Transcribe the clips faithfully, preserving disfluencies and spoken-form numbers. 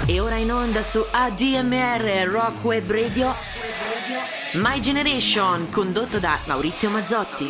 E ora in onda su A D M R Rock Web Radio My Generation, condotto da Maurizio Mazzotti.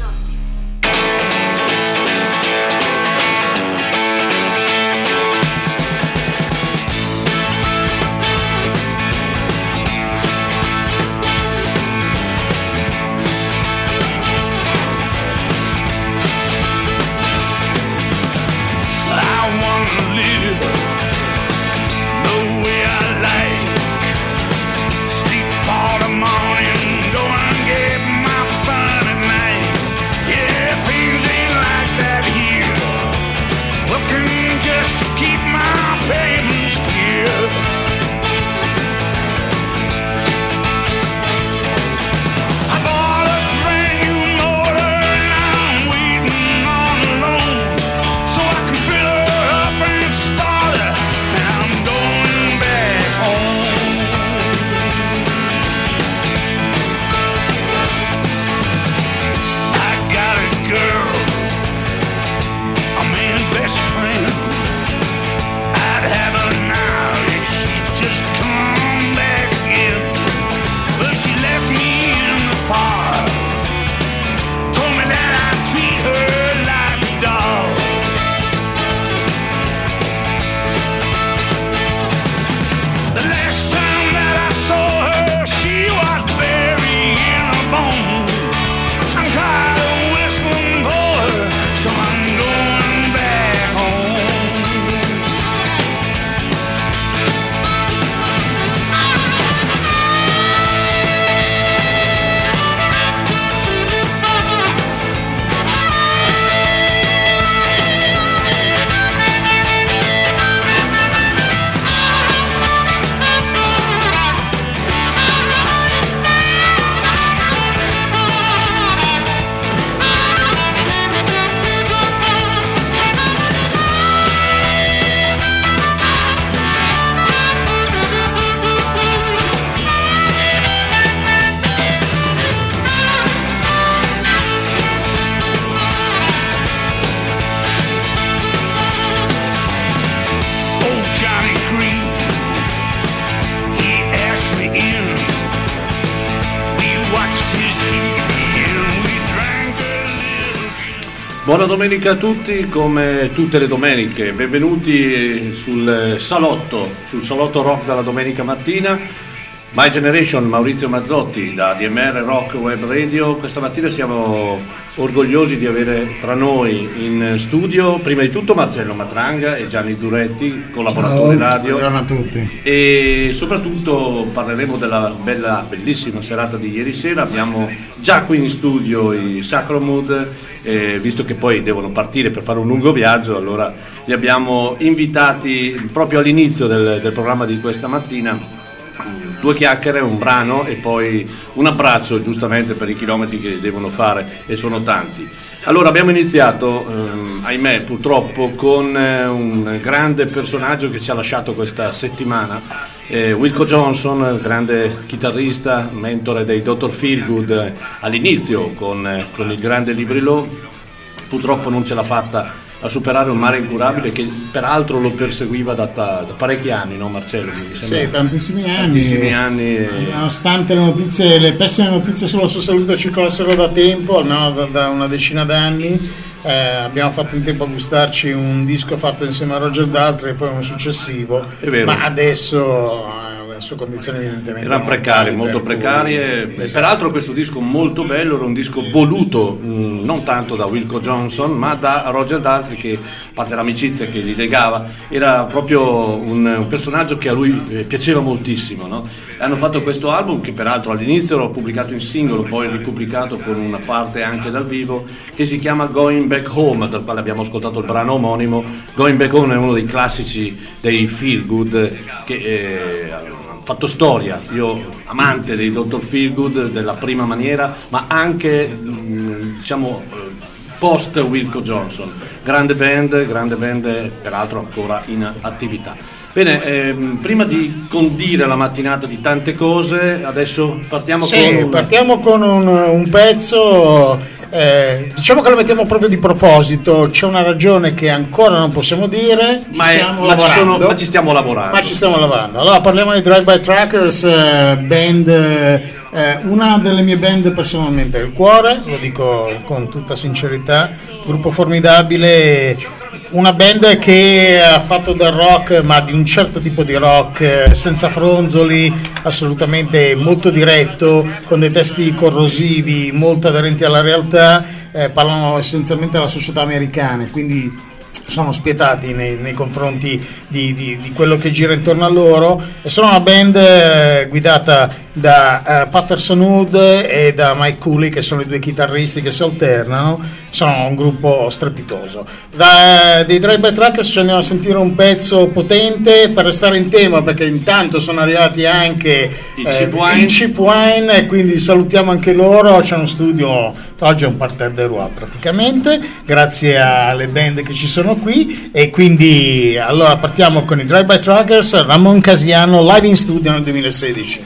Buona domenica a tutti, come tutte le domeniche, benvenuti sul salotto, sul salotto rock della domenica mattina. My Generation, Maurizio Mazzotti da A D M R Rock Web Radio. Questa mattina siamo orgogliosi di avere tra noi in studio prima di tutto Marcello Matranga e Gianni Zuretti, collaboratori Ciao, radio. Buongiorno a tutti. E soprattutto parleremo della bella, bellissima serata di ieri sera. Abbiamo già qui in studio i Sacromood, eh, visto che poi devono partire per fare un lungo viaggio, allora li abbiamo invitati proprio all'inizio del, del programma di questa mattina. Due chiacchiere, un brano e poi un abbraccio, giustamente per i chilometri che devono fare, e sono tanti. Allora abbiamo iniziato, ehm, ahimè purtroppo, con eh, un grande personaggio che ci ha lasciato questa settimana, eh, Wilco Johnson, grande chitarrista, mentore dei doctor Feelgood, eh, all'inizio con, eh, con il grande Livry Low. Purtroppo non ce l'ha fatta a superare un mare incurabile che peraltro lo perseguiva da, da parecchi anni, no Marcello? Mi sì, tantissimi anni. Tantissimi anni e... Nonostante le notizie, le pessime notizie sulla sua salute circolassero da tempo, no, da, da una decina d'anni, eh, abbiamo fatto in tempo a gustarci un disco fatto insieme a Roger Daltrey e poi un successivo. È vero. Ma adesso... su condizioni evidentemente erano precarie, molto precarie. Esatto. Peraltro questo disco molto bello, era un disco voluto mh, non tanto da Wilco Johnson ma da Roger Daltrey, che a parte l'amicizia che li legava era proprio un, un personaggio che a lui eh, piaceva moltissimo, no? Hanno fatto questo album che peraltro all'inizio l'ho pubblicato in singolo, poi ripubblicato con una parte anche dal vivo, che si chiama Going Back Home, dal quale abbiamo ascoltato il brano omonimo. Going Back Home è uno dei classici dei Feelgood che eh, fatto storia. Io amante dei doctor Feelgood della prima maniera, ma anche diciamo post Wilco Johnson, grande band, grande band peraltro ancora in attività. Bene, ehm, prima di condire la mattinata di tante cose, adesso partiamo sì, con un... partiamo con un, un pezzo Eh, diciamo che lo mettiamo proprio di proposito, c'è una ragione che ancora non possiamo dire, ci ma, è, stiamo ma, ci sono, lavorando, ma ci stiamo lavorando. Ma ci stiamo lavorando. Allora parliamo di Drive By Truckers, eh, band, eh, una delle mie band personalmente del cuore, lo dico con tutta sincerità, gruppo formidabile. Una band che ha fatto del rock, ma di un certo tipo di rock, senza fronzoli, assolutamente molto diretto, con dei testi corrosivi, molto aderenti alla realtà, eh, parlano essenzialmente della società americana, quindi sono spietati nei, nei confronti di, di, di quello che gira intorno a loro, e sono una band eh, guidata da uh, Patterson Hood e da Mike Cooley, che sono i due chitarristi che si alternano. Sono un gruppo strepitoso. Da, dei Drive By Truckers ci andiamo a sentire un pezzo potente per restare in tema, perché intanto sono arrivati anche i eh, Cheap Wine. i Cheap Wine, e quindi salutiamo anche loro. C'è uno studio, oggi è un parterre de roi praticamente, grazie alle band che ci sono qui. E quindi allora partiamo con i Drive By Truckers, Ramon Casiano live in studio nel duemilasedici.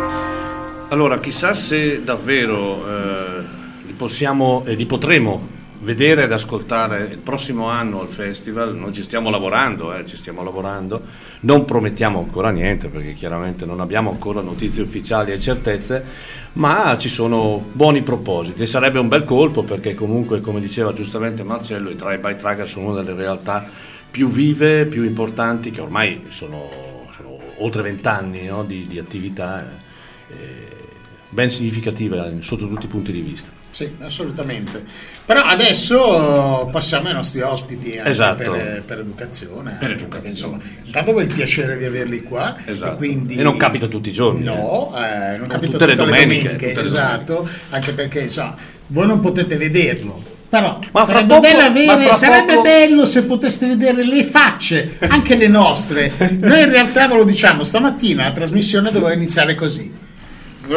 Allora, chissà se davvero eh, li possiamo e li potremo vedere ed ascoltare il prossimo anno al festival. Noi ci stiamo lavorando, eh, ci stiamo lavorando, non promettiamo ancora niente perché chiaramente non abbiamo ancora notizie ufficiali e certezze, ma ci sono buoni propositi e sarebbe un bel colpo perché comunque, come diceva giustamente Marcello, i Drive-by Trucker sono una delle realtà più vive, più importanti, che ormai sono, sono oltre vent'anni, no, di, di attività eh, ben significativa sotto tutti i punti di vista. Sì, assolutamente. Però adesso passiamo ai nostri ospiti anche esatto. per, per educazione. Per anche educazione. Perché, insomma, intanto ho il piacere di averli qua. Esatto. E, quindi, e non capita tutti i giorni. No, eh, non capita tutte, tutte le domeniche. le domeniche, Tutte le esatto, domeniche. Anche perché insomma, voi non potete vederlo. Però ma sarebbe, poco, bello, avere, ma fra sarebbe poco... bello se poteste vedere le facce, anche le nostre. Noi in realtà ve lo diciamo, stamattina la trasmissione doveva iniziare così. Good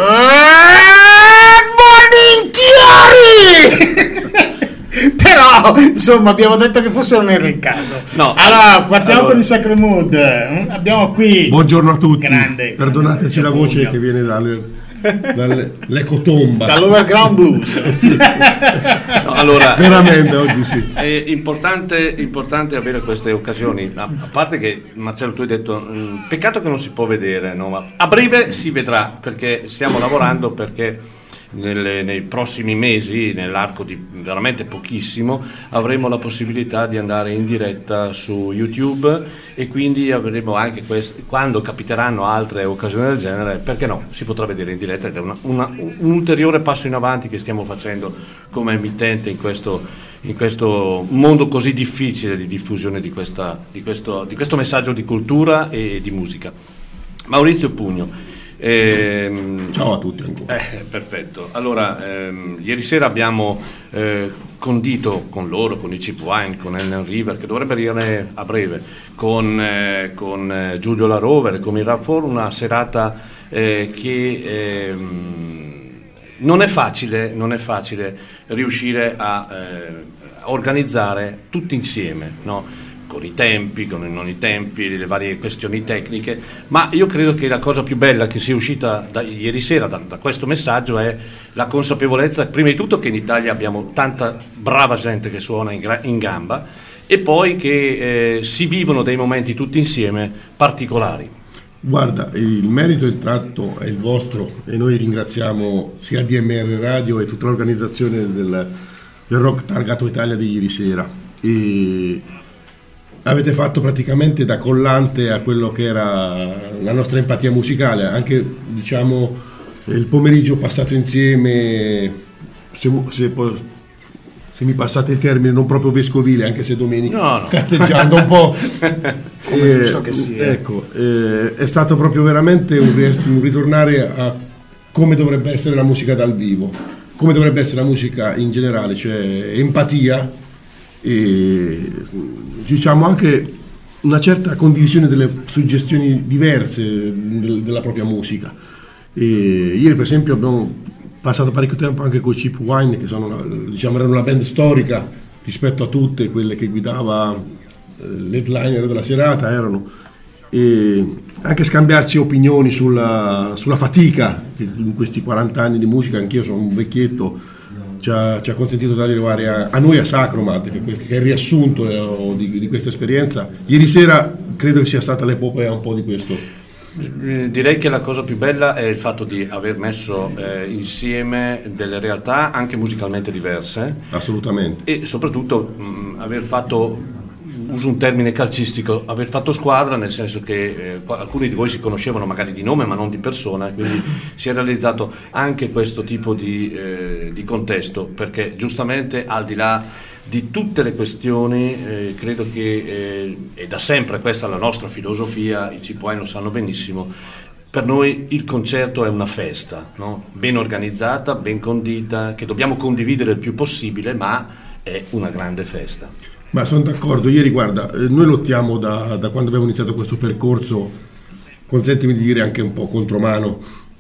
morning, Chiari! Però insomma abbiamo detto che forse non era il caso. No. Allora partiamo allora. con il Sacro Mood. Abbiamo qui buongiorno a tutti, grande, perdonateci grande la voce pugno. che viene dalle, dall'ecotomba, dall'overground blues. No, allora, veramente oggi sì. è importante, importante avere queste occasioni, a, a parte che Marcello tu hai detto mh, peccato che non si può vedere, no? Ma a breve si vedrà perché stiamo lavorando perché nelle, nei prossimi mesi, nell'arco di veramente pochissimo, avremo la possibilità di andare in diretta su YouTube e quindi avremo anche quest- quando capiteranno altre occasioni del genere, perché no, si potrà vedere in diretta ed è una, una, un ulteriore passo in avanti che stiamo facendo come emittente in questo, in questo mondo così difficile di diffusione di, questa, di, questo, di questo messaggio di cultura e di musica. Maurizio Pugno. Ehm, Ciao a tutti ancora. Eh, perfetto. Allora, ehm, ieri sera abbiamo eh, condito con loro, con i Cheap Wine, con Ellen River, che dovrebbe venire a breve, con, eh, con eh, Giulio La Rover, con il Rafford, una serata eh, che ehm, non è facile, non è facile riuscire a, eh, a organizzare tutti insieme, no? Con i tempi, con i non i tempi, le varie questioni tecniche, ma io credo che la cosa più bella che sia uscita da ieri sera da, da questo messaggio è la consapevolezza, prima di tutto, che in Italia abbiamo tanta brava gente che suona in, gra- in gamba e poi che eh, si vivono dei momenti tutti insieme particolari. Guarda, il merito intanto è il vostro e noi ringraziamo sia A D M R Radio e tutta l'organizzazione del, del Rock Targato Italia di ieri sera. E avete fatto praticamente da collante a quello che era la nostra empatia musicale, anche diciamo il pomeriggio passato insieme, se, se, se mi passate il termine, non proprio vescovile, anche se domenica, no, no. cazzeggiando un po'. Come eh, giusto che sia. Ecco, eh, è stato proprio veramente un, un ritornare a come dovrebbe essere la musica dal vivo, come dovrebbe essere la musica in generale, cioè empatia e diciamo anche una certa condivisione delle suggestioni diverse del, della propria musica. E ieri per esempio abbiamo passato parecchio tempo anche con i Cheap Wine, che sono una, diciamo erano una band storica rispetto a tutte quelle che guidava eh, l'headliner della serata, erano, e anche scambiarci opinioni sulla, sulla fatica che in questi quaranta anni di musica, anch'io sono un vecchietto, Ci ha, ci ha consentito di arrivare a, a noi a Sacromat, che, questo, che è il riassunto eh, di, di questa esperienza. Ieri sera credo che sia stata l'epopea un po' di questo. Direi che la cosa più bella è il fatto di aver messo eh, insieme delle realtà anche musicalmente diverse. Assolutamente. E soprattutto mh, aver fatto, uso un termine calcistico, aver fatto squadra, nel senso che eh, alcuni di voi si conoscevano magari di nome ma non di persona, quindi si è realizzato anche questo tipo di, eh, di contesto, perché giustamente al di là di tutte le questioni eh, credo che, eh, e da sempre questa è la nostra filosofia, i Cheap Wine lo sanno benissimo, per noi il concerto è una festa, no? Ben organizzata, ben condita, che dobbiamo condividere il più possibile, ma è una grande festa. Ma sono d'accordo, ieri guarda, noi lottiamo da, da quando abbiamo iniziato questo percorso, consentimi di dire anche un po' contromano,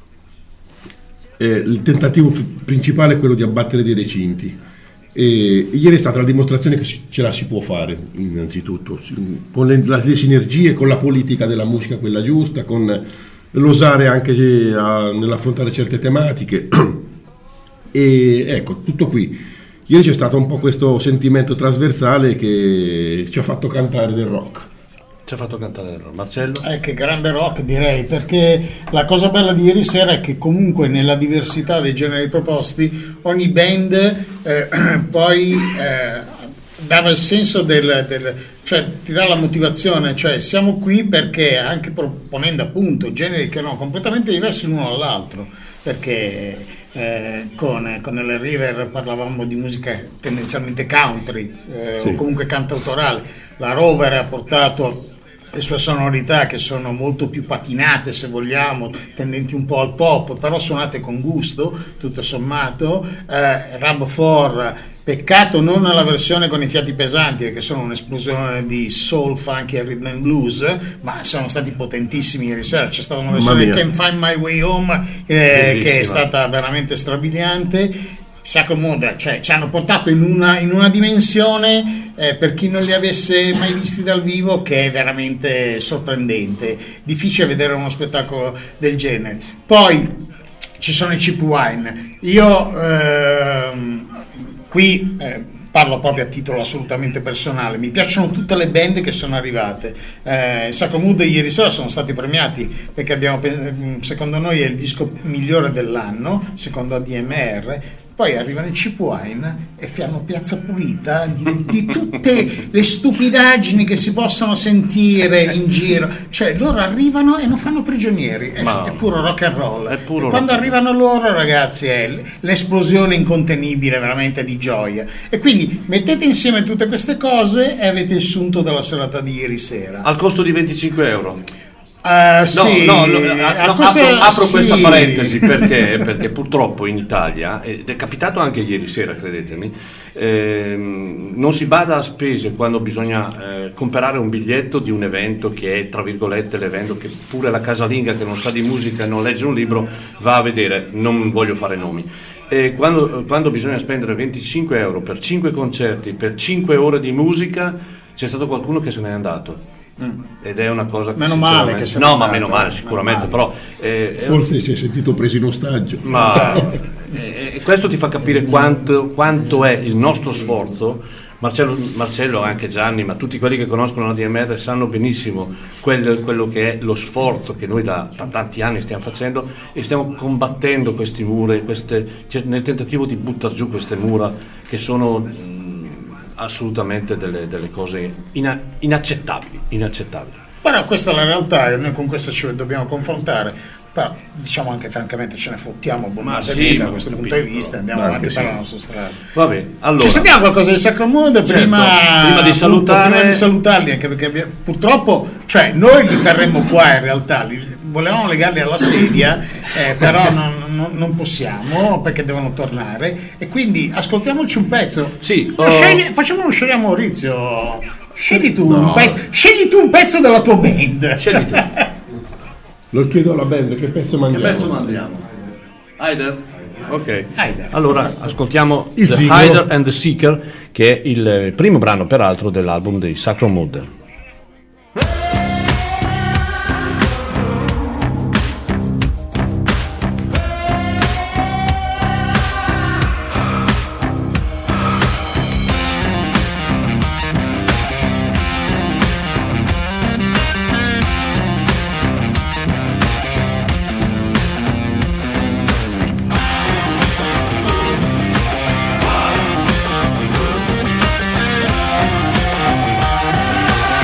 eh, il tentativo f- principale è quello di abbattere dei recinti, e ieri è stata la dimostrazione che ce la si può fare, innanzitutto, con le, le sinergie, con la politica della musica, quella giusta, con l'osare anche a, nell'affrontare certe tematiche, e ecco, tutto qui. ieri c'è stato un po' questo sentimento trasversale che ci ha fatto cantare del rock. Ci ha fatto cantare del rock. Marcello? Eh, che grande rock, direi, perché la cosa bella di ieri sera è che comunque nella diversità dei generi proposti ogni band eh, poi eh, dava il senso del, del cioè ti dà la motivazione, cioè siamo qui perché anche proponendo appunto generi che erano completamente diversi l'uno dall'altro, perché eh, con, con il River parlavamo di musica tendenzialmente country eh, sì. o comunque cantautorale. La Rover ha portato le sue sonorità che sono molto più patinate, se vogliamo, tendenti un po' al pop, però suonate con gusto, tutto sommato. eh, Rab quattro, peccato non alla versione con i fiati pesanti, perché sono un'esplosione di soul, funky e rhythm and blues, ma sono stati potentissimi ieri sera. C'è stata una versione di Can't Find My Way Home eh, che è stata veramente strabiliante. Sacro Mood, cioè ci hanno portato in una, in una dimensione eh, per chi non li avesse mai visti dal vivo, che è veramente sorprendente, difficile vedere uno spettacolo del genere. Poi ci sono i Cheap Wine. Io ehm, qui eh, parlo proprio a titolo assolutamente personale, mi piacciono tutte le band che sono arrivate. eh, Sacro Mood ieri sera sono stati premiati perché abbiamo, secondo noi è il disco migliore dell'anno, secondo A D M R. Poi arrivano i Cheap Wine e fanno piazza pulita di, di tutte le stupidaggini che si possono sentire in giro. Cioè loro arrivano e non fanno prigionieri, è, è puro rock and roll. È puro e quando rock. Arrivano loro, ragazzi, è l'esplosione incontenibile veramente di gioia. E quindi mettete insieme tutte queste cose e avete il sunto della serata di ieri sera. Al costo di venticinque euro. Uh, sì, no, no, no, no cosa, apro, apro sì. questa parentesi perché, perché purtroppo in Italia, ed è capitato anche ieri sera, credetemi, ehm, non si bada a spese quando bisogna eh, comprare un biglietto di un evento che è tra virgolette l'evento che pure la casalinga che non sa di musica e non legge un libro va a vedere, non voglio fare nomi. E quando, quando bisogna spendere venticinque euro per cinque concerti, per cinque ore di musica, c'è stato qualcuno che se n'è andato. Mm. Ed è una cosa che meno male che no ma meno male sicuramente meno male. Però eh, forse si è sentito preso in ostaggio, ma eh, questo ti fa capire quanto, quanto è il nostro sforzo. Marcello, Marcello anche Gianni, ma tutti quelli che conoscono la D M R sanno benissimo quel, quello che è lo sforzo che noi da, da tanti anni stiamo facendo, e stiamo combattendo questi muri, queste, cioè, nel tentativo di buttare giù queste mura che sono assolutamente delle, delle cose ina, inaccettabili, inaccettabili. Però questa è la realtà e noi con questa ci dobbiamo confrontare. Però diciamo anche francamente ce ne fottiamo abbondante sì, da questo punto di vista, andiamo avanti sì. per la nostra strada. Va bene, allora. Ci sentiamo qualcosa di Sacro Mood certo, prima, prima di salutare, appunto, prima di salutarli, anche perché vi, purtroppo, cioè noi li terremmo qua in realtà, li, volevamo legarli alla sedia, eh, però non, non, non possiamo perché devono tornare, e quindi ascoltiamoci un pezzo. Sì, no, oh. scegli, facciamolo scegliere a Maurizio. Scegli tu, no. un pezzo, scegli tu un pezzo della tua band. Scegli tu. Lo chiedo alla band, che pezzo mandiamo? Che pezzo mandiamo? Hider? Ok. Hider. Allora ascoltiamo Il The singolo. Hider and the Seeker, che è il primo brano peraltro dell'album di Sacro Mood. We'll be right back.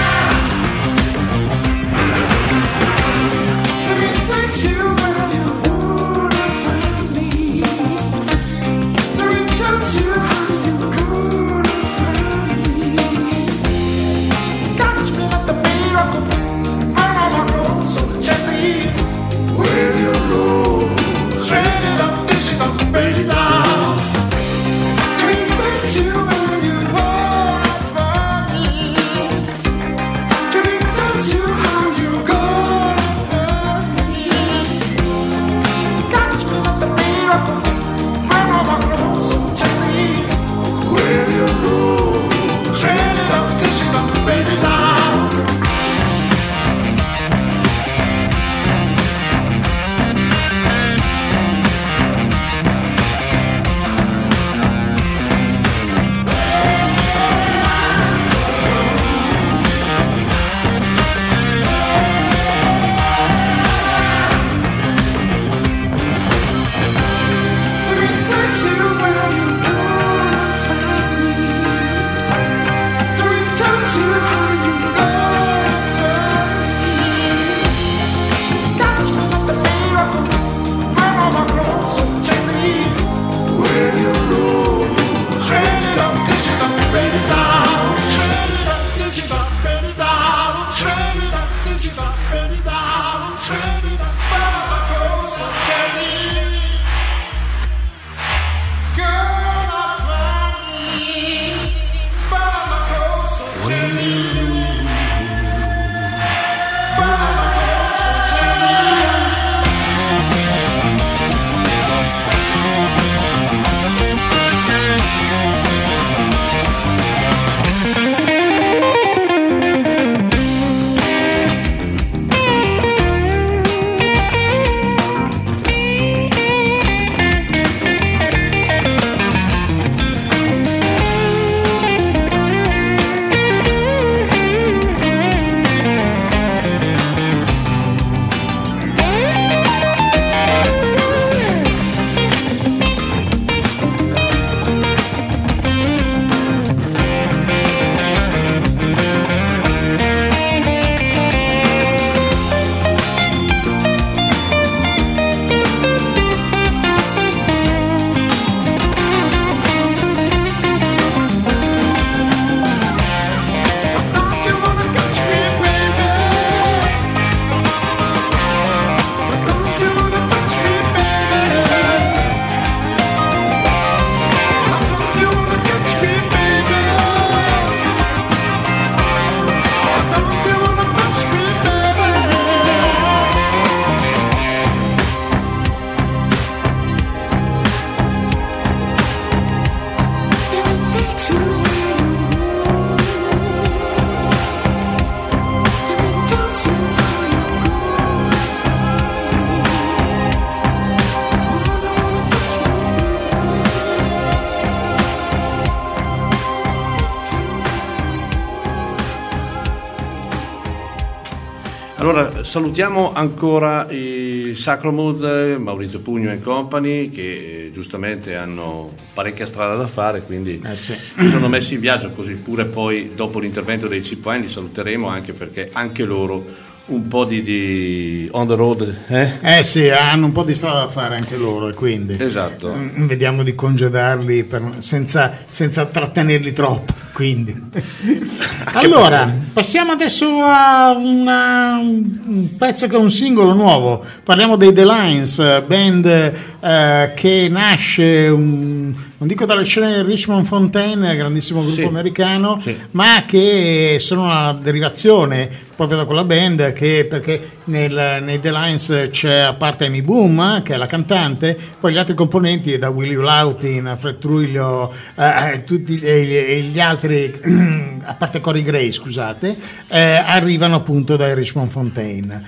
salutiamo ancora i Sacromood, Maurizio Pugno e company, che giustamente hanno parecchia strada da fare, quindi eh sì. si sono messi in viaggio, così pure poi dopo l'intervento dei Cheap Wine li saluteremo, anche perché anche loro un po' di, di on the road, eh? Eh sì, hanno un po' di strada da fare anche loro, e quindi esatto. mh, vediamo di congedarli per, senza, senza trattenerli troppo, quindi. Allora, passiamo adesso a una, un pezzo che è un singolo nuovo. Parliamo dei The Lines, band eh, che nasce un, non dico dalle scene di Richmond Fontaine, grandissimo gruppo sì. americano, sì. ma che sono una derivazione proprio da quella band, che perché nel, nei The Lines c'è, a parte Amy Boom, che è la cantante, poi gli altri componenti, da Willie Lautin, Fred Trujillo, eh, tutti e, e gli altri, a parte Corey Gray, scusate, eh, arrivano appunto dai Richmond Fontaine.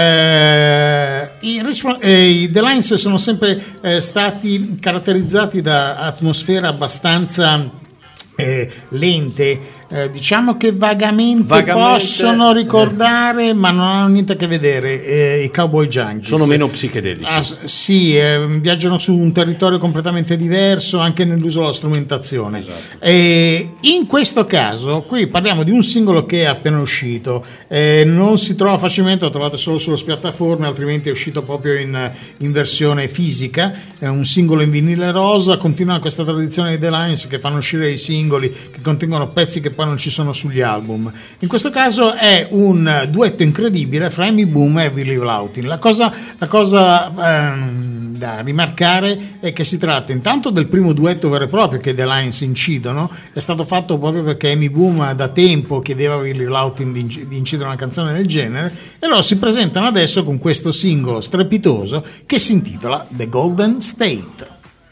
Eh, i, Richmond, eh, i The Lines sono sempre eh, stati caratterizzati da atmosfere abbastanza eh, lente. Eh, diciamo che vagamente, vagamente possono ricordare, eh. ma non hanno niente a che vedere, eh, i Cowboy Junkies. Sono meno psichedelici. Ah, sì, eh, viaggiano su un territorio completamente diverso anche nell'uso della strumentazione. Esatto. E in questo caso qui parliamo di un singolo che è appena uscito, eh, non si trova facilmente, lo trovate solo sulle piattaforme, altrimenti è uscito proprio in, in versione fisica, è un singolo in vinile rosa. Continua questa tradizione di The Lines, che fanno uscire i singoli che contengono pezzi che poi non ci sono sugli album. In questo caso è un duetto incredibile fra Amy Boom e Willie Lautin. La cosa, la cosa ehm, da rimarcare è che si tratta intanto del primo duetto vero e proprio che The Lines incidono. È stato fatto proprio perché Amy Boom da tempo chiedeva a Willie Lautin di, di incidere una canzone del genere, e loro si presentano adesso con questo singolo strepitoso che si intitola The Golden State.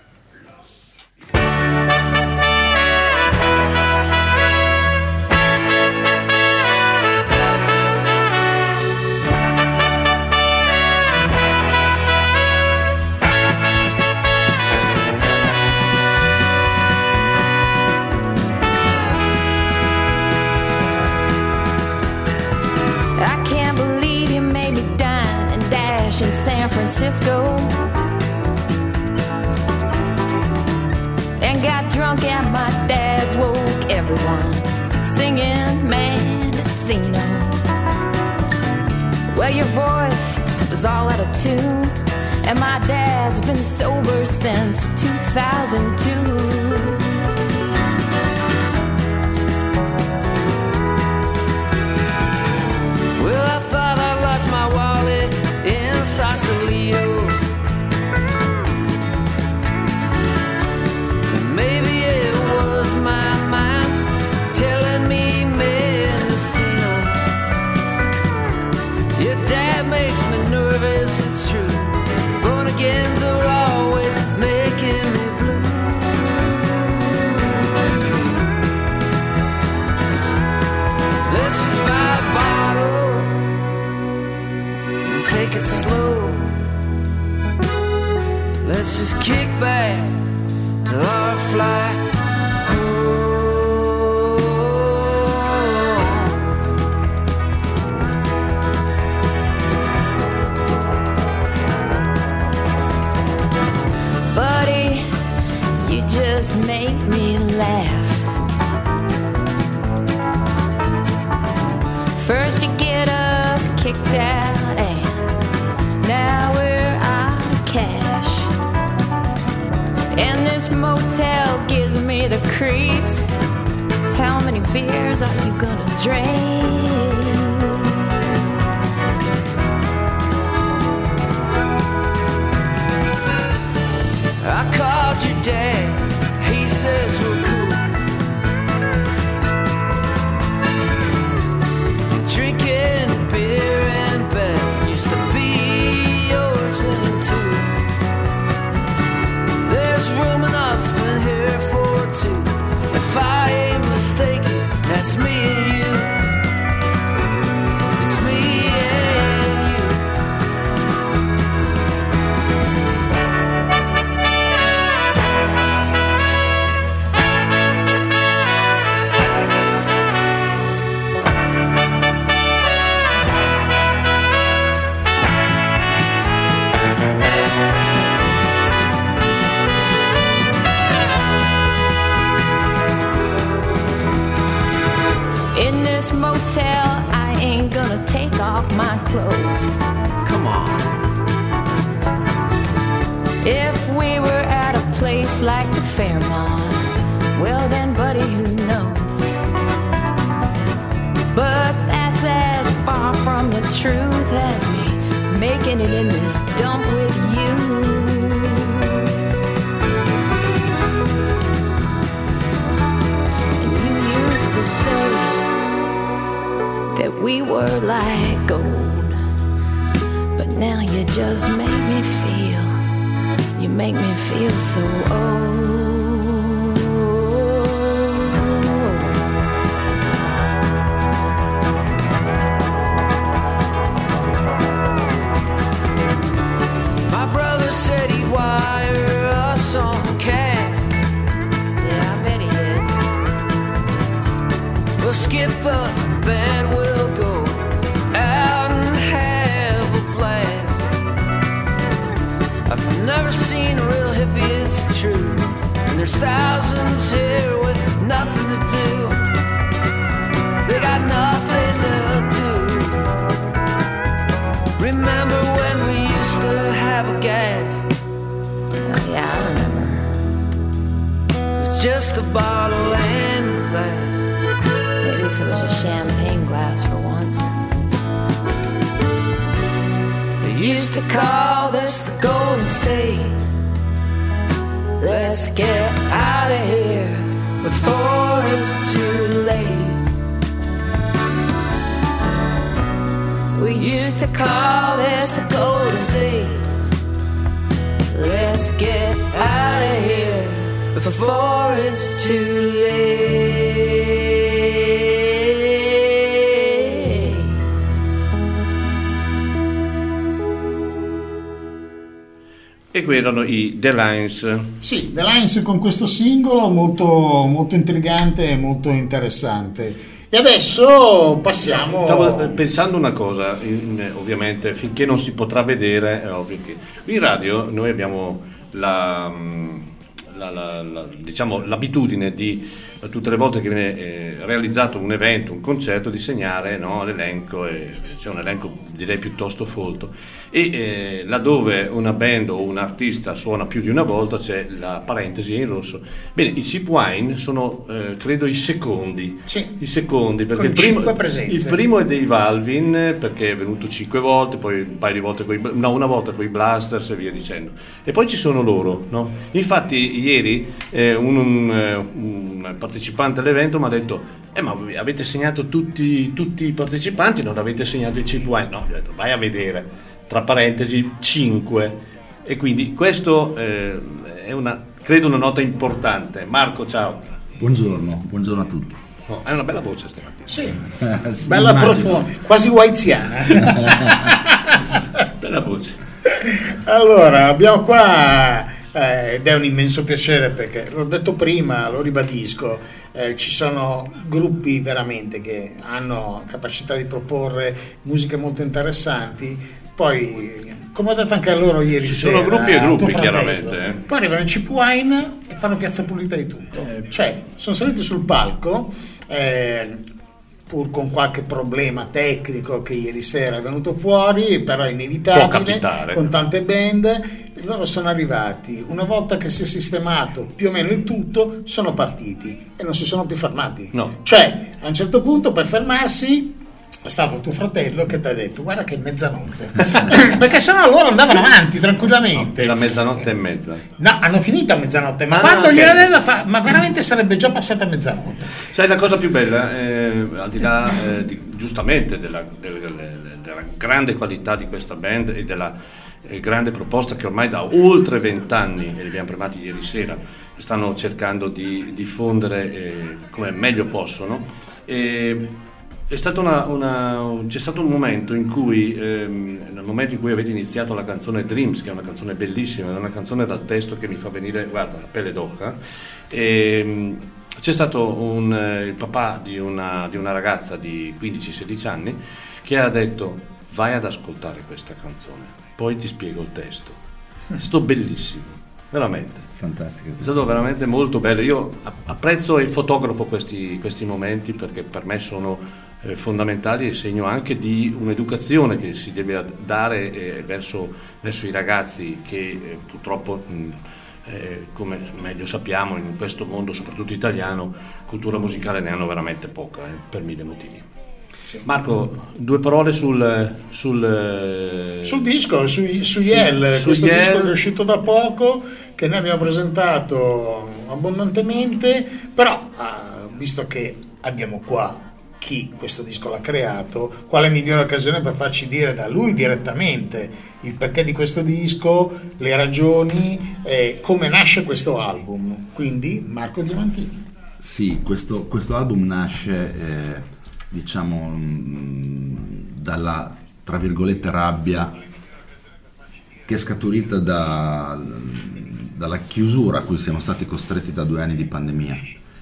Francisco and got drunk at my dad's, woke everyone singing Mendocino. Well, your voice was all out of tune, and my dad's been sober since two thousand two. Well, I thought I lost my wallet in Sausalito. Maybe it was my mind telling me Mendocino. Your dad makes me nervous, it's true. Born agains are always making me blue. Let's just buy a bottle, take it slow. Let's just kick back till our flight home. Buddy, you just make me laugh. First you get us kicked out, and now we're out of cash. And this motel gives me the creeps. How many beers are you gonna drink? I called your dad, he says we're cool. Drinking beer and bed used to be yours then too. There's room enough in here for two. If I ain't mistaken, that's me and you. motel, I ain't gonna take off my clothes. Come on. If we were at a place like the Fairmont, well then, buddy, who knows? But that's as far from the truth as me making it in this dump with you. To say that we were like gold, but now you just make me feel, you make me feel so old. My brother said he'd wire us on cash. Yeah, I bet he did. We'll skip the band, we'll go out and have a blast. I've never seen a real hippie, it's true. And there's thousands here with nothing to do. They got nothing to do. Remember when we used to have a gas? Oh, yeah, I remember. It's just a bottle and a glass. Maybe if it was a champagne glass for once. They used to call this the Golden State. Let's get out of here before it's too late. We used to call this the Golden State. Let's get out of here before it's too late. E qui erano i The Lines. Sì, The Lines con questo singolo molto, molto intrigante e molto interessante. E adesso passiamo... Stavo pensando una cosa, in, ovviamente finché non si potrà vedere, è ovvio che qui in radio noi abbiamo la, la, la, la, diciamo, l'abitudine di tutte le volte che viene eh, realizzato un evento, un concerto, di segnare, no, l'elenco, e c'è un elenco direi piuttosto folto, e eh, laddove una band o un artista suona più di una volta c'è la parentesi in rosso. Bene, i Cheap Wine sono eh, credo i secondi, sì, i secondi perché con il primo, cinque presenze. Il primo è dei Valvin, perché è venuto cinque volte, poi un paio di volte coi, no, una volta con i Blasters e via dicendo, e poi ci sono loro, no? Infatti ieri eh, un, un, un partecipante all'evento mi ha detto: eh, ma avete segnato tutti, tutti i partecipanti, non avete segnato i Cheap Wine? No, gli ho detto, vai a vedere, tra parentesi cinque, e quindi questo eh, è una, credo, una nota importante. Marco, ciao. Buongiorno, buongiorno a tutti. Oh, hai una bella voce stamattina. Sì, Sì, bella immagino. profonda, quasi whiteziana. Bella voce. Allora, abbiamo qua, eh, ed è un immenso piacere perché l'ho detto prima, lo ribadisco, eh, ci sono gruppi veramente che hanno capacità di proporre musiche molto interessanti. Poi, come ho detto anche a loro ieri Ci sera, sono gruppi e a tuo gruppi, fratello, chiaramente, eh. Poi arrivano i Cheap Wine e fanno piazza pulita di tutto. Cioè, sono saliti sul palco, eh, pur con qualche problema tecnico che ieri sera è venuto fuori, però è inevitabile, Può capitare. con tante band. Loro sono arrivati, una volta che si è sistemato più o meno il tutto, sono partiti e non si sono più fermati. No. Cioè, a un certo punto, per fermarsi, è stato tuo fratello che ti ha detto: guarda che è mezzanotte. Perché sennò loro andavano avanti tranquillamente. La mezzanotte e mezza. No, hanno finito a mezzanotte, ma Ah, quando no, gliela ok. aveva fa- ma veramente sarebbe già passata mezzanotte. Sai, la cosa più bella, eh, al di là eh, di, giustamente della, del- del- della grande qualità di questa band e della eh, grande proposta che ormai da oltre vent'anni, e li abbiamo premati ieri sera, stanno cercando di diffondere eh, come meglio possono. E, è stata una, una, c'è stato un momento in cui, ehm, nel momento in cui avete iniziato la canzone Dreams, che è una canzone bellissima, è una canzone dal testo che mi fa venire, guarda, la pelle d'oca, ehm, c'è stato un, eh, il papà di una, di una ragazza di quindici sedici anni che ha detto: vai ad ascoltare questa canzone, poi ti spiego il testo. È stato bellissimo, veramente. Fantastico. È stato veramente molto bello. Io apprezzo e fotografo questi, questi momenti perché per me sono eh, fondamentali, è segno anche di un'educazione che si deve dare eh, verso, verso i ragazzi che eh, purtroppo mh, eh, come meglio sappiamo in questo mondo soprattutto italiano cultura musicale ne hanno veramente poca eh, per mille motivi. Sì. Marco, due parole sul sul, sul disco, su, su Yell, su questo Yell. disco che è uscito da poco, che noi abbiamo presentato abbondantemente, però ah, visto che abbiamo qua chi questo disco l'ha creato, quale migliore occasione per farci dire da lui direttamente il perché di questo disco, le ragioni, eh, come nasce questo album. Quindi Marco Diamantini. Sì, questo, questo album nasce eh, diciamo mh, dalla, tra virgolette, rabbia che è scaturita da, dalla chiusura a cui siamo stati costretti da due anni di pandemia.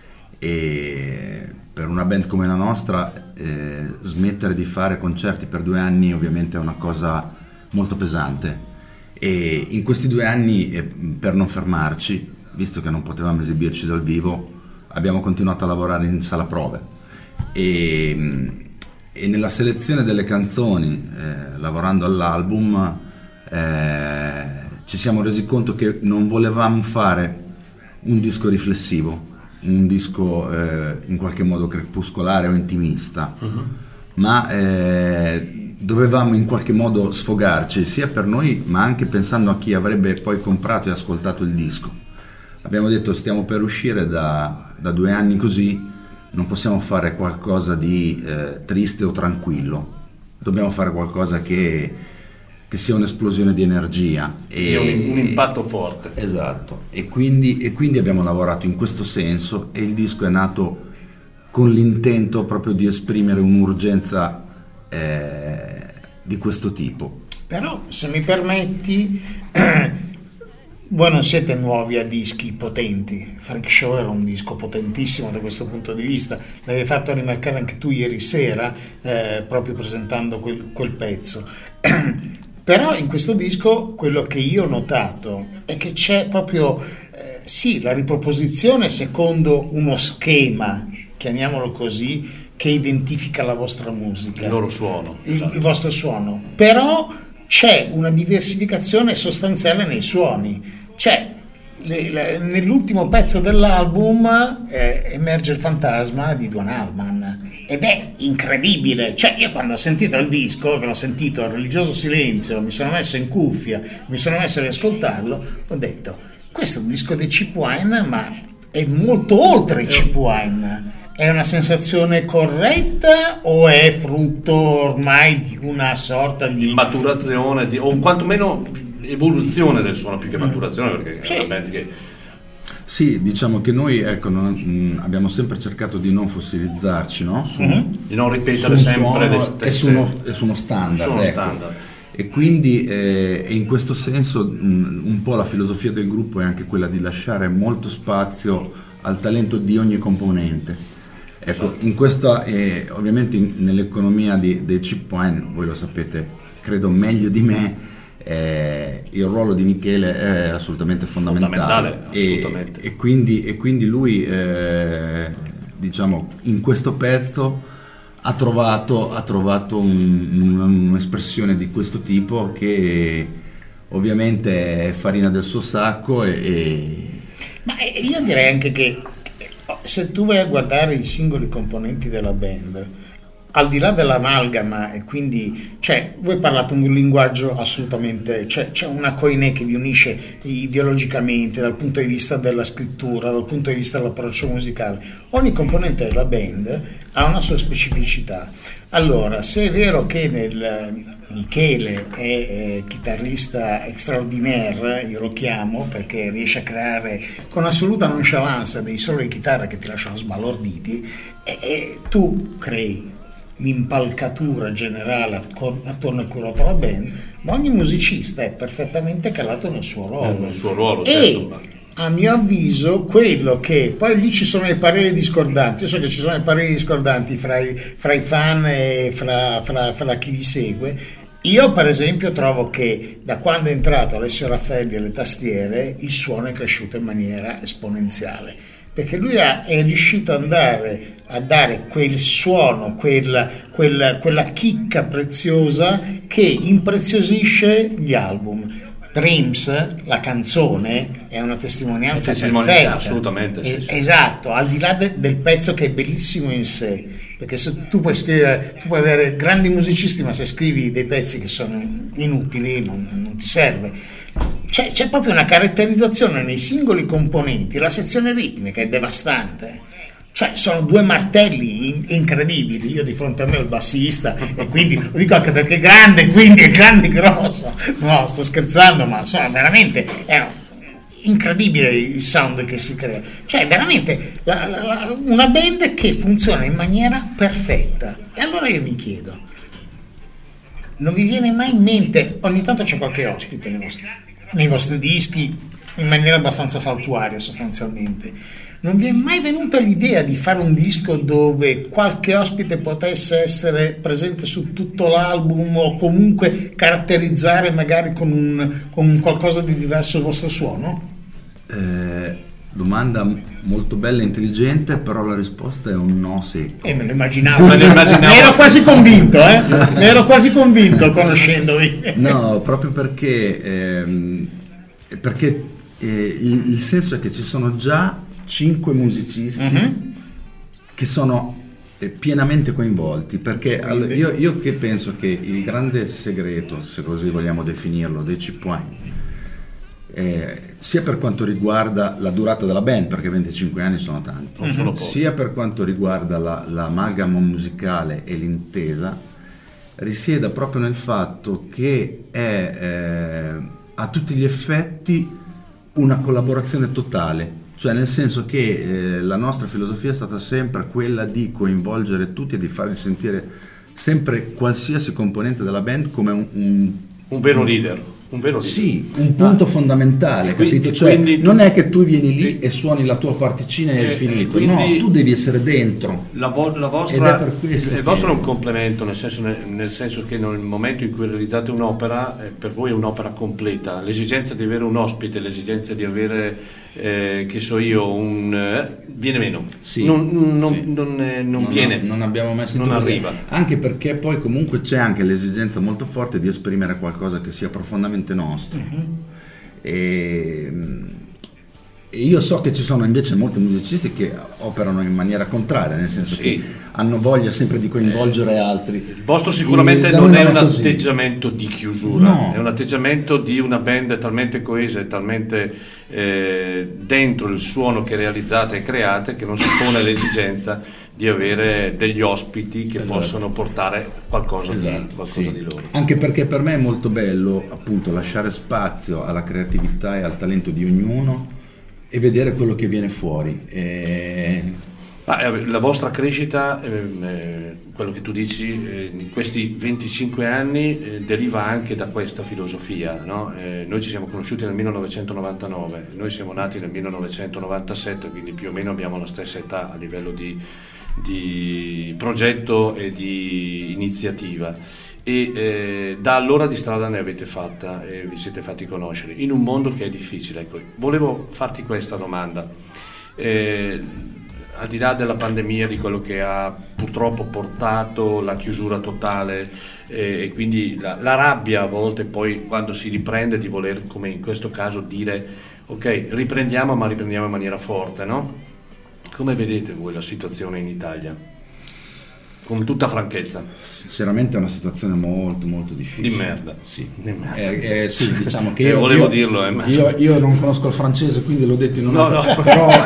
E per una band come la nostra eh, smettere di fare concerti per due anni ovviamente è una cosa molto pesante, e in questi due anni eh, per non fermarci, visto che non potevamo esibirci dal vivo, abbiamo continuato a lavorare in sala prove e, e nella selezione delle canzoni, eh, lavorando all'album, eh, ci siamo resi conto che non volevamo fare un disco riflessivo, un disco eh, in qualche modo crepuscolare o intimista, uh-huh. ma eh, dovevamo in qualche modo sfogarci, sia per noi ma anche pensando a chi avrebbe poi comprato e ascoltato il disco. Abbiamo detto: stiamo per uscire da, da due anni così, non possiamo fare qualcosa di eh, triste o tranquillo, dobbiamo fare qualcosa che che sia un'esplosione di energia e un, un impatto forte. Esatto, e quindi, e quindi abbiamo lavorato in questo senso, e il disco è nato con l'intento proprio di esprimere un'urgenza eh, di questo tipo. Però, se mi permetti, voi non siete nuovi a dischi potenti. Freak Show era un disco potentissimo da questo punto di vista, l'avevi fatto rimarcare anche tu ieri sera eh, proprio presentando quel, quel pezzo. Però in questo disco quello che io ho notato è che c'è proprio eh, sì, la riproposizione secondo uno schema, chiamiamolo così, che identifica la vostra musica, il loro suono, il, esatto. il vostro suono, però c'è una diversificazione sostanziale nei suoni. C'è le, le, nell'ultimo pezzo dell'album eh, emerge il fantasma di Duane Allman ed è incredibile. Cioè, io quando ho sentito il disco, che l'ho sentito al religioso silenzio, mi sono messo in cuffia, mi sono messo ad ascoltarlo, ho detto: questo è un disco di Cheap Wine, ma è molto oltre Cheap Wine. È una sensazione corretta o è frutto ormai di una sorta di maturazione di, o quantomeno evoluzione del suono, più che maturazione, perché sì. è una band che Sì, diciamo che noi ecco, non, mh, abbiamo sempre cercato di non fossilizzarci, no? Su, mm-hmm. di non ripetere sempre le stesse, e su uno, e su uno standard, su uno ecco. standard. E quindi eh, in questo senso mh, un po' la filosofia del gruppo è anche quella di lasciare molto spazio al talento di ogni componente. Ecco, in questa eh, ovviamente in, nell'economia di, dei Cheap Wine, voi lo sapete credo meglio di me, Eh, il ruolo di Michele è assolutamente fondamentale, fondamentale assolutamente. E, e, quindi, e quindi lui eh, diciamo in questo pezzo ha trovato, ha trovato un, un, un'espressione di questo tipo che ovviamente è farina del suo sacco e, e... Ma io direi anche che se tu vai a guardare i singoli componenti della band, al di là dell'amalgama, e quindi cioè voi parlate un linguaggio assolutamente, cioè c'è una coine che vi unisce ideologicamente dal punto di vista della scrittura, dal punto di vista dell'approccio musicale. Ogni componente della band ha una sua specificità. Allora, se è vero che nel Michele è eh, chitarrista extraordinaire, io lo chiamo perché riesce a creare con assoluta nonchalance dei soli di chitarra che ti lasciano sbalorditi, e, e tu crei l'impalcatura generale attorno a cui ruota la band, ma ogni musicista è perfettamente calato nel suo ruolo, nel suo ruolo e certo. A mio avviso quello che poi lì ci sono i pareri discordanti, io so che ci sono i pareri discordanti fra i, fra i fan e fra, fra, fra chi vi segue. Io per esempio trovo che da quando è entrato Alessio Raffaelli alle tastiere il suono è cresciuto in maniera esponenziale. perché lui ha, è riuscito ad andare a dare quel suono, quel, quel, quella chicca preziosa che impreziosisce gli album. Dreams, la canzone, è una testimonianza, è testimonianza perfetta. Assolutamente, sì, Eh, sì. Esatto, al di là de, del pezzo che è bellissimo in sé, perché se tu puoi scrivere, tu puoi avere grandi musicisti, ma se scrivi dei pezzi che sono inutili non, non ti serve. C'è, c'è proprio una caratterizzazione nei singoli componenti, la sezione ritmica è devastante. Cioè sono due martelli in- incredibili. Io di fronte a me ho il bassista e quindi lo dico anche perché è grande, quindi è grande e grosso. No, sto scherzando, ma insomma veramente è incredibile il sound che si crea. Cioè veramente la, la, la, una band che funziona in maniera perfetta. E allora io mi chiedo, non vi viene mai in mente, ogni tanto c'è qualche ospite nei vostri, nei vostri dischi in maniera abbastanza saltuaria sostanzialmente, non vi è mai venuta l'idea di fare un disco dove qualche ospite potesse essere presente su tutto l'album o comunque caratterizzare magari con un, con qualcosa di diverso il vostro suono? Eh, domanda molto bella e intelligente, però la risposta è un no secco. E me lo immaginavo, Me lo immaginavo. ne ero quasi convinto, eh? ne ero quasi convinto conoscendovi. No, proprio perché, ehm, perché eh, il, il senso è che ci sono già cinque musicisti Mhm. che sono eh, pienamente coinvolti, perché all- io, io che penso che il grande segreto, se così vogliamo definirlo, dei Cheap Wine, eh, sia per quanto riguarda la durata della band, perché venticinque anni sono tanti, Non sono pochi. sia per quanto riguarda la, l'amalgama musicale e l'intesa, risieda proprio nel fatto che è eh, a tutti gli effetti una collaborazione totale, cioè nel senso che eh, la nostra filosofia è stata sempre quella di coinvolgere tutti e di far sentire sempre qualsiasi componente della band come un, un Un vero leader, un vero leader. sì, un punto fondamentale, quindi- capito? Cioè, quindi- non è che tu vieni lì e suoni la tua particina e Eh, è finito, quindi- no, tu devi essere dentro. La, vo- la Ed vostra, è per questo il che- vostro è un complemento, nel senso, nel, nel senso che nel momento in cui realizzate un'opera, eh, per voi è un'opera completa. L'esigenza di avere un ospite, l'esigenza di avere, eh, che so io, un eh, viene meno. Sì, non non- sì. non, eh, non Non- viene. non abbiamo mai sentito Non così. arriva. Anche perché poi comunque c'è anche l'esigenza molto forte di esprimere qualcosa che sia profondamente nostro. E, e io so che ci sono invece molti musicisti che operano in maniera contraria, nel senso Sì. che hanno voglia sempre di coinvolgere altri. Il vostro sicuramente E da non noi è un così. atteggiamento di chiusura, No. è un atteggiamento di una band talmente coesa e talmente eh, dentro il suono che realizzate e create che non si pone l'esigenza di avere degli ospiti che Esatto. possano portare qualcosa, di, Esatto, qualcosa sì. di loro. Anche perché per me è molto bello appunto lasciare spazio alla creatività e al talento di ognuno e vedere quello che viene fuori. E... Ah, eh, la vostra crescita, ehm, eh, quello che tu dici, eh, in questi venticinque anni eh, deriva anche da questa filosofia, no? Eh, noi ci siamo conosciuti nel millenovecentonovantanove, noi siamo nati nel millenovecentonovantasette, quindi più o meno abbiamo la stessa età a livello di, di progetto e di iniziativa. E eh, da allora di strada ne avete fatta e vi siete fatti conoscere in un mondo che è difficile. Ecco, volevo farti questa domanda. Eh, al di là della pandemia, di quello che ha purtroppo portato la chiusura totale eh, e quindi la, la rabbia a volte poi quando si riprende di voler, come in questo caso, dire ok, riprendiamo, ma riprendiamo in maniera forte, no? Come vedete voi la situazione in Italia? Con tutta franchezza. Sinceramente è una situazione molto molto difficile. Di merda. Sì, Di merda. Eh, eh, sì, diciamo che Eh, io, volevo io- dirlo, eh, ma- io, io non conosco il francese, quindi l'ho detto in una No, no. però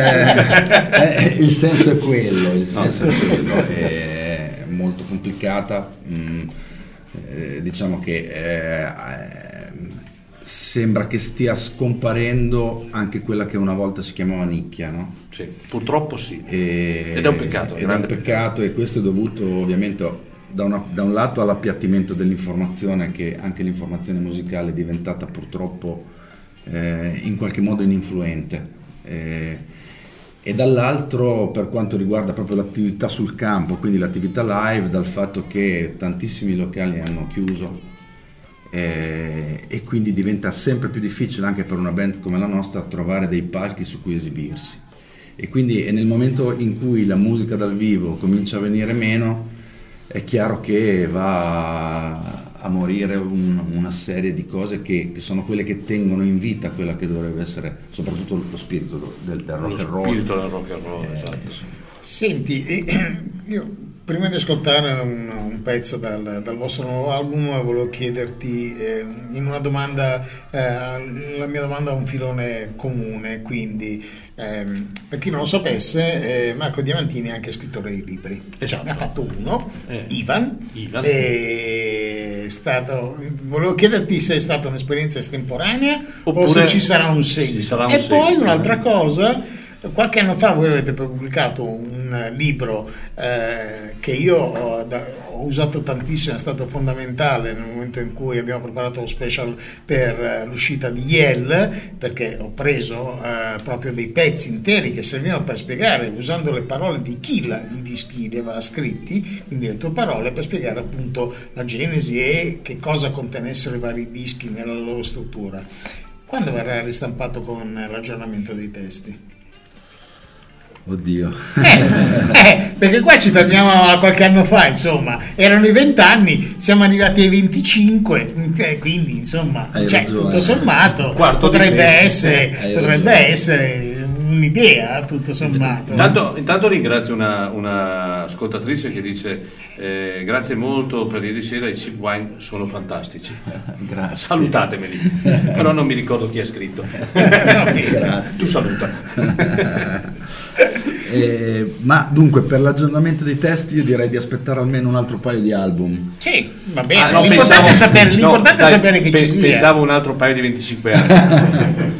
eh, eh, il senso è quello, il senso è quello, è molto complicata. mm, eh, diciamo che eh, sembra che stia scomparendo anche quella che una volta si chiamava nicchia, no? Sì, purtroppo sì. E- Ed è un peccato, un ed è un grande peccato, e questo è dovuto ovviamente da, una- da un lato all'appiattimento dell'informazione, che anche l'informazione musicale è diventata purtroppo eh, in qualche modo ininfluente, eh, e dall'altro per quanto riguarda proprio l'attività sul campo, quindi l'attività live, dal fatto che tantissimi locali hanno chiuso. Eh, e quindi diventa sempre più difficile anche per una band come la nostra trovare dei palchi su cui esibirsi, e quindi nel momento in cui la musica dal vivo comincia a venire meno, è chiaro che va a morire un, una serie di cose che, che sono quelle che tengono in vita quella che dovrebbe essere soprattutto lo spirito del, del rock and roll. Lo spirito del rock and roll, eh, esatto. Senti, io prima di ascoltare un, un pezzo dal, dal vostro nuovo album volevo chiederti eh, in una domanda, eh, la mia domanda ha un filone comune, quindi eh, per chi non lo sapesse, eh, Marco Diamantini è anche scrittore di libri, esatto. Ne ha fatto uno, eh. Ivan, Ivan. È stato, volevo chiederti se è stata un'esperienza estemporanea oppure o se ci sarà un seguito. Sarà un e seguito, poi un'altra cosa. Qualche anno fa voi avete pubblicato un libro eh, che io ho, da, ho usato tantissimo, è stato fondamentale nel momento in cui abbiamo preparato lo special per eh, l'uscita di Yell, perché ho preso eh, proprio dei pezzi interi che servivano per spiegare, usando le parole di chi la, i dischi li aveva scritti, quindi le tue parole, per spiegare appunto la genesi e che cosa contenessero i vari dischi nella loro struttura. Quando verrà ristampato con l'aggiornamento dei testi? Oddio. Eh, eh, perché qua ci fermiamo a qualche anno fa, insomma, erano i vent'anni, siamo arrivati ai venticinque, eh, quindi insomma, cioè, tutto sommato potrebbe essere, potrebbe essere un'idea, tutto sommato. Intanto, intanto ringrazio una, una ascoltatrice che dice eh, grazie molto per ieri sera, i Cheap Wine sono fantastici. Grazie. Salutatemeli, però non mi ricordo chi ha scritto. Grazie. Tu saluta. Eh, ma dunque per l'aggiornamento dei testi io direi di aspettare almeno un altro paio di album. Sì, va bene. Ah, no, l'importante pensavo, è sapere, l'importante no, è dai, sapere che pe- ci sia. Pensavo un altro paio di venticinque anni.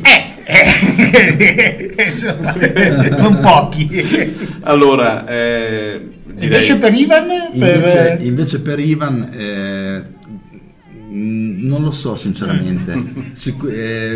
eh, eh, insomma, non pochi. Allora, eh, direi... invece per Ivan? Per... Invece, invece per Ivan eh, non lo so sinceramente. Sic- eh,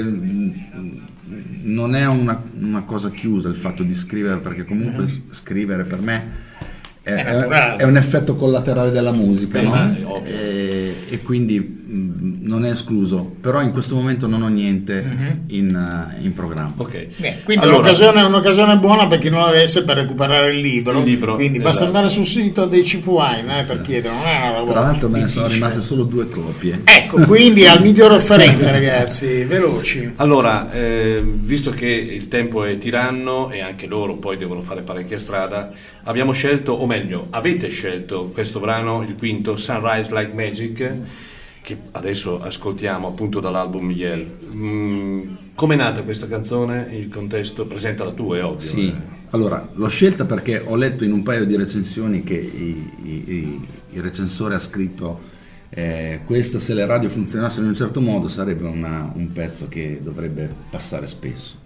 non è una, una cosa chiusa il fatto di scrivere, perché comunque mm-hmm. scrivere per me è, è, è un effetto collaterale della musica, no? e, e quindi mh, non è escluso, però in questo momento non ho niente mm-hmm. in, uh, in programma. Okay. Beh, quindi allora, un'occasione, un'occasione buona per chi non l'avesse per recuperare il libro, il libro quindi esatto. basta andare sul sito dei Cheap Wine eh, per chiedere, non è una roba tra l'altro me ne difficile. sono rimaste solo due copie, ecco, quindi al miglior offerente ragazzi, veloci. Allora, eh, visto che il tempo è tiranno e anche loro poi devono fare parecchia strada, abbiamo scelto, o meglio avete scelto questo brano, il quinto, Sunrise Like Magic, che adesso ascoltiamo appunto dall'album Yell. Mm, come è nata questa canzone? Il contesto presenta la tua, è ovvio. Sì, allora l'ho scelta perché ho letto in un paio di recensioni che i, i, il recensore ha scritto eh, questa, se le radio funzionassero in un certo modo sarebbe una, un pezzo che dovrebbe passare spesso.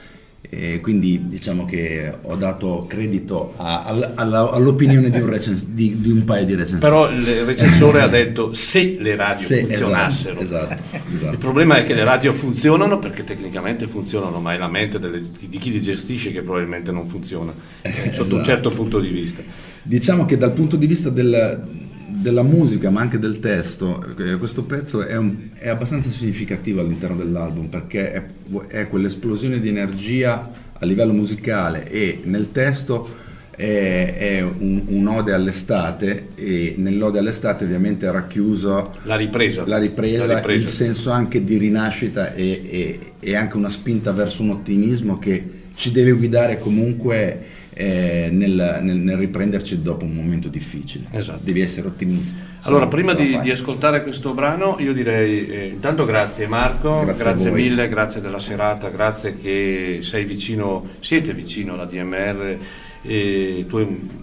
E quindi diciamo che ho dato credito a, a, alla, all'opinione di un, recens- di, di un paio di recensori. Però il recensore ha detto se le radio se, funzionassero. Esatto, esatto, esatto. Il problema è che le radio funzionano perché tecnicamente funzionano, ma è la mente delle, di chi li gestisce che probabilmente non funziona eh, sotto esatto. un certo punto di vista. Diciamo che dal punto di vista del, della musica ma anche del testo, questo pezzo è, un, è abbastanza significativo all'interno dell'album, perché è, è quell'esplosione di energia a livello musicale, e nel testo è, è un, un'ode all'estate, e nell'ode all'estate ovviamente è racchiuso la ripresa, la ripresa, la ripresa. il senso anche di rinascita e, e, e anche una spinta verso un ottimismo che ci deve guidare comunque Eh, nel, nel, nel riprenderci dopo un momento difficile. Esatto. Devi essere ottimista. Allora, no, prima di, di ascoltare questo brano, io direi eh, intanto grazie Marco, grazie, grazie mille, grazie della serata, grazie che sei vicino, siete vicino alla D M R. E tu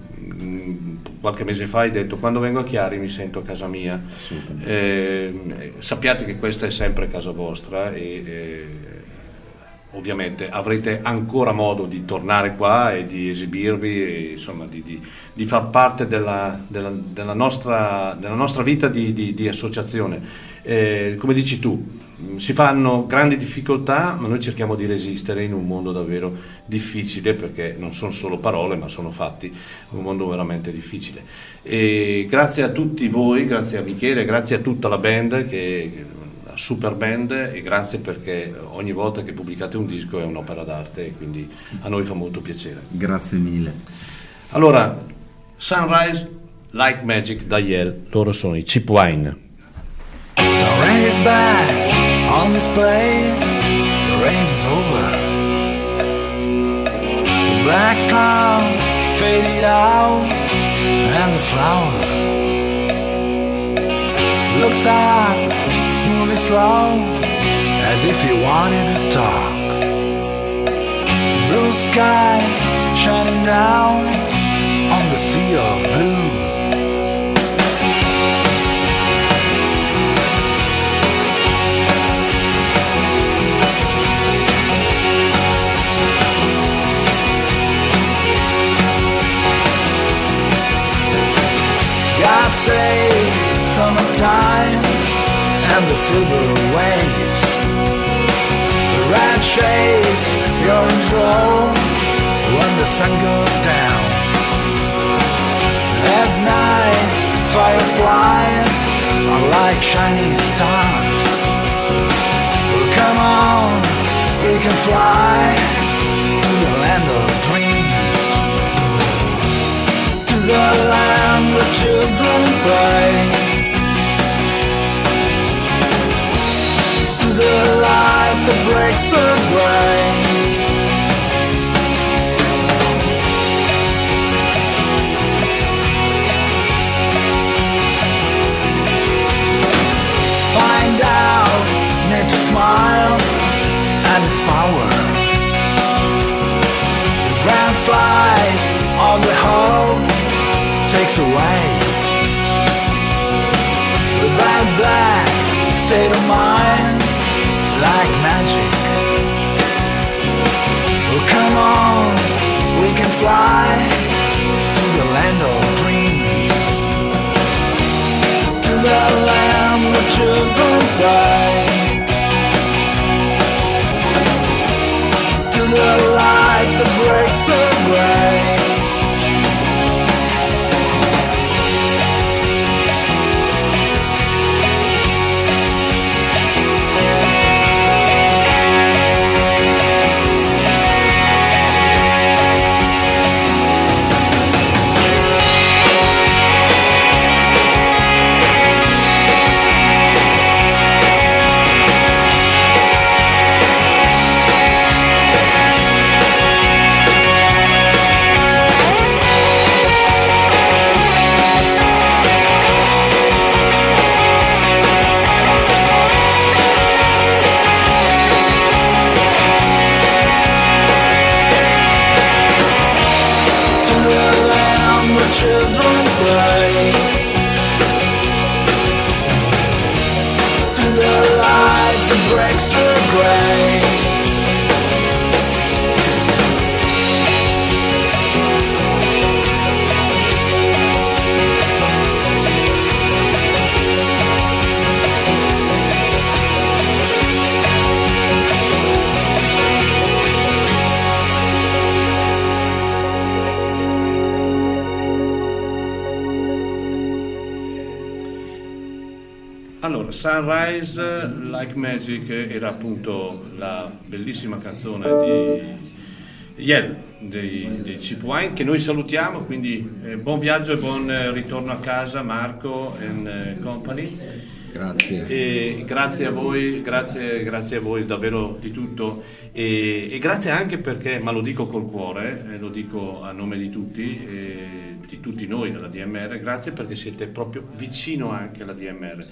mh, qualche mese fa hai detto: quando vengo a Chiari mi sento a casa mia. Assolutamente. Eh, sappiate che questa è sempre casa vostra e eh, ovviamente avrete ancora modo di tornare qua e di esibirvi e insomma di, di, di far parte della, della, della, nostra, della nostra vita di, di, di associazione. Eh, come dici tu, si fanno grandi difficoltà, ma noi cerchiamo di resistere in un mondo davvero difficile, perché non sono solo parole ma sono fatti, un mondo veramente difficile. E grazie a tutti voi, grazie a Michele, grazie a tutta la band che, che super band e grazie perché ogni volta che pubblicate un disco è un'opera d'arte e quindi a noi fa molto piacere. Grazie mille. Allora, Sunrise Like Magic da Yale, loro sono i Cheap Wine. Sunrise back on this place, the rain is over. The black cloud faded out and the flower looks up, moving slow as if he wanted to talk. Blue sky shining down on the sea of blue. God save summertime and the silver waves, the red shades, the orange glow when the sun goes down. At night, fireflies are like shining stars. Well, come on, we can fly to the land of dreams, to the land where children play, to the light that breaks the gray. Find out nature's smile and its power, the grand flight of the hope takes away the bad black state of mind like magic. Oh, come on, we can fly to the land of dreams, to the land where children play, to the light that breaks the gray. Allora, Sunrise Like Magic era appunto la bellissima canzone di Yell, dei, dei Cheap Wine, che noi salutiamo, quindi eh, buon viaggio e buon eh, ritorno a casa Marco and eh, company. Grazie. E grazie a voi, grazie, grazie a voi davvero di tutto e, e grazie anche perché, ma lo dico col cuore, eh, lo dico a nome di tutti, eh, di tutti noi della D M R, grazie perché siete proprio vicino anche alla D M R.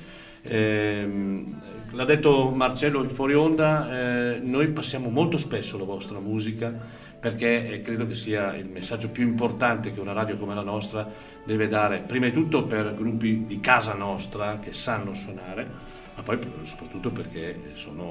Eh, l'ha detto Marcello in fuori onda, eh, noi passiamo molto spesso la vostra musica perché eh, credo che sia il messaggio più importante che una radio come la nostra deve dare, prima di tutto per gruppi di casa nostra che sanno suonare, ma poi soprattutto perché sono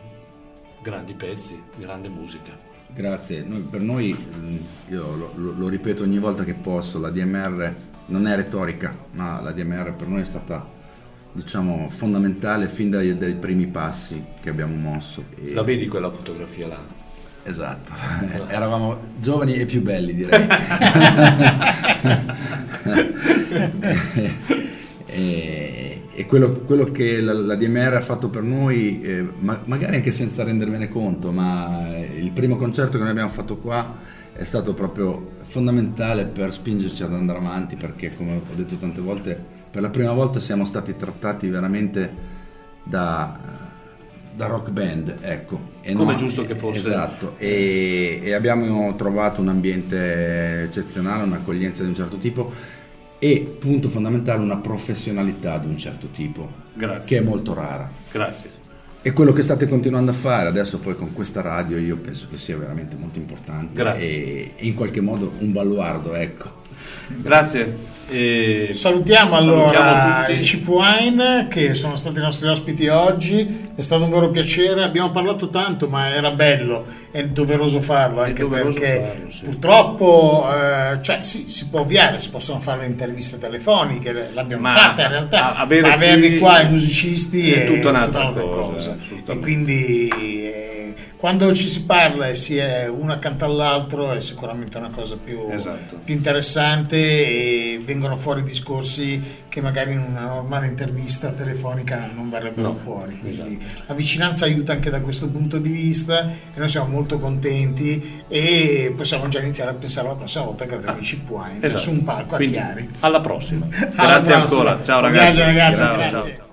grandi pezzi, grande musica. Grazie. Noi, per noi, io lo, lo, lo ripeto ogni volta che posso, la D M R non è retorica, ma la D M R per noi è stata, diciamo, fondamentale fin dai, dai primi passi che abbiamo mosso. E... La vedi quella fotografia là? Esatto, eravamo giovani e più belli, direi. e, e quello, quello che la, la D M R ha fatto per noi, eh, ma, magari anche senza rendermene conto, ma il primo concerto che noi abbiamo fatto qua è stato proprio fondamentale per spingerci ad andare avanti, perché come ho detto tante volte, per la prima volta siamo stati trattati veramente da, da rock band, ecco. E come no, giusto che fosse. Esatto, e, e abbiamo trovato un ambiente eccezionale, un'accoglienza di un certo tipo e, punto fondamentale, una professionalità di un certo tipo. Grazie. Che è molto rara. Grazie. E quello che state continuando a fare adesso poi con questa radio, io penso che sia veramente molto importante. Grazie. E, e in qualche modo un baluardo, ecco. Grazie. E salutiamo allora salutiamo i Cheap Wine che sono stati i nostri ospiti oggi, è stato un vero piacere, abbiamo parlato tanto ma era bello, è doveroso farlo anche doveroso perché farlo, sì. Purtroppo eh, cioè, sì, si può ovviare, si possono fare le interviste telefoniche, l'abbiamo Ma fatta in realtà, avere ma averli qui qua i musicisti è è tutta un'altra tutta cosa, cosa. assolutamente. E quindi eh, quando ci si parla e si è uno accanto all'altro è sicuramente una cosa più, Esatto. più interessante e vengono fuori discorsi che magari in una normale intervista telefonica non verrebbero No, fuori, quindi esatto. la vicinanza aiuta anche da questo punto di vista e noi siamo molto contenti e possiamo già iniziare a pensare alla prossima volta che avremo i Cheap Wine Esatto. su un palco Quindi, a Chiari. alla prossima. Alla Grazie prossima. ancora. Ciao Buon ragazzi. viaggio, ragazzi. Ciao, Grazie. ciao.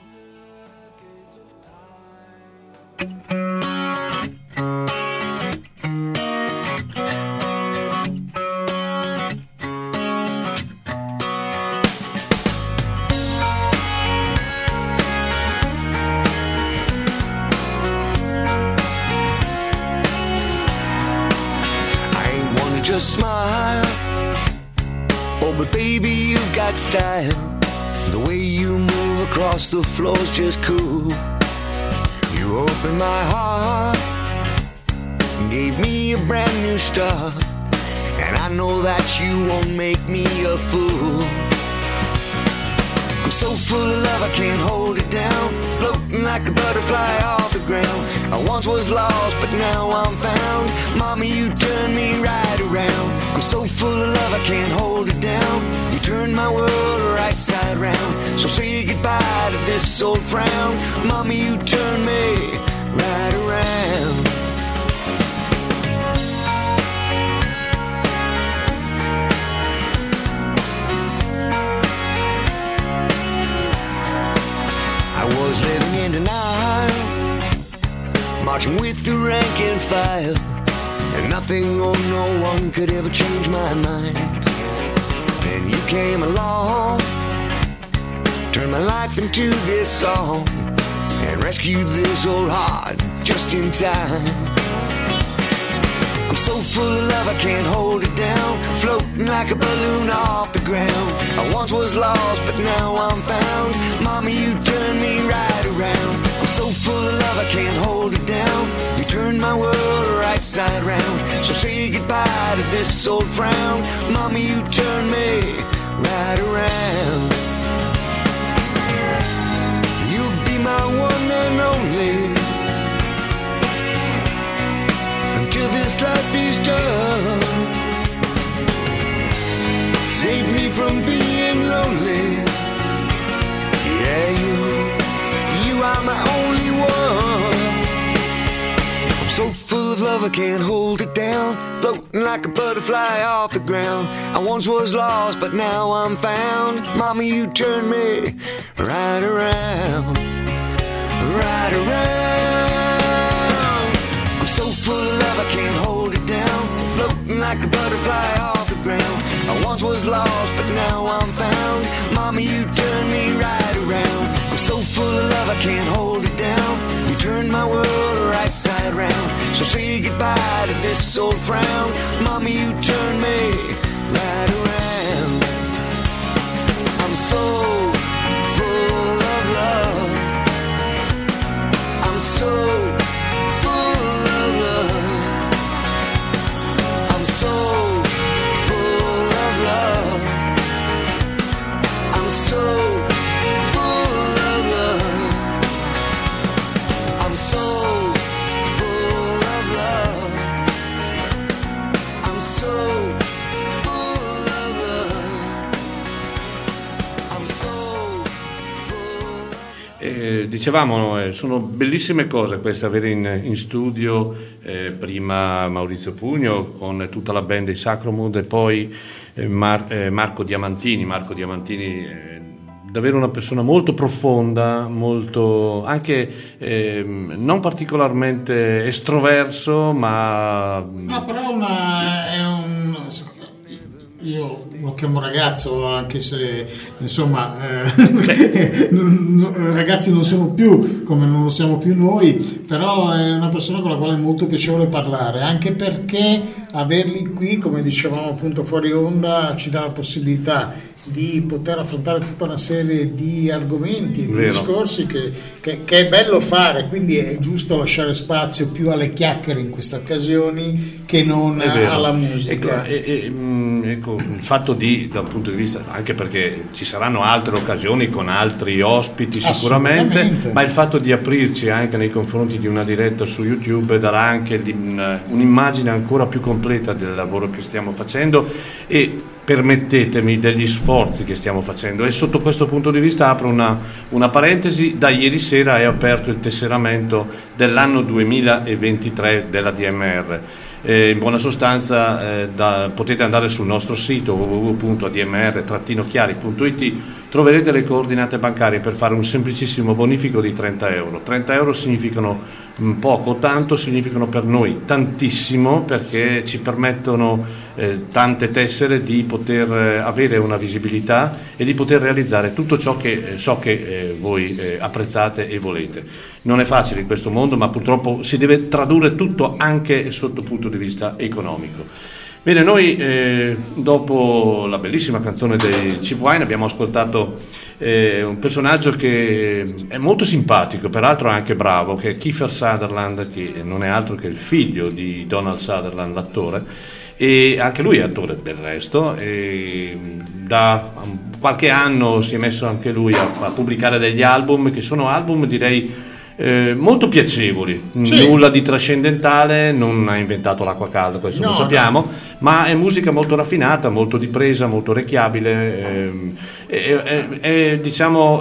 Just smile. Oh, but baby, you've got style. The way you move across the floor's just cool. You opened my heart, gave me a brand new start, and I know that you won't make me a fool. I'm so full of love I can't hold it down, floating like a butterfly off the ground. I once was lost but now I'm found. Mommy, you turned me right around. I'm so full of love I can't hold it down. You turned my world right side round. So say goodbye to this old frown. Mommy, you turned me right around. I was living in denial, marching with the rank and file, and nothing or no one could ever change my mind. Then you came along, turned my life into this song, and rescued this old heart just in time. I'm so full of love I can't hold it down, floating like a balloon off the ground. I once was lost but now I'm found. Mommy, you turned me right around. I'm so full of love I can't hold it down. You turned my world right side round. So say goodbye to this old frown. Mommy, you turned me right around. You'll be my one and only until this life is done. Save me from being lonely. Yeah, you, you are my only one. I'm so full of love I can't hold it down, floating like a butterfly off the ground. I once was lost but now I'm found. Mommy, you turned me right around, right around. I'm so full of love I can't hold it down, floating like a butterfly off the ground. I once was lost but now I'm found. Mommy, you turned me right around. I'm so full of love I can't hold it down. You turned my world right side round. So say goodbye to this old frown. Mommy, you turned me right around. I'm so full of love. I'm so full of love. I'm so full of love. I'm so full of love. I'm so full of love. I'm so full of love. I'm so eh, dicevamo, eh, sono bellissime cose queste, avere in, in studio eh, prima Maurizio Pugno con tutta la band dei Sacromood e poi eh, Mar- eh, Marco Diamantini. Marco Diamantini eh, davvero una persona molto profonda, molto anche eh, non particolarmente estroverso, ma no, però una, è un io lo chiamo ragazzo, anche se insomma eh, ragazzi non sono più come non lo siamo più noi, però è una persona con la quale è molto piacevole parlare, anche perché averli qui, come dicevamo appunto fuori onda, ci dà la possibilità di poter affrontare tutta una serie di argomenti e di Vero. discorsi che, che, che è bello fare, quindi è giusto lasciare spazio più alle chiacchiere in queste occasioni che non alla musica. Ecco, e, e, mh, ecco, il fatto di, dal punto di vista, anche perché ci saranno altre occasioni con altri ospiti sicuramente, ma il fatto di aprirci anche nei confronti di una diretta su YouTube darà anche un'immagine ancora più completa del lavoro che stiamo facendo e permettetemi degli sforzi che stiamo facendo, e sotto questo punto di vista apro una, una parentesi. Da ieri sera è aperto il tesseramento dell'anno duemilaventitré della D M R. Eh, in buona sostanza eh, da, potete andare sul nostro sito w w w punto a d m r trattino chiari punto i t, troverete le coordinate bancarie per fare un semplicissimo bonifico di trenta euro. trenta euro significano poco o tanto, significano per noi tantissimo, perché ci permettono eh, tante tessere di poter eh, avere una visibilità e di poter realizzare tutto ciò che eh, so che eh, voi eh, apprezzate e volete. Non è facile in questo mondo, ma purtroppo si deve tradurre tutto anche sotto il punto di vista economico. Bene, noi eh, dopo la bellissima canzone dei Cheap Wine abbiamo ascoltato eh, un personaggio che è molto simpatico, peraltro anche bravo, che è Kiefer Sutherland, che non è altro che il figlio di Donald Sutherland, l'attore, e anche lui è attore del resto, e da qualche anno si è messo anche lui a, a pubblicare degli album che sono album, direi, Eh, molto piacevoli, sì. Nulla di trascendentale, non ha inventato l'acqua calda, questo no, lo sappiamo, no. Ma è musica molto raffinata, molto di presa, molto orecchiabile, ehm, e, e, e, diciamo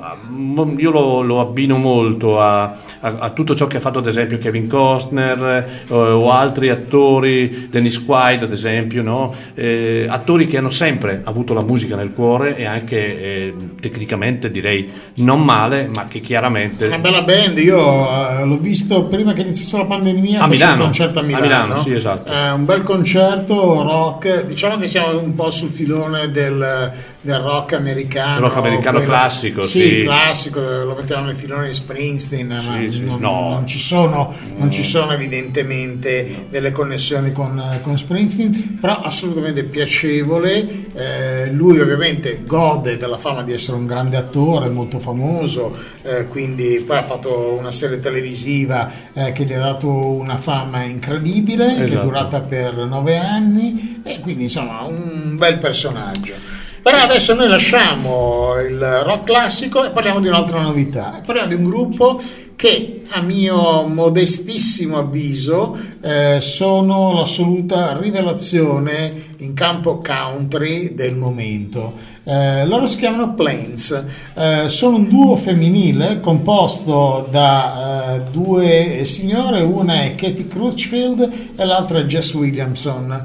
io lo, lo abbino molto a, a, a tutto ciò che ha fatto ad esempio Kevin Costner eh, o altri attori, Dennis Quaid ad esempio, no? eh, attori che hanno sempre avuto la musica nel cuore e anche eh, tecnicamente direi non male, ma che chiaramente una bella band. Io uh, l'ho visto prima che iniziasse la pandemia a Milano, un concerto a Milano, a Milano sì, esatto. eh, un bel concerto rock, diciamo che siamo un po' sul filone del, del rock americano, rock americano quello, classico, sì, sì, classico, lo mettiamo nel filone di Springsteen, sì, ma sì, non, no. non ci sono non ci sono evidentemente delle connessioni con, con Springsteen, però assolutamente piacevole. Eh, lui ovviamente gode della fama di essere un grande attore, molto famoso, eh, quindi poi ha fatto una serie televisiva eh, che gli ha dato una fama incredibile, esatto. Che è durata per nove anni, e quindi insomma un bel personaggio. Però adesso noi lasciamo il rock classico e parliamo di un'altra novità, parliamo di un gruppo che a mio modestissimo avviso eh, sono l'assoluta rivelazione in campo country del momento. Eh, loro si chiamano Plains, eh, sono un duo femminile composto da eh, due signore, una è Katie Crutchfield e l'altra è Jess Williamson.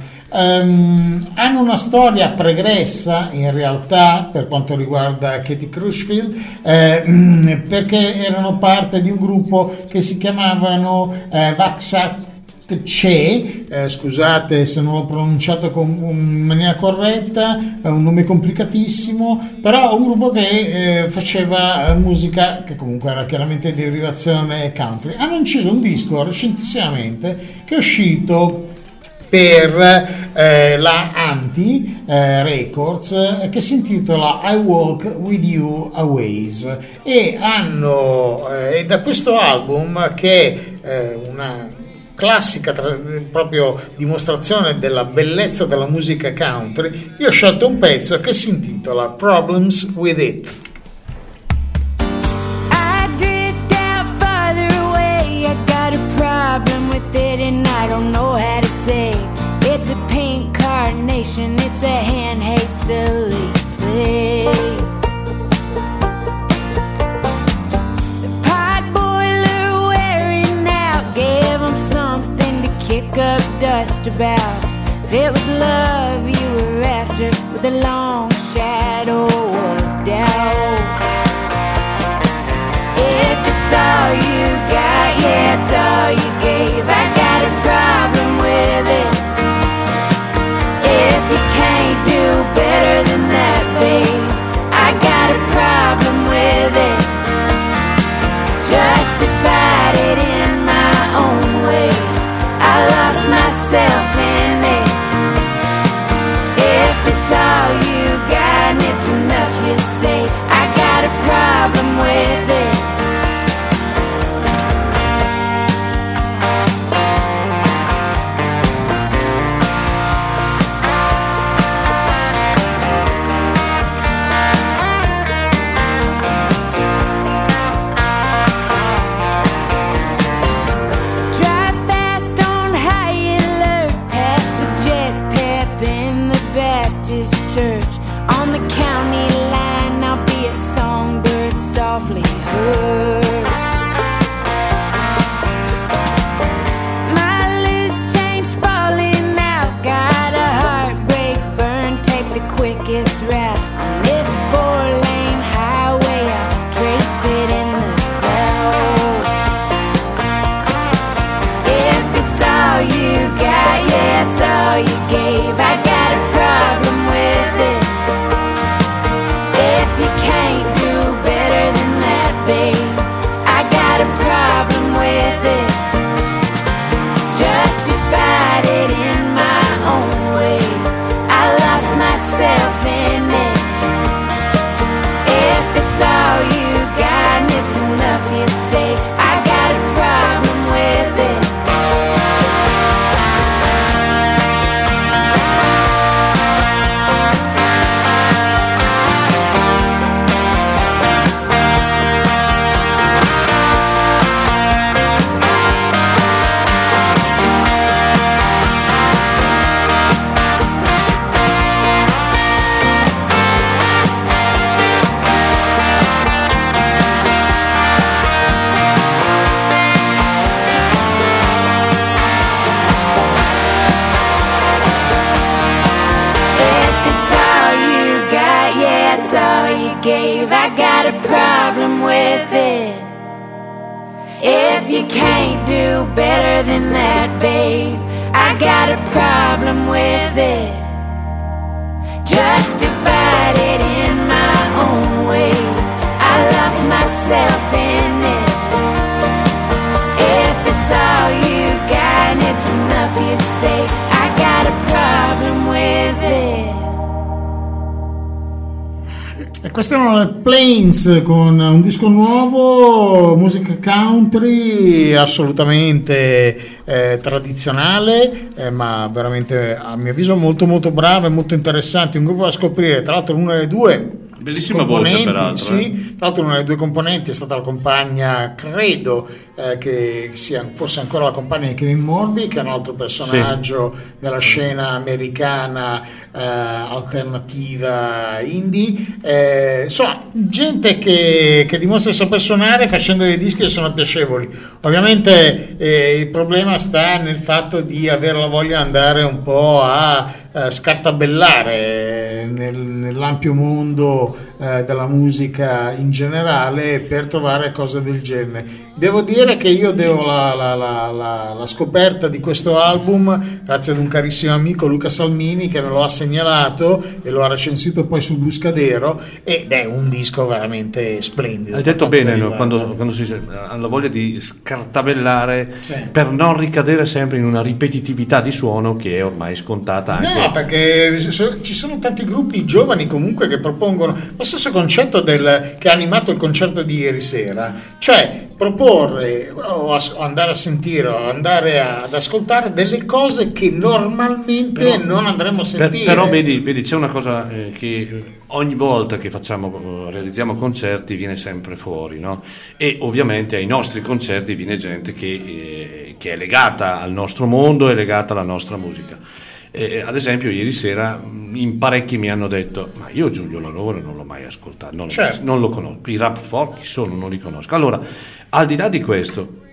Um, hanno una storia pregressa in realtà per quanto riguarda Katie Crutchfield, eh, perché erano parte di un gruppo che si chiamavano eh, Vaxat Che, eh, scusate se non l'ho pronunciato con, in maniera corretta, è un nome complicatissimo, però un gruppo che eh, faceva musica che comunque era chiaramente di derivazione country. Hanno inciso un disco recentissimamente che è uscito per eh, la Anti eh, Records, eh, che si intitola I Walk With You A Ways, e hanno eh, da questo album, che è eh, una classica tra, proprio dimostrazione della bellezza della musica country, io ho scelto un pezzo che si intitola Problems With It. I drift out farther away, I got a problem with it and I don't know how to say. It's a pink carnation, it's a hand hastily played. The kick up dust about. If it was love you were after, with a long shadow of doubt. If it's all you got, yeah, it's all you gave, I got a problem with it. If you can't do better than that, babe, I got a problem with it. Justified it in my own way, I lost myself in it. If it's all you got and it's enough you say, I got a problem with it. Church on the county line, I'll be a songbird softly heard. My loose change falling out, got a heartbreak burn, take the quickest route on this four-lane highway, I'll trace it in the cloud. If it's all you got, yeah, it's all you gave, I got a problem with it. If you can't do better than that, babe, I got a problem with it. Justified it in my own way, I lost myself in it. If it's all you got and it's enough you say, I got a problem with it. Gave, I got a problem with it. If you can't do better than that, babe, I got a problem with it. Justified it in my own way, I lost myself in it. If it's all you got and it's enough you say, I got a problem with it. E queste erano le Plains con un disco nuovo, musica country assolutamente eh, tradizionale, eh, ma veramente a mio avviso molto molto brava e molto interessante, un gruppo da scoprire. Tra l'altro una delle due bellissima voce, peraltro, sì, eh. tra l'altro una delle due componenti è stata la compagna, credo eh, che sia forse ancora la compagna di Kevin Morby, che è un altro personaggio sì. della scena americana eh, alternativa indie, eh, insomma gente che, che dimostra di saper suonare facendo dei dischi che sono piacevoli. Ovviamente eh, il problema sta nel fatto di avere la voglia di andare un po' a eh, scartabellare nel, nell'ampio mondo eh, della musica in generale per trovare cose del genere. Devo dire che io devo la, la, la, la, la scoperta di questo album grazie ad un carissimo amico, Luca Salmini, che me lo ha segnalato e lo ha recensito poi sul Buscadero, ed è un disco veramente splendido. Hai detto bene, no? quando, quando si ha la voglia di scartabellare, sì, per non ricadere sempre in una ripetitività di suono che è ormai scontata anche. No, perché ci sono tanti gruppi giovani comunque che propongono lo stesso concetto del, che ha animato il concerto di ieri sera, cioè proporre o andare a sentire o andare ad ascoltare delle cose che normalmente però, non andremo a sentire. Per, però vedi, vedi, c'è una cosa eh, che ogni volta che facciamo, realizziamo concerti viene sempre fuori, no? E ovviamente ai nostri concerti viene gente che, eh, che è legata al nostro mondo, è legata alla nostra musica. Eh, ad esempio ieri sera in parecchi mi hanno detto: ma io Giulio La Rovere non l'ho mai ascoltato, non, certo. non lo conosco, i Rap Folk chi sono, non li conosco. Allora, al di là di questo,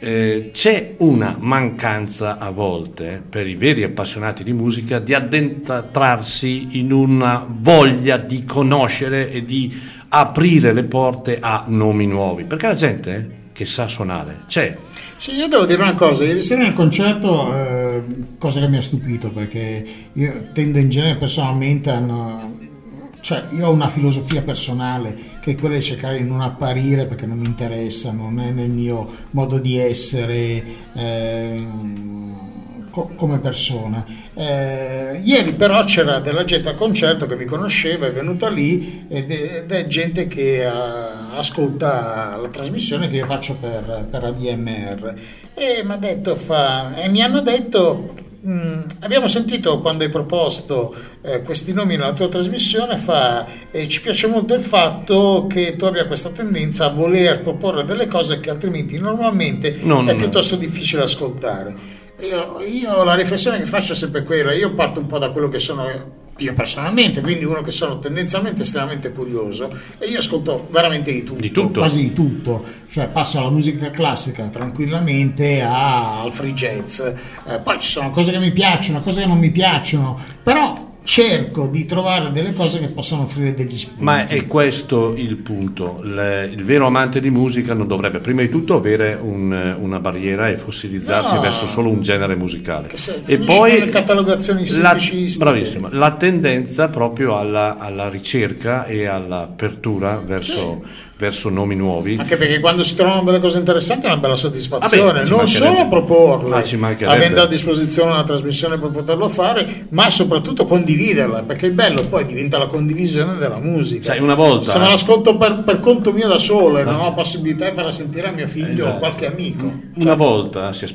eh, c'è una mancanza a volte per i veri appassionati di musica di addentrarsi in una voglia di conoscere e di aprire le porte a nomi nuovi, perché la gente che sa suonare c'è. Sì, io devo dire una cosa, ieri sera nel concerto, eh, cosa che mi ha stupito, perché io tendo in genere personalmente a no, cioè io ho una filosofia personale che è quella di cercare di non apparire perché non mi interessa, non è nel mio modo di essere eh, co- come persona. Eh, ieri però c'era della gente al concerto che mi conosceva, è venuta lì ed è, ed è gente che uh, ascolta la trasmissione che io faccio per, per A D M R e mi ha detto fa, e mi hanno detto Mm, abbiamo sentito quando hai proposto eh, questi nomi nella tua trasmissione, fa, eh, ci piace molto il fatto che tu abbia questa tendenza a voler proporre delle cose che altrimenti normalmente no, è no, piuttosto no. difficile ascoltare. Io, io la riflessione che faccio è sempre quella, io parto un po' da quello che sono io personalmente, quindi uno che sono tendenzialmente estremamente curioso e io ascolto veramente di tutto, di tutto. quasi di tutto, cioè passo alla musica classica tranquillamente a, al free jazz, eh, poi ci sono cose che mi piacciono, cose che non mi piacciono, però cerco di trovare delle cose che possano offrire degli spunti. Ma è questo il punto. Le, il vero amante di musica non dovrebbe prima di tutto avere un, una barriera e fossilizzarsi no, verso solo un genere musicale. Che se E poi nelle catalogazioni semplicistiche. La, bravissima, la tendenza proprio alla, alla ricerca e all'apertura verso, sì. verso nomi nuovi. Anche perché quando si trovano delle cose interessanti è una bella soddisfazione. Vabbè, non solo proporle, ah, avendo a disposizione una trasmissione per poterlo fare, ma soprattutto condividerla, perché il bello poi diventa la condivisione della musica. Sai, una volta se me l'ascolto per, per conto mio da solo e non ho la possibilità di farla sentire a mio figlio esatto. o qualche amico. Una cioè. volta si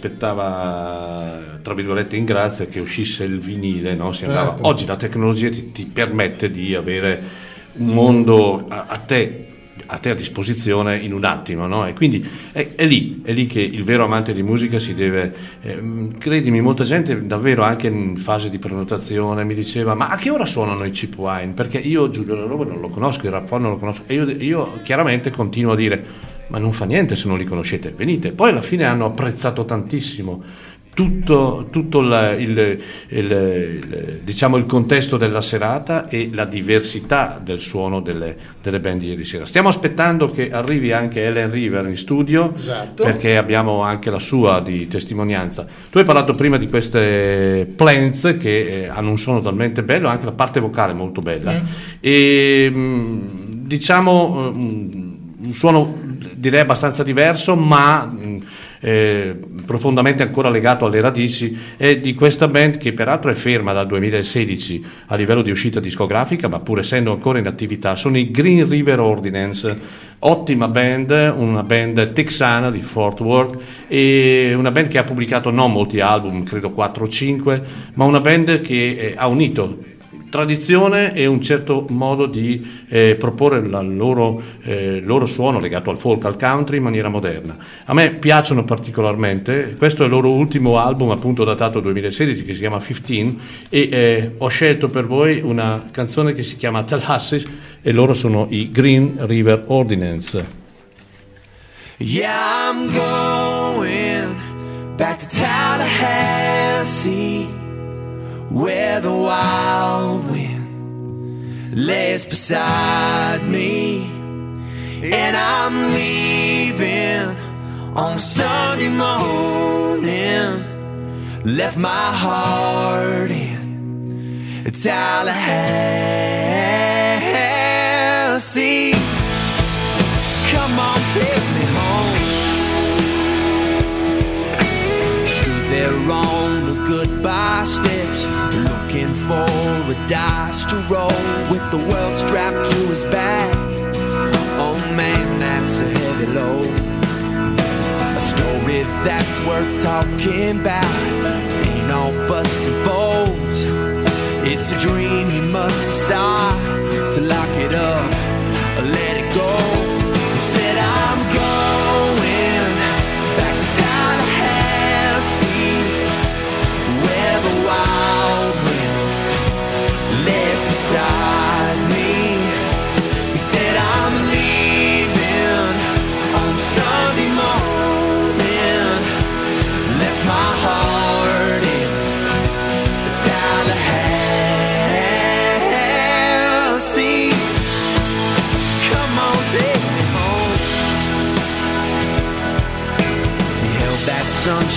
aspettava, tra virgolette, in grazia che uscisse il vinile, no? Si andava. Certo. Oggi la tecnologia ti, ti permette di avere un mondo a, a te a te a disposizione in un attimo, no? E quindi è, è lì, è lì che il vero amante di musica si deve, eh, credimi, molta gente davvero anche in fase di prenotazione mi diceva ma a che ora suonano i Cheap Wine? Perché io Giulio La Roba non lo conosco, il Rap non lo conosco e io, io chiaramente continuo a dire ma non fa niente se non li conoscete, venite. Poi alla fine hanno apprezzato tantissimo tutto, tutto il, il, il, il, diciamo il contesto della serata e la diversità del suono delle, delle band di ieri sera. Stiamo aspettando che arrivi anche Ellen River in studio, esatto. perché abbiamo anche la sua di testimonianza. Tu hai parlato prima di queste Plants che eh, hanno un suono talmente bello, anche la parte vocale molto bella mm. e mh, diciamo mh, un suono direi abbastanza diverso ma mh, Eh, profondamente ancora legato alle radici e di questa band che peraltro è ferma dal duemilasedici a livello di uscita discografica, ma pur essendo ancora in attività. Sono i Green River Ordinance, ottima band, una band texana di Fort Worth e una band che ha pubblicato non molti album, credo quattro o cinque, ma una band che eh, ha unito tradizione e un certo modo di eh, proporre il loro, eh, loro suono legato al folk, al country in maniera moderna. A me piacciono particolarmente, questo è il loro ultimo album appunto datato duemilasedici che si chiama quindici e eh, ho scelto per voi una canzone che si chiama Tallahassee e loro sono i Green River Ordinance. Yeah, I'm going back to Tallahassee, where the wild wind lays beside me, and I'm leaving on Sunday morning, left my heart in Tallahassee. Come on, take me home. Stood there on the goodbye steps, looking for a dice to roll with the world strapped to his back. Oh man, that's a heavy load. A story that's worth talking about ain't all busting folds. It's a dream you must decide to lock it up or let it go. You said I'm going back to Tallahassee, where the wild lays beside me. He said I'm leaving on Sunday morning,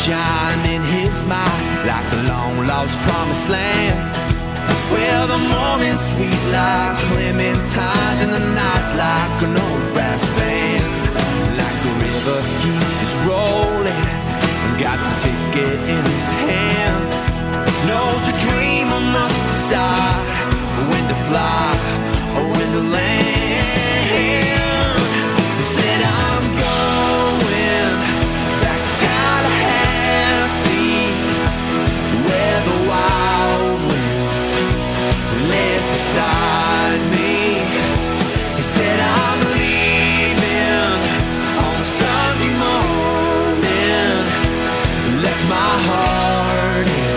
shine in his mind like a long lost promised land. Well, the morning's sweet like clementines, and the night's like an old brass band. Like a river he is rolling, and got the ticket in his hand. Knows a dreamer must decide when to fly or when to land. He said, I'm going back to Tallahassee, where the wild wind lays beside me. He said, I'm leaving on Sunday morning, left my heart in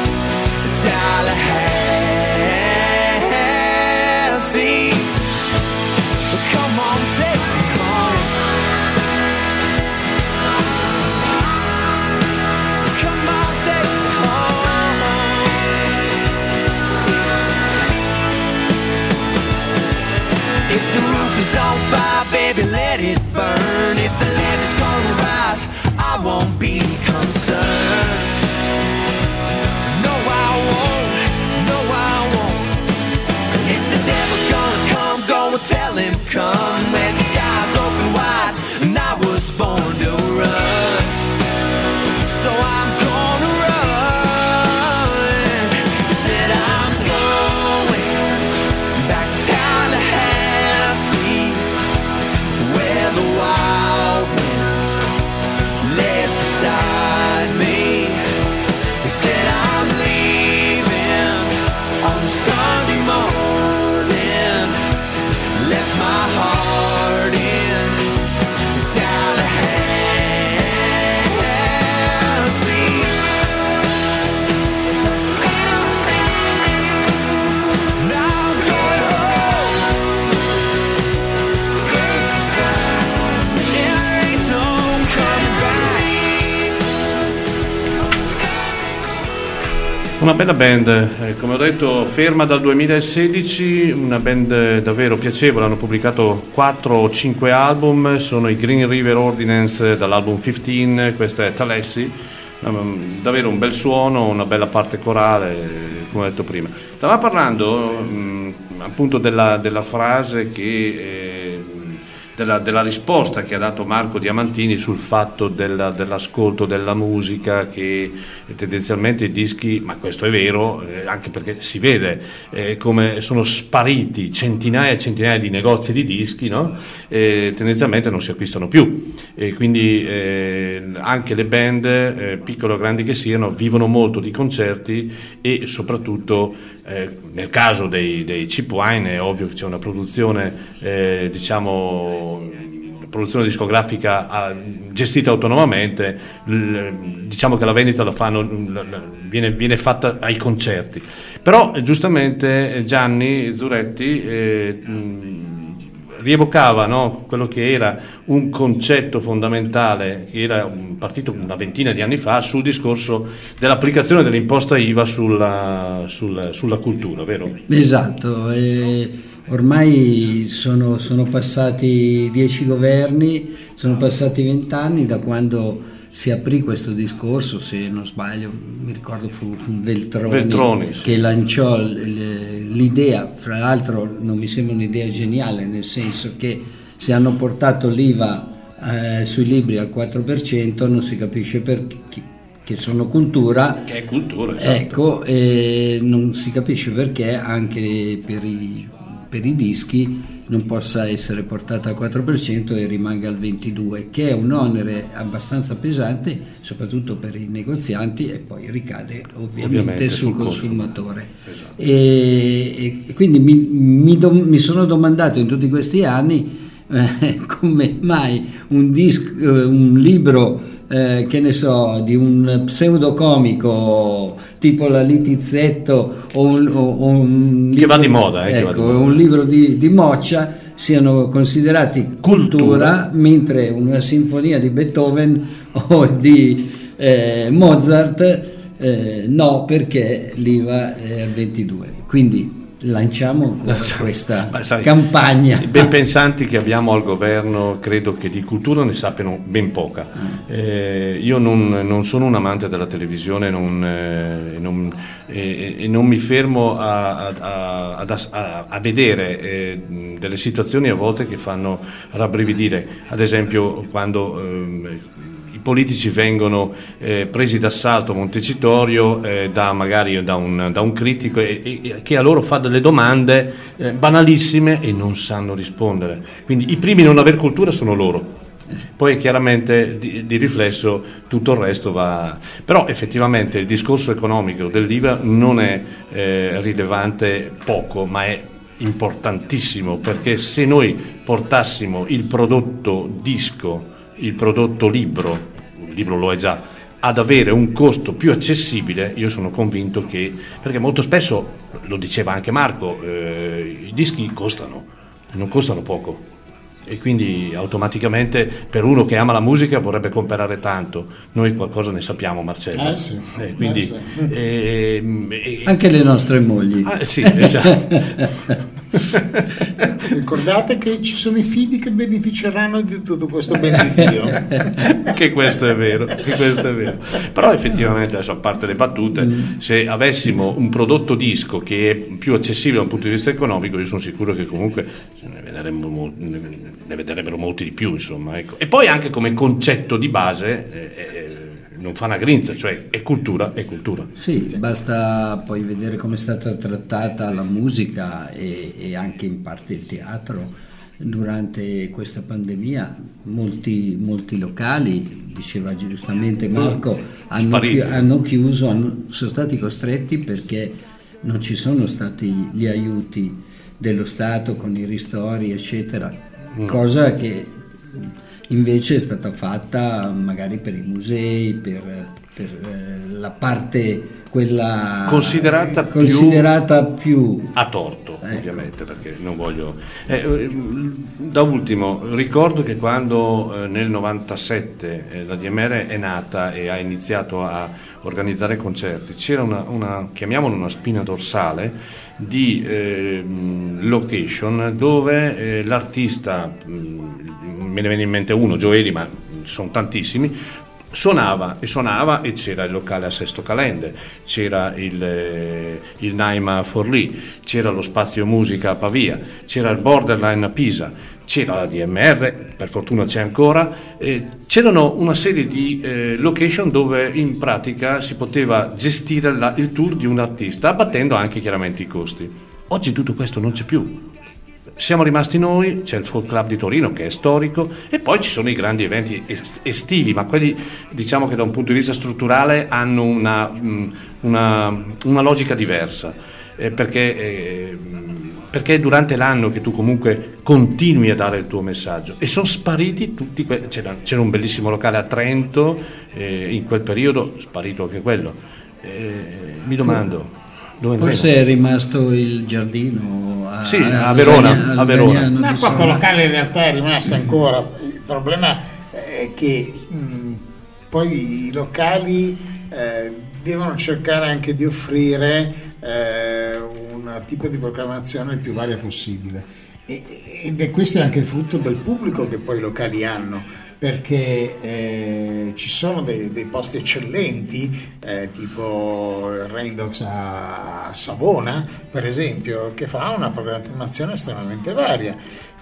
Tallahassee. Come on, take me home. Come on, take me home. If the roof is on fire, baby, let it burn. If the levee's gonna rise, I won't be concerned. No, I won't. No, I won't. If the devil's gonna come, go and tell him come. When the sky's open wide and I was born to run, so I'm gonna run. He said, I'm going back to Tallahassee, where the wild wind lays beside me. He said, I'm leaving on Sunday morning, left my heart in Tallahassee. Now I'm going home. There ain't no coming back. Una bella band, eh, come ho detto, ferma dal duemilasedici, una band davvero piacevole, hanno pubblicato quattro o cinque album, sono i Green River Ordinance dall'album quindici, questa è Tallahassee, um, davvero un bel suono, una bella parte corale, come ho detto prima. Stava parlando um, appunto della, della frase che... Eh, Della, della risposta che ha dato Marco Diamantini sul fatto della, dell'ascolto della musica, che tendenzialmente i dischi, ma questo è vero, eh, anche perché si vede eh, come sono spariti centinaia e centinaia di negozi di dischi, no? E tendenzialmente non si acquistano più, e quindi eh, anche le band, eh, piccole o grandi che siano, vivono molto di concerti e soprattutto eh, nel caso dei, dei cheap wine è ovvio che c'è una produzione eh, diciamo produzione discografica gestita autonomamente, diciamo che la vendita la fanno, viene, viene fatta ai concerti. Però giustamente Gianni Zuretti eh, rievocava, no, quello che era un concetto fondamentale che era partito una ventina di anni fa sul discorso dell'applicazione dell'imposta I V A sulla, sulla, sulla cultura, vero? Esatto. E ormai sono, sono passati dieci governi, sono passati vent'anni da quando si aprì questo discorso, se non sbaglio, mi ricordo fu, fu Veltroni, Veltroni che sì. lanciò l'idea, fra l'altro non mi sembra un'idea geniale, nel senso che se hanno portato l'I V A eh, sui libri al quattro per cento non si capisce perché, che sono cultura, che è cultura, esatto. Ecco, e non si capisce perché anche per i per i dischi non possa essere portata al quattro per cento e rimanga al ventidue per cento, che è un onere abbastanza pesante soprattutto per i negozianti e poi ricade ovviamente, ovviamente sul, sul consumatore. Esatto. E, e quindi mi, mi, do, mi sono domandato in tutti questi anni eh, come mai un, disc, eh, un libro eh, che ne so, di un pseudocomico tipo la Litizzetto o un, o un che libro, va di moda, eh, ecco, che va di moda. Un libro di, di Moccia siano considerati cultura, cultura, mentre una sinfonia di Beethoven o di eh, Mozart eh, no, perché l'I V A è al ventidue. Quindi lanciamo ancora questa Ma sai, campagna. I ben pensanti che abbiamo al governo credo che di cultura ne sappiano ben poca. Eh, io non, non sono un amante della televisione non, eh, non, eh, e non mi fermo a, a, a, a, a vedere eh, delle situazioni a volte che fanno rabbrividire. Ad esempio quando eh, i politici vengono eh, presi d'assalto a Montecitorio eh, da magari da un, da un critico e, e, che a loro fa delle domande eh, banalissime e non sanno rispondere. Quindi i primi a non aver cultura sono loro. Poi chiaramente di, di riflesso tutto il resto va. Però effettivamente il discorso economico dell'I V A non è eh, rilevante poco, ma è importantissimo, perché se noi portassimo il prodotto disco, il prodotto libro, il libro lo è già, ad avere un costo più accessibile, io sono convinto che, perché molto spesso, lo diceva anche Marco, eh, i dischi costano, non costano poco, e quindi automaticamente per uno che ama la musica vorrebbe comprare tanto. Noi qualcosa ne sappiamo, Marcello. Eh sì, eh, quindi, eh sì. eh, eh, Anche le nostre mogli. Ah, sì, esatto. Ricordate che ci sono i figli che beneficeranno di tutto questo bene di Dio. Che questo è vero, che questo è vero. Però effettivamente, adesso a parte le battute, mm. se avessimo un prodotto disco che è più accessibile da un punto di vista economico, io sono sicuro che comunque ne vedremo, ne vedrebbero molti di più, insomma, ecco. E poi anche come concetto di base eh, eh, non fa una grinza, cioè è cultura, è cultura. Sì, sì, basta poi vedere come è stata trattata la musica e, e anche in parte il teatro durante questa pandemia. Molti, molti locali, diceva giustamente Marco, hanno, chi, hanno chiuso, hanno, sono stati costretti perché non ci sono stati gli aiuti dello Stato con i ristori, eccetera, mm. cosa che invece è stata fatta magari per i musei, per, per eh, la parte quella considerata, considerata più, più a torto, ecco. Ovviamente, perché non voglio eh, da ultimo ricordo che quando eh, nel novantasette eh, la D M R è nata e ha iniziato a organizzare concerti, c'era una, una chiamiamola una spina dorsale di eh, location dove eh, l'artista, mh, me ne viene in mente uno, Gioeli, ma sono tantissimi, suonava e suonava e c'era il locale a Sesto Calende, c'era il, eh, il Naima Forlì, c'era lo Spazio Musica a Pavia, c'era il Borderline a Pisa, c'era la D M R, per fortuna c'è ancora, eh, c'erano una serie di eh, location dove in pratica si poteva gestire la, il tour di un artista, abbattendo anche chiaramente i costi. Oggi tutto questo non c'è più. Siamo rimasti noi, c'è il Folk Club di Torino che è storico e poi ci sono i grandi eventi estivi, ma quelli diciamo che da un punto di vista strutturale hanno una, una, una logica diversa, eh, perché, eh, perché è durante l'anno che tu comunque continui a dare il tuo messaggio e sono spariti tutti, que- c'era, c'era un bellissimo locale a Trento, eh, in quel periodo sparito anche quello, eh, mi domando... Dove forse è rimasto il giardino a, sì, a, a Verona, Zagna, a Verona. No, qualche locale in realtà è rimasto ancora. Il problema è che mh, poi i locali eh, devono cercare anche di offrire eh, un tipo di programmazione il più varia possibile e, ed è questo è anche il frutto del pubblico che poi i locali hanno, perché eh, ci sono dei, dei posti eccellenti eh, tipo il Raindogs a Savona per esempio, che fa una programmazione estremamente varia,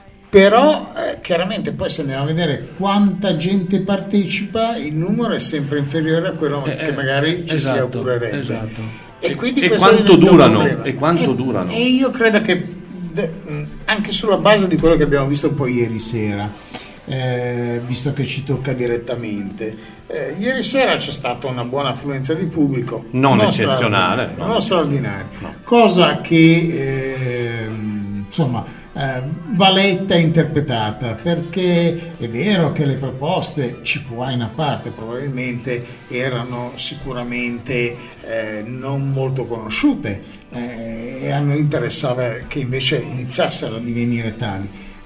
però eh, chiaramente poi se andiamo a vedere quanta gente partecipa il numero è sempre inferiore a quello eh, che magari ci esatto, si augurerebbe esatto. e, quindi e quanto durano e quanto e, durano e io credo che de, anche sulla base di quello che abbiamo visto un po' ieri sera, Eh, visto che ci tocca direttamente. Eh, ieri sera c'è stata una buona affluenza di pubblico, non, non eccezionale, non, non straordinaria, no. Cosa che eh, insomma eh, va letta e interpretata, perché è vero che le proposte ci può in una parte probabilmente erano sicuramente eh, non molto conosciute eh, e a noi interessava che invece iniziassero a divenire tali.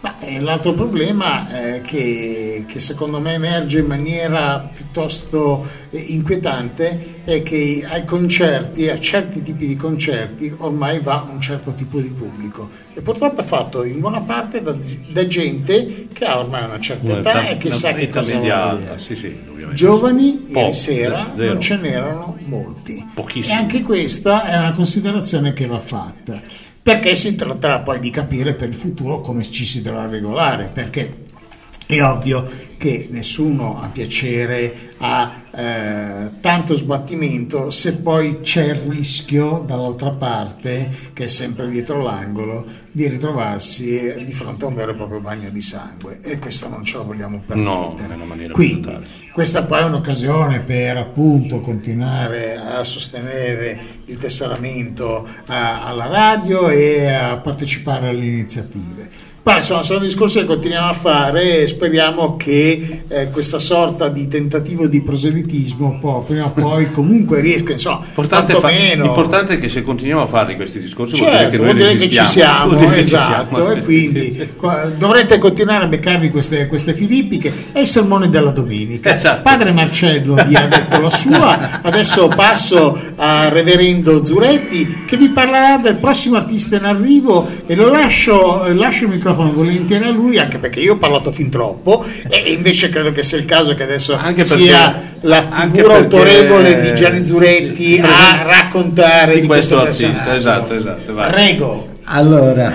Ma, eh, l'altro problema eh, che, che secondo me emerge in maniera piuttosto eh, inquietante è che ai concerti, a certi tipi di concerti, ormai va un certo tipo di pubblico e purtroppo è fatto in buona parte da, da gente che ha ormai una certa Una età età- e che una sa che età cosa media vuole alta, dire. sì, sì, ovviamente. Giovani Po- ieri sera zero. non ce n'erano molti. Pochissimi. E anche questa è una considerazione che va fatta, perché si tratterà poi di capire per il futuro come ci si dovrà regolare, perché è ovvio che nessuno ha piacere a eh, tanto sbattimento se poi c'è il rischio dall'altra parte, che è sempre dietro l'angolo, di ritrovarsi di fronte a un vero e proprio bagno di sangue, e questo non ce lo vogliamo No, permettere. nella maniera Quindi più totale. questa poi è un'occasione per appunto continuare a sostenere il tesseramento a- alla radio e a partecipare alle iniziative. Poi insomma sono discorsi che continuiamo a fare e speriamo che eh, questa sorta di tentativo di proselitismo poi, prima o poi comunque riesca, insomma, L'importante, è fa- quantomeno... l'importante è che se continuiamo a fare questi discorsi vuol Certo, dire che noi vuol dire che ci resistiamo. siamo, Vuol dire che ci esatto, siamo. e quindi co- dovrete continuare a beccarvi queste, queste filippiche e il sermone della domenica. Esatto. Padre Marcello vi ha detto la sua, adesso passo a Reverendo Zuretti che vi parlerà del prossimo artista in arrivo e lo lascio, lascio il microfono volentieri a lui, anche perché io ho parlato fin troppo e invece credo che sia il caso che adesso Anche perché- sia la anche figura perché- autorevole di Gianni Zuretti a raccontare di di questo questo artista, personaggio. esatto, esatto, vai. Prego. Allora,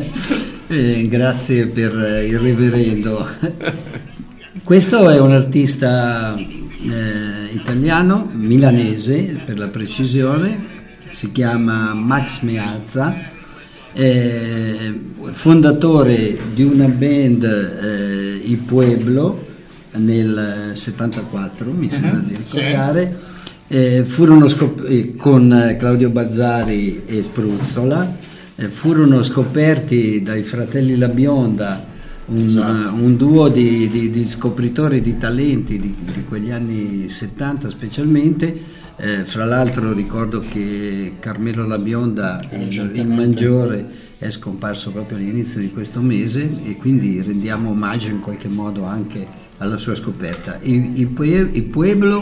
eh, grazie per il reverendo. Questo è un artista eh, italiano, milanese per la precisione, si chiama Max Meazza, eh, fondatore di una band, eh, Il Pueblo, nel settantaquattro, mi sembra di ricordare. Eh, furono scop- eh, con Claudio Bazzari e Spruzzola, eh, furono scoperti dai fratelli La Bionda, un, Esatto. uh, un duo di, di- di scopritori di talenti di, di quegli anni settanta specialmente. Eh, fra l'altro ricordo che Carmelo La Bionda, il, il maggiore, è scomparso proprio all'inizio di questo mese e quindi rendiamo omaggio in qualche modo anche alla sua scoperta. I, i, Pue- i Pueblo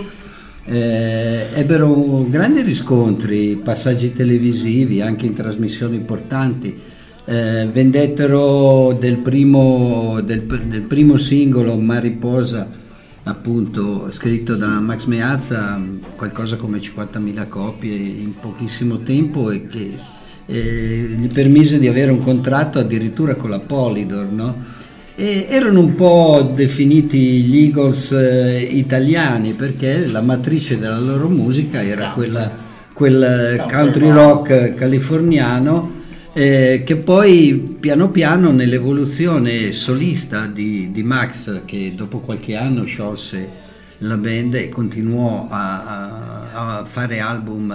eh, ebbero grandi riscontri, passaggi televisivi, anche in trasmissioni importanti. Eh, vendettero del primo, del, del primo singolo Mariposa, appunto scritto da Max Meazza, qualcosa come cinquantamila copie in pochissimo tempo, e che eh, gli permise di avere un contratto addirittura con la Polydor, no? E erano un po' definiti gli Eagles eh, italiani, perché la matrice della loro musica era quella, quel Country country rock californiano, eh, che poi piano piano nell'evoluzione solista di, di Max, che dopo qualche anno sciolse la band e continuò a, a, a fare album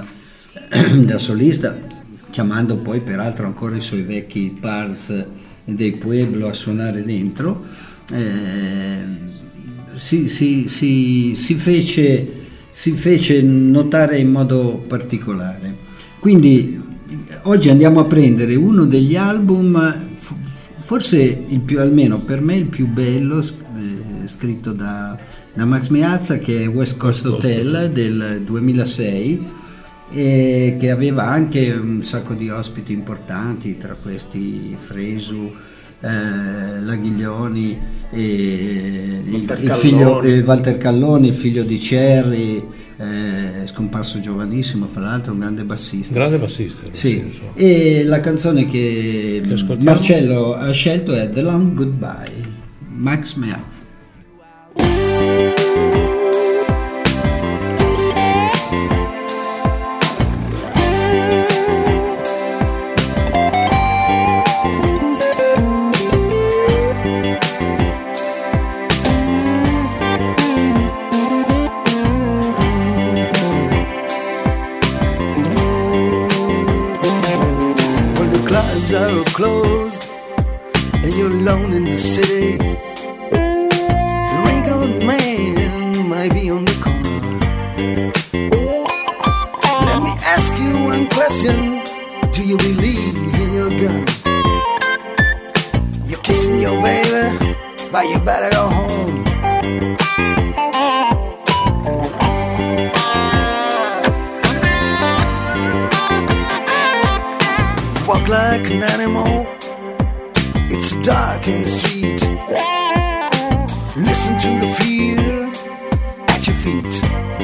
da solista, chiamando poi peraltro ancora i suoi vecchi parts dei Pueblo a suonare dentro, eh, si, si, si, si, fece, si fece notare in modo particolare. Quindi oggi andiamo a prendere uno degli album, forse il più, almeno per me il più bello, eh, scritto da, da Max Meazza, che è West Coast Hotel del duemilasei, e che aveva anche un sacco di ospiti importanti, tra questi Fresu, eh, Laghiglioni, e il, Walter il figlio, Calloni. eh, Walter Calloni, il figlio di Cerri, eh, scomparso giovanissimo, fra l'altro un grande bassista. Grande bassista. Sì, sì, so. e la canzone che, Che ascoltiamo? Marcello ha scelto è The Long Goodbye, Max Meazza. When the clubs are closed and you're alone in the city, the ring-on man might be on the corner. Let me ask you one question: do you believe in your gun? You're kissing missing you, baby, but you better go home. Walk like an animal, it's dark in the street. Listen to the fear at your feet.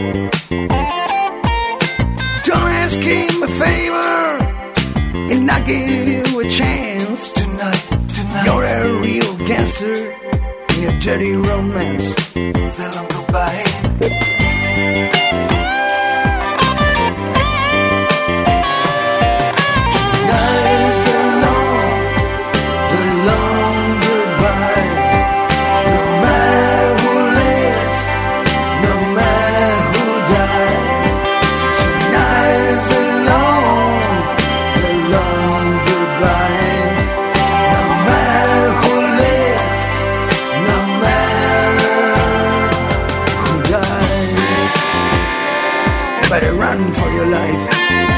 Don't ask him a favor, he'll not give you a chance. Tonight, tonight, you're a real gangster in your dirty romance. Tell him goodbye. Better run for your life.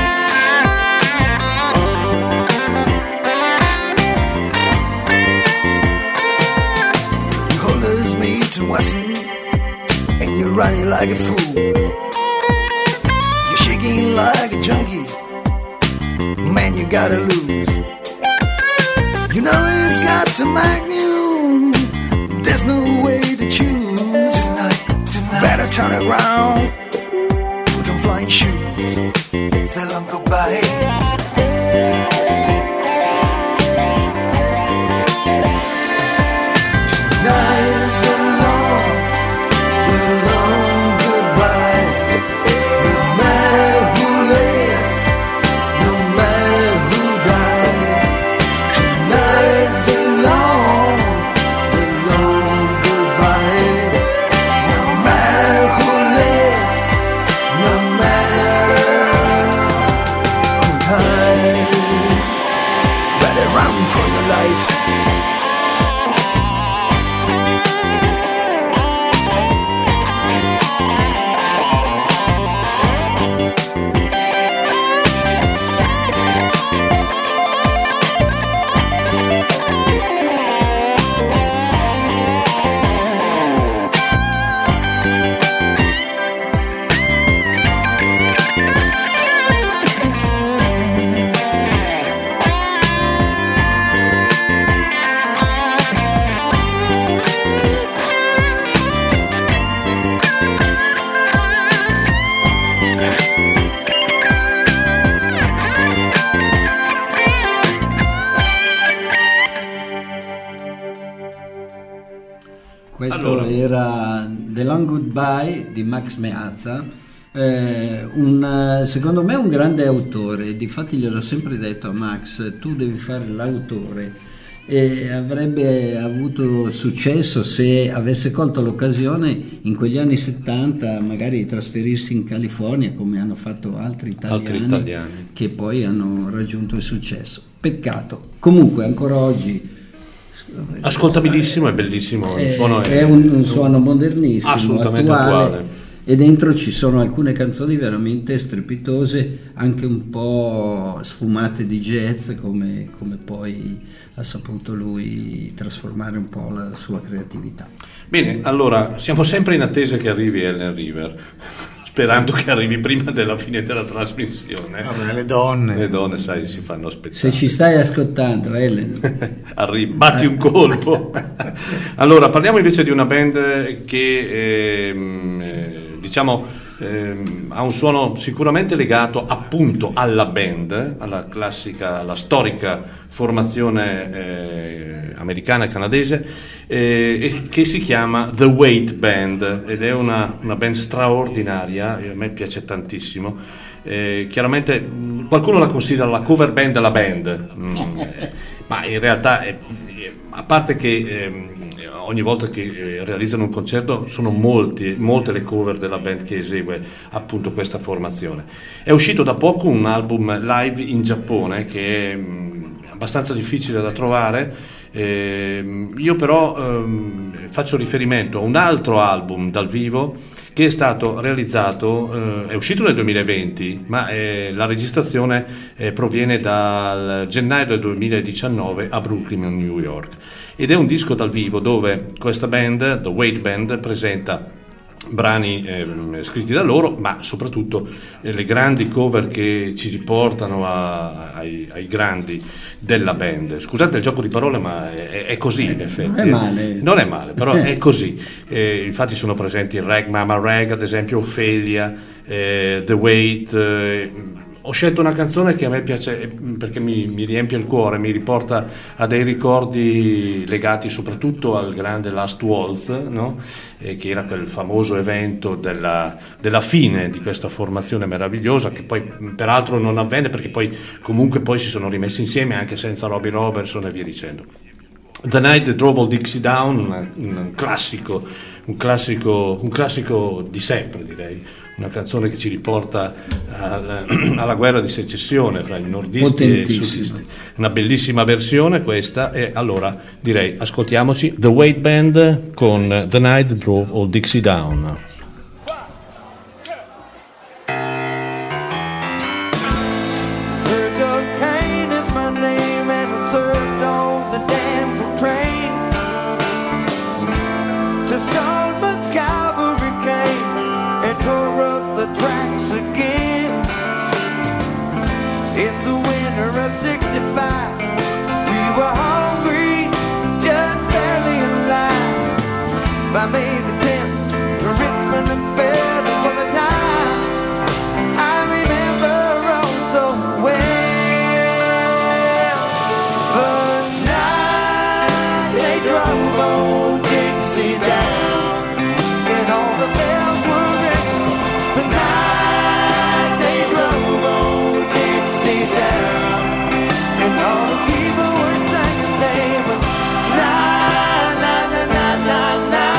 You hold us meat and Wesson, and you're running like a fool. You're shaking like a junkie, man, you gotta lose. You know it's got to Magnum, there's no way to choose. Tonight, tonight. Better turn around, flying shoes, tell them goodbye. Tonight is a long, a long goodbye. No matter who lives, no matter who dies. Tonight is a long, a long goodbye. No matter who lives, no matter who dies, better run for your life. Questo allora era The Long Goodbye di Max Meazza, eh, un, secondo me un grande autore. Difatti gliel'ho sempre detto a Max, tu devi fare l'autore, e avrebbe avuto successo se avesse colto l'occasione in quegli anni settanta magari di trasferirsi in California, come hanno fatto altri italiani, altri italiani. che poi hanno raggiunto il successo. Peccato. Comunque ancora oggi ascoltabilissimo, è bellissimo, il è, suono è, è un, un suono modernissimo, assolutamente attuale, attuale, e dentro ci sono alcune canzoni veramente strepitose, anche un po' sfumate di jazz, come, come poi ha saputo lui trasformare un po' la sua creatività. Bene, allora siamo sempre in attesa che arrivi Ellen River, sperando che arrivi prima della fine della trasmissione. Vabbè, le donne. Le donne, sai, si fanno aspettare. Se ci stai ascoltando, Ellen. Arrivi, batti un colpo. Allora, parliamo invece di una band che, ehm, eh, diciamo, ehm, ha un suono sicuramente legato appunto alla band, alla classica, alla storica formazione eh, americana e canadese, eh, che si chiama The Wait Band, ed è una, una band straordinaria, a me piace tantissimo. Eh, chiaramente qualcuno la considera la cover band della band, mm, eh, ma in realtà è, a parte che eh, ogni volta che eh, realizzano un concerto sono molti, molte le cover della band che esegue appunto questa formazione. È uscito da poco un album live in Giappone che è mh, abbastanza difficile da trovare. Eh, io però ehm, faccio riferimento a un altro album dal vivo che è stato realizzato, eh, è uscito nel duemilaventi, ma eh, la registrazione eh, proviene dal gennaio del duemiladiciannove a Brooklyn, New York, ed è un disco dal vivo dove questa band, The Wait Band, presenta brani eh, scritti da loro, ma soprattutto eh, le grandi cover che ci riportano a, ai, ai grandi della band. Scusate il gioco di parole, ma è, è così in effetti. Non è male. Non è male, però è così. Eh, infatti sono presenti Rag Mama Rag, ad esempio, Ophelia, eh, The Wait. Eh, ho scelto una canzone che a me piace perché mi, mi riempie il cuore, mi riporta a dei ricordi legati soprattutto al grande Last Waltz, no? eh, che era quel famoso evento della, della fine di questa formazione meravigliosa, che poi peraltro non avvenne perché poi comunque poi si sono rimessi insieme anche senza Robbie Robertson e via dicendo. The Night That Drove Old Dixie Down, un, un classico, un classico, un classico di sempre, direi. Una canzone che ci riporta al, alla guerra di secessione fra i nordisti e i sudisti. Una bellissima versione questa, e allora direi ascoltiamoci The Wait Band con The Night That Drove Old Dixie Down. By May the tenth, Richmond and Fairly for the time I remember oh so well. The night they drove old Dixie down and all the bells were ringing. The night they drove old Dixie down and all the people were singing. They were na na na na na na.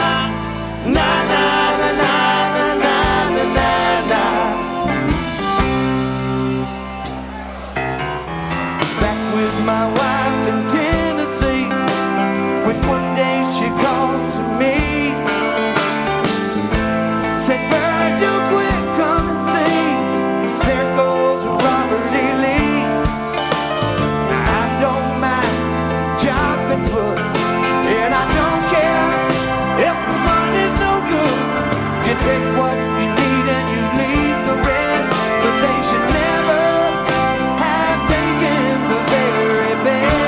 My wife in Tennessee, when one day she called to me, said, Virgil, quick, come and see, there goes Robert E. Lee. Now I don't mind chopping wood, and I don't care if the money's no good. You take what you need and you leave the rest, but they should never have taken the very best.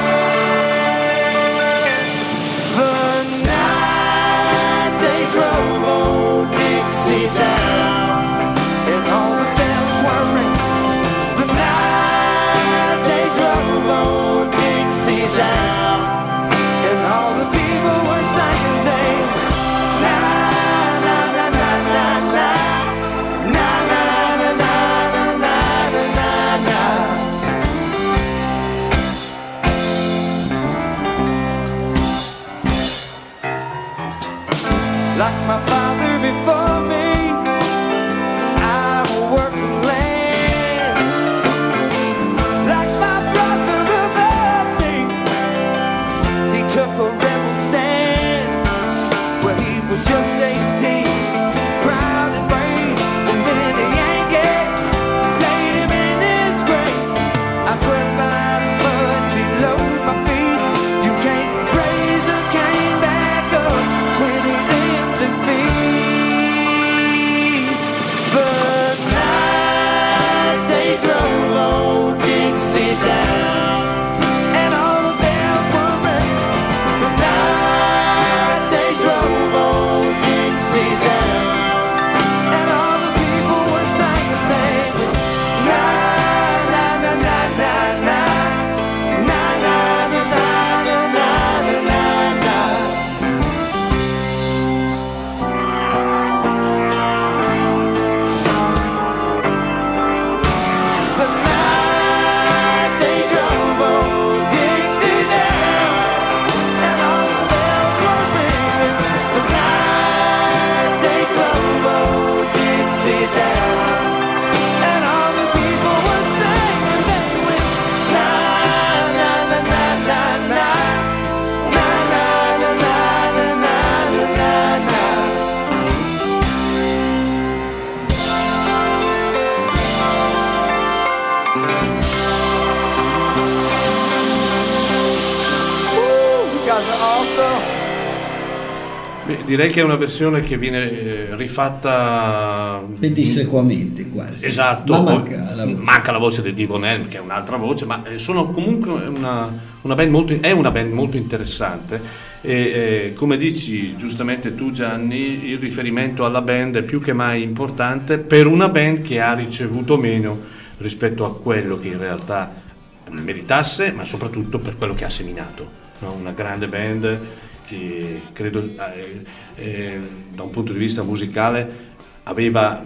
Beh, direi che è una versione che viene eh, rifatta pedissequamente quasi. Esatto, ma manca la voce, manca la voce di Divonel, che è un'altra voce, ma eh, sono comunque una, una band molto, è una band molto interessante e eh, come dici giustamente tu Gianni, il riferimento alla band è più che mai importante per una band che ha ricevuto meno rispetto a quello che in realtà meritasse, ma soprattutto per quello che ha seminato, no? Una grande band che credo eh, eh, da un punto di vista musicale aveva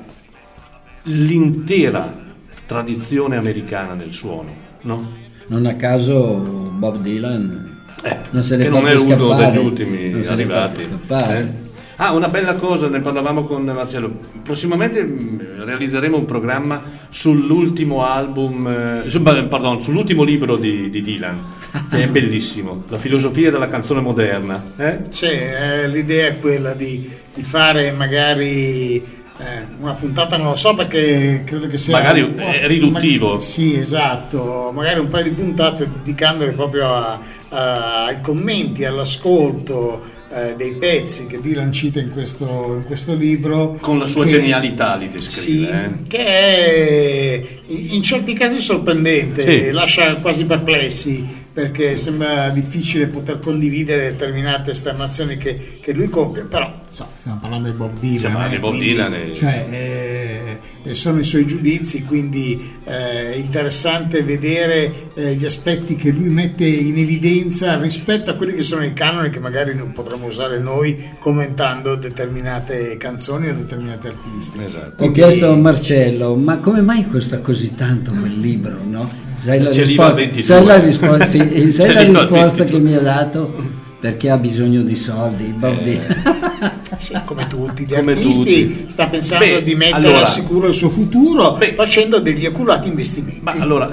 l'intera tradizione americana nel suono, no? Non a caso Bob Dylan eh, non se ne che fa non è uno scappare, degli ultimi arrivati. Eh? Ah, una bella cosa, ne parlavamo con Marcello. Prossimamente mh, realizzeremo un programma sull'ultimo album, eh, su, pardon, sull'ultimo libro di, di Dylan, che è bellissimo, La filosofia della canzone moderna. Eh? Sì, eh, l'idea è quella di, di fare magari eh, una puntata, non lo so perché credo che sia magari è riduttivo. Ma, sì, esatto, magari un paio di puntate dedicandole proprio a, a, ai commenti, all'ascolto dei pezzi che Dylan cita in questo, in questo libro, con la sua che, genialità li descrive, sì, eh? che è in certi casi sorprendente, sì. Lascia quasi perplessi perché sembra difficile poter condividere determinate esternazioni che, che lui compie, però so, stiamo parlando di Bob Dylan, stiamo parlando eh, di Bob quindi, Dylan e... cioè, eh, sono i suoi giudizi, quindi eh, è interessante vedere eh, gli aspetti che lui mette in evidenza rispetto a quelli che sono i canoni che magari non potremmo usare noi commentando determinate canzoni o determinati artisti. Esatto. Quindi... Ho chiesto a Marcello, ma come mai costa così tanto quel libro, no? Sai la C'è risposta, sai la risposta, sì, sai la risposta che mi ha dato? Perché ha bisogno di soldi, Bob Dylan. Sì, come tutti gli come artisti tutti. sta pensando Beh, di mettere allora, al sicuro il suo futuro, beh, facendo degli oculati investimenti. Ma allora,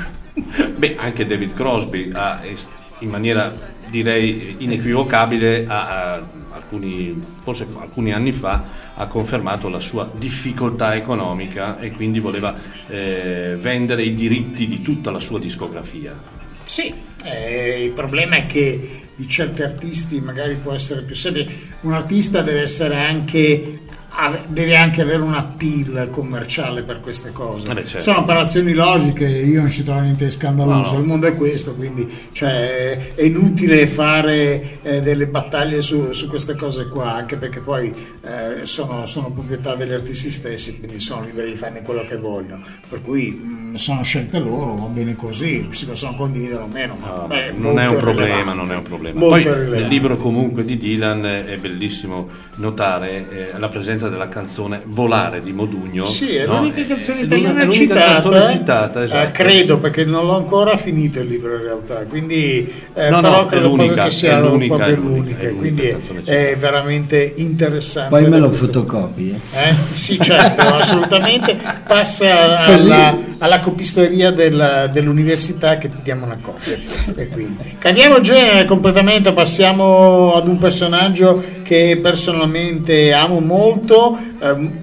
beh, anche David Crosby ha, in maniera direi inequivocabile, ha, ha, alcuni, forse alcuni anni fa ha confermato la sua difficoltà economica e quindi voleva eh, vendere i diritti di tutta la sua discografia. Sì, eh, il problema è che di certi artisti magari può essere più semplice. Un artista deve essere anche deve anche avere un appeal commerciale per queste cose. Eh beh, certo. Sono operazioni logiche, io non ci trovo niente di scandaloso, no, no. Il mondo è questo, quindi cioè, è inutile fare eh, delle battaglie su, su queste cose qua, anche perché poi eh, sono, sono proprietà degli artisti stessi, quindi sono liberi di farne quello che vogliono, per cui mh, sono scelte loro, va bene così, si possono condividere o meno, ma No, beh, non è un problema, rilevante. non è un problema. Molto Poi rilevante. nel libro comunque di Dylan è bellissimo notare eh, la presenza della canzone Volare di Modugno. Sì, è no? l'unica canzone È italiana l'unica citata, canzone citata, esatto. eh, credo, perché non l'ho ancora finito il libro in realtà, quindi eh, No, no, però è credo l'unica, proprio che sia è l'unica, proprio è l'unica, l'unica, è l'unica quindi canzone è, citata. è veramente interessante. Poi me da lo questo- fotocopi, eh? Eh? Sì, certo, assolutamente. Passa Così. alla, alla copisteria della- dell'università che ti diamo una copia. E quindi cambiamo genere completamente, passiamo ad un personaggio che personalmente amo molto. ehm,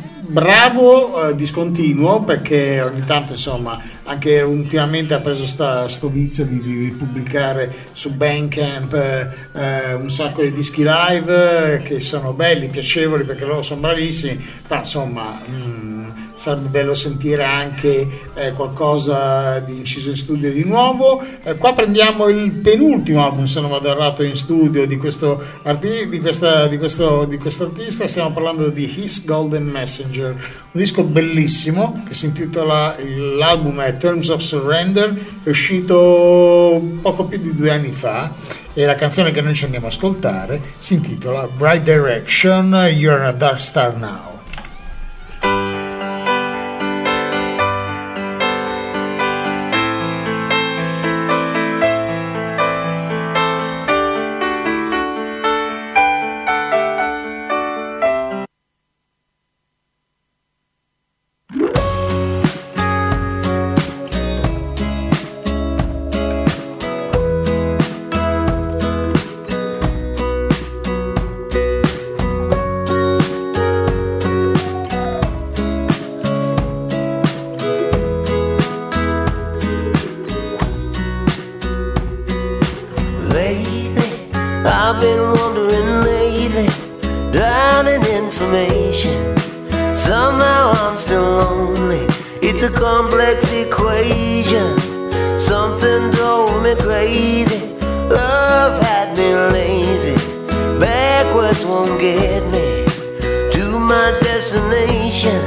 Bravo, eh, discontinuo, perché ogni tanto insomma anche ultimamente ha preso sta, sto vizio di, di- di pubblicare su Bandcamp eh, eh, un sacco di dischi live eh, che sono belli, piacevoli, perché loro sono bravissimi, però insomma mh, sarebbe bello sentire anche eh, qualcosa di inciso in studio di nuovo. Eh, qua prendiamo il penultimo album, se non vado errato, in studio di questo arti- di questa, di questo di questo artista. Stiamo parlando di His Golden Messenger, un disco bellissimo che si intitola, l'album è Terms of Surrender, è uscito poco più di due anni fa e la canzone che noi ci andiamo a ascoltare si intitola Bright Direction, You're a Dark Star Now. Lately, I've been wondering lately destination. Somehow I'm still lonely. It's a complex equation. Something drove me crazy. Love had me lazy. Backwards won't get me to my destination.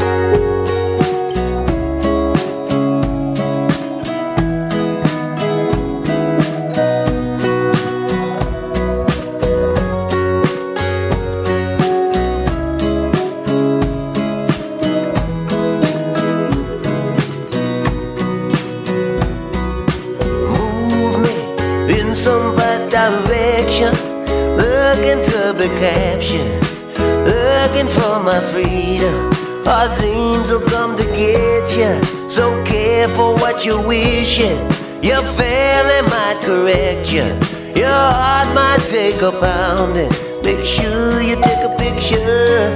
Direction, looking to be captured, looking for my freedom. Our dreams will come to get you, so careful what you're wishing. Your family might correct you, your heart might take a pounding. Make sure you take a picture.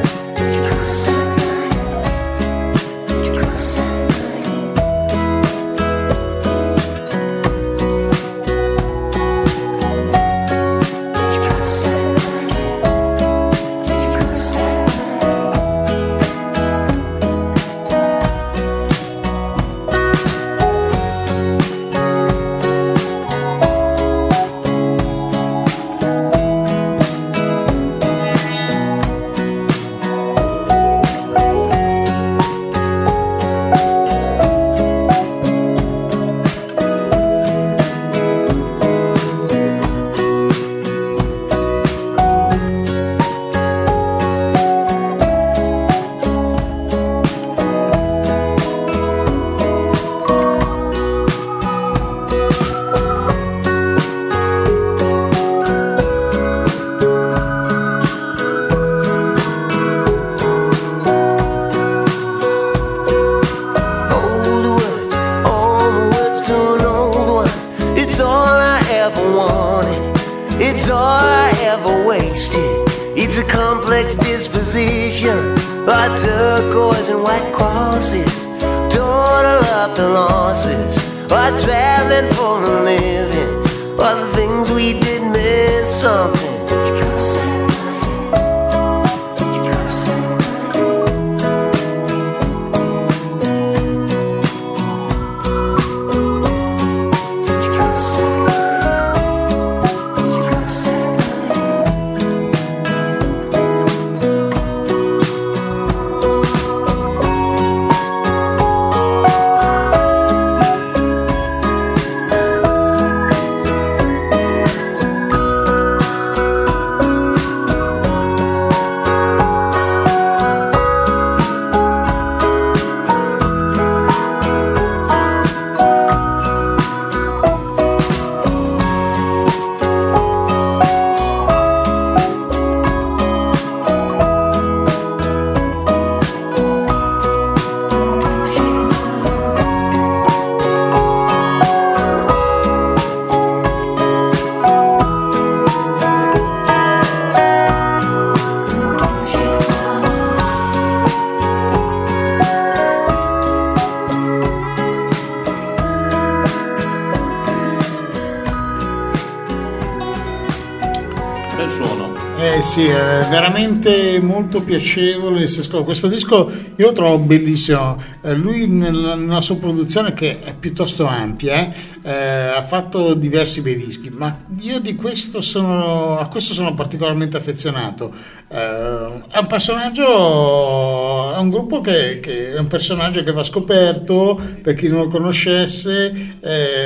Sì, è veramente molto piacevole questo disco, io lo trovo bellissimo. Eh, lui nella, nella sua produzione, che è piuttosto ampia, eh, ha fatto diversi bei dischi, ma io di questo sono, a questo sono particolarmente affezionato. Eh, è un personaggio, è un gruppo che, che è un personaggio che va scoperto per chi non lo conoscesse.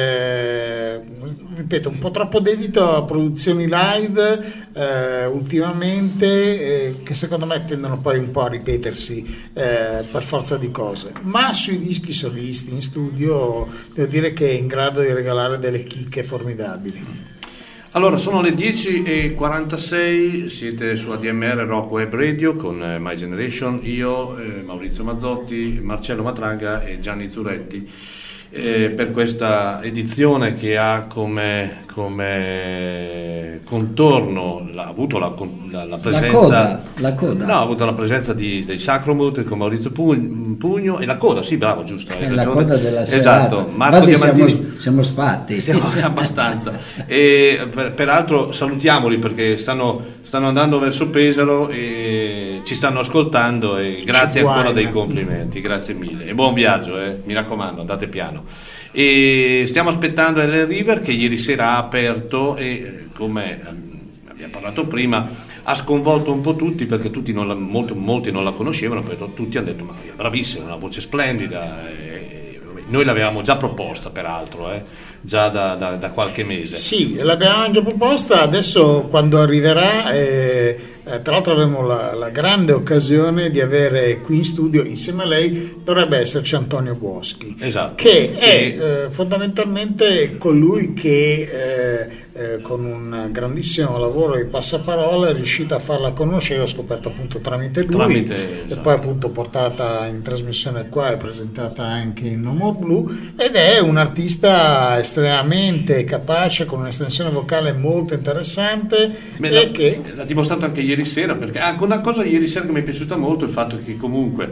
Eh, ripeto, un po' troppo dedito a produzioni live eh, ultimamente, eh, che secondo me tendono poi un po' a ripetersi eh, per forza di cose, ma sui dischi solisti in studio devo dire che è in grado di regalare delle chicche formidabili. Allora, sono le dieci e quarantasei, siete su A D M R Rock Web Radio con eh, My Generation, io, eh, Maurizio Mazzotti, Marcello Matranga e Gianni Zuretti. eh, per questa edizione che ha come, come contorno la, ha avuto la, la, la presenza la coda, la coda. No, ha avuto la presenza di, dei Sacromut con Maurizio Pugno e la coda, sì, bravo, giusto, è la coda della serata. Esatto, Marco Diamantini. Siamo, siamo sfatti, siamo abbastanza e per, peraltro salutiamoli perché stanno, stanno andando verso Pesaro e ci stanno ascoltando e grazie ancora dei complimenti, grazie mille e buon viaggio, eh, mi raccomando, andate piano. E stiamo aspettando Ellen River che ieri sera ha aperto e come abbiamo parlato prima ha sconvolto un po' tutti perché tutti non la, molti, molti non la conoscevano, però tutti hanno detto ma è bravissima, una voce splendida e, e, noi l'avevamo già proposta peraltro, eh, già da, da, da qualche mese. Sì, l'abbiamo già proposta, adesso quando arriverà eh, eh, tra l'altro avremo la, la grande occasione di avere qui in studio insieme a lei dovrebbe esserci Antonio Boschi, esatto, che è che... Eh, fondamentalmente colui che eh, eh, con un grandissimo lavoro di passaparola è riuscito a farla conoscere, ho scoperto appunto tramite lui, tramite, e esatto. poi appunto portata in trasmissione qua e presentata anche in No More Blue, ed è un artista estremamente capace con un'estensione vocale molto interessante. Beh, e la, che l'ha dimostrato anche ieri sera, perché anche una cosa ieri sera che mi è piaciuta molto è il fatto che comunque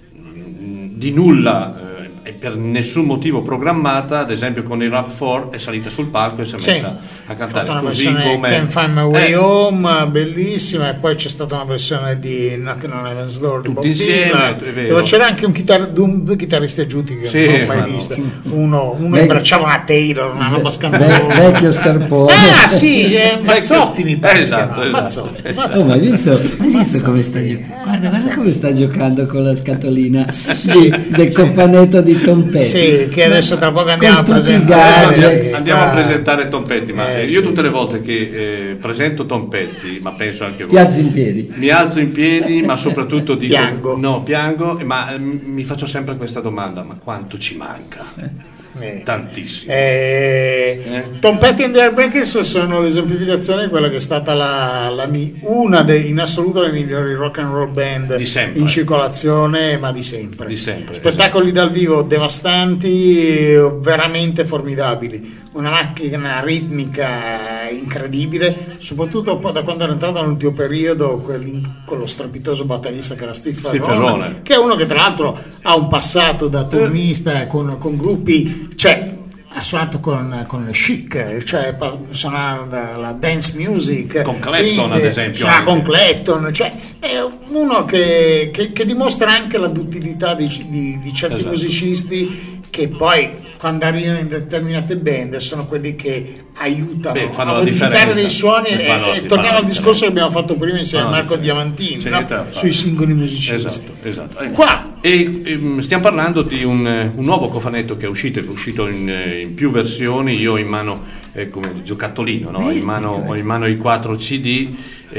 mh, di nulla eh, e per nessun motivo programmata, ad esempio con i Rap quattro è salita sul palco e si è sì, messa a cantare una così versione come Can't Find My Way eh, Home, bellissima, e poi c'è stata una versione di Knockin' on Heaven's Door di Bob tutti insieme, Dylan, è vero. dove c'era anche un chitar- due chitarristi aggiunti che Sì, non ho mai ma visto, no. uno, uno Vec- imbracciava una Taylor, una roba Ve- scandalosa, vecchio scarpone. ah sì, eh, Mazzotti mi pare, esatto, si chiama, esatto. Mazzotti, Oh, Mazzotti. ma hai visto, hai visto come sta giocando? Guarda, guarda come sta giocando con la scatolina di- del cofanetto di Tom Petty. Sì, che adesso tra poco andiamo a Con tutti i presentare. gadget. Andiamo a Ah. presentare Tom Petty, ma Eh, io sì. tutte le volte che eh, presento Tom Petty, ma penso anche voi, Ti alzi in piedi. mi alzo in piedi, ma soprattutto dico Piango. no, piango, ma eh, mi faccio sempre questa domanda: ma quanto ci manca? Eh. Tantissimo. Eh, Tom Petty and the Heartbreakers sono l'esemplificazione di quella che è stata la, la mi- una dei, in assoluto le migliori rock and roll band Di sempre. in circolazione, ma di sempre. Di sempre, Spettacoli dal vivo devastanti, veramente formidabili. Una macchina ritmica incredibile, soprattutto poi da quando era entrato nell'ultimo periodo quell'in- quello strepitoso batterista che era Steve Steve Ferrone, Ferrone. che è uno che tra l'altro ha un passato da turnista con, con gruppi, cioè ha suonato con, con le Chic, cioè pa- suonava la, la dance music Con Clapton, quindi ad esempio, suona anche. con Clapton, cioè è uno che, che, che dimostra anche la duttilità di, di, di certi Esatto. musicisti che poi quando arrivano in determinate band sono quelli che aiutano Beh, fanno a la modificare differenza. dei suoni E e, fanno- e fanno torniamo la al discorso differenza. che abbiamo fatto prima insieme a Fanno la Marco differenza. Diamantini, C'è no? niente da fare. Sui singoli musicisti. Esatto, esatto. Eh, Qua E ehm, stiamo parlando di un, un nuovo cofanetto che è uscito, è uscito in, eh, in più versioni. Io ho in mano eh, come giocattolino, no? ho, in mano, ho in mano i quattro C D.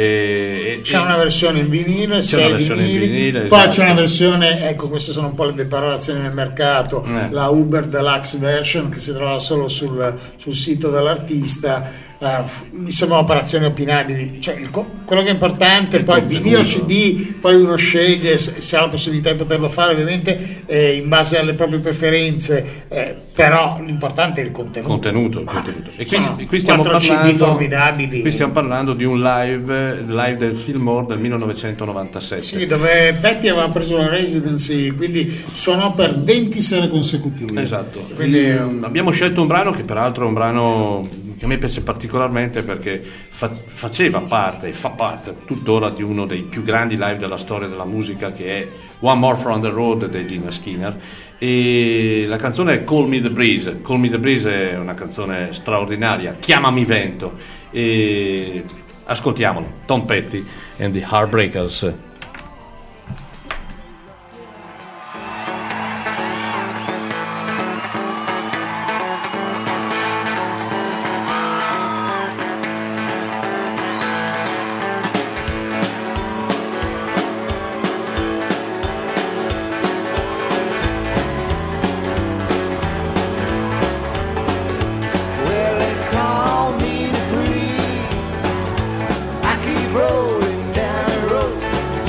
eh, c'è e- una versione in vinile, sei una versione in vinili, vinile, poi esatto. c'è una versione, ecco, queste sono un po' le preparazioni del mercato, Eh. la Uber Deluxe version che si trova solo sul, sul sito dell'artista. Uh, mi sembrano operazioni opinabili, cioè, il co- quello che è importante, Il poi contenuto. vinile o C D, poi uno sceglie se, se ha la possibilità di poterlo fare ovviamente eh, in base alle proprie preferenze, eh, però l'importante è il contenuto. Contenuto, il Ma contenuto. E sono qui, qui stiamo quattro C D parlando, formidabili. qui stiamo parlando di un live, live del Fillmore del millenovecentonovantasette. Sì, dove Petty aveva preso la residency, quindi suonò per venti sere consecutive. Esatto. Quindi Mm, abbiamo scelto un brano che peraltro è un brano che a me piace particolarmente perché fa- faceva parte e fa parte tuttora di uno dei più grandi live della storia della musica, che è One More From the Road dei Lynyrd Skynyrd, e la canzone è Call Me the Breeze. Call Me the Breeze è una canzone straordinaria, Chiamami Vento, e ascoltiamolo, Tom Petty and the Heartbreakers. Well, they call me the breeze. I keep rolling down the road.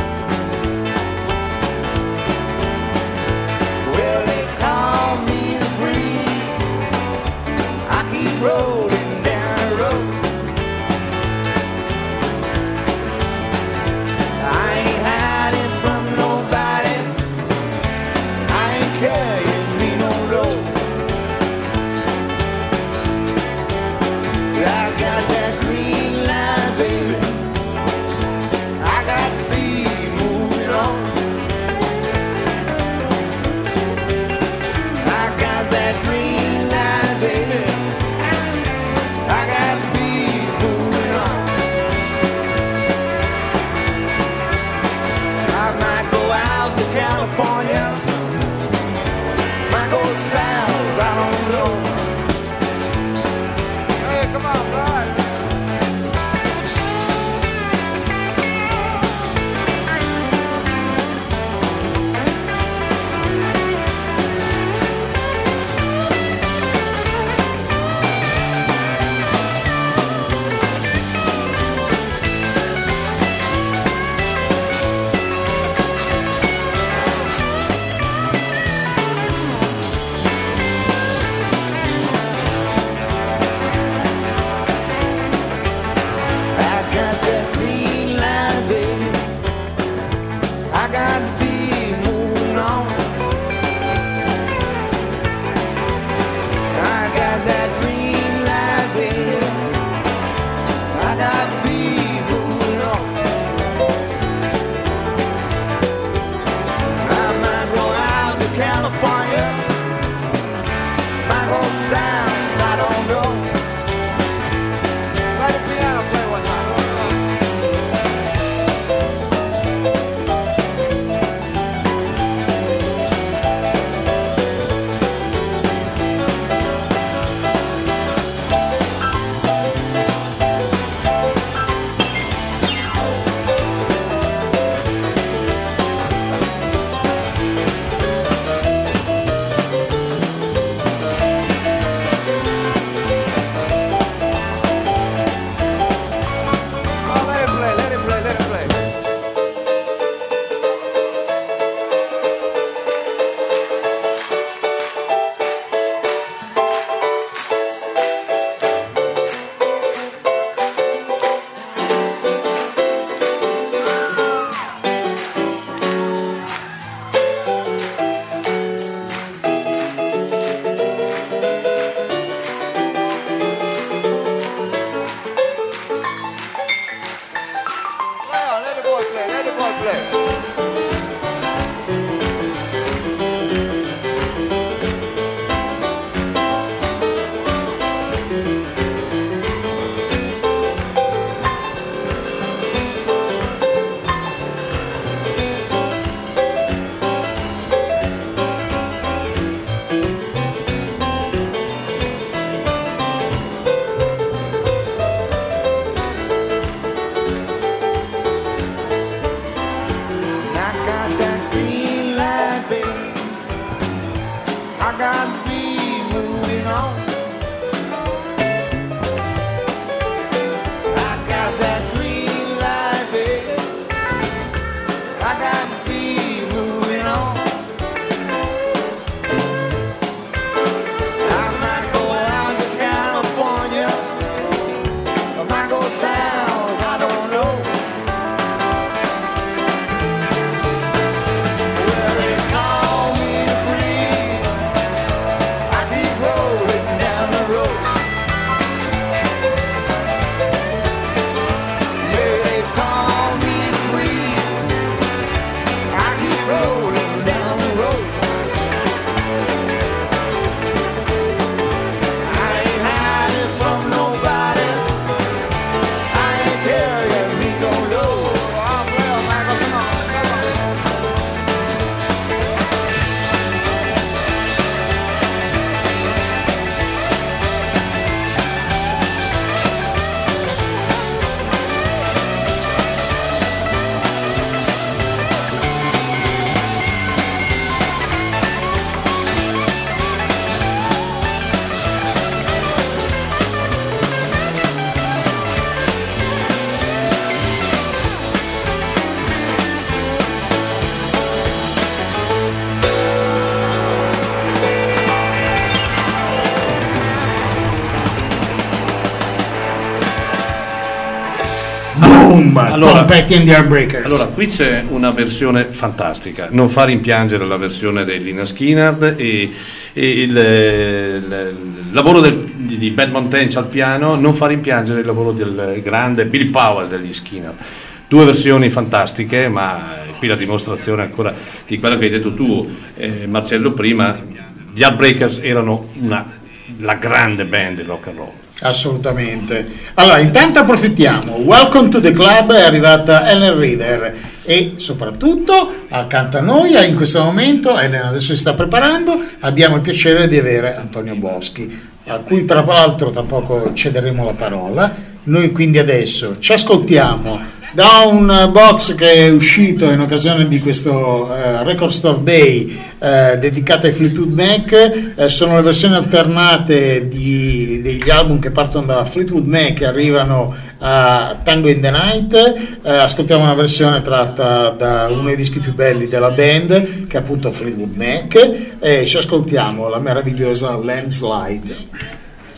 Boom, Allora- Tom Petty and the Heartbreakers. Allora, qui c'è una versione fantastica, non fa rimpiangere la versione dei Lynyrd Skynyrd e, e il, il- il lavoro del- di, di Bad Mountain al piano non fa rimpiangere il lavoro del grande Bill Powell degli Skynyrd. Due versioni fantastiche, ma qui la dimostrazione ancora di quello che hai detto tu, eh, Marcello, prima. Gli Heartbreakers erano una, la grande band del rock and roll. Assolutamente. Allora, intanto approfittiamo. Welcome to the club, è arrivata Ellen Reader e soprattutto accanto a noi in questo momento, Ellen adesso si sta preparando, abbiamo il piacere di avere Antonio Boschi, a cui tra l'altro tra poco cederemo la parola. Noi quindi adesso ci ascoltiamo da un box che è uscito in occasione di questo eh, Record Store Day eh, dedicato ai Fleetwood Mac. Eh, sono le versioni alternate di, degli album che partono da Fleetwood Mac e arrivano a Tango in the Night. Eh, ascoltiamo una versione tratta da uno dei dischi più belli della band, che è appunto Fleetwood Mac, e ci ascoltiamo la meravigliosa Landslide.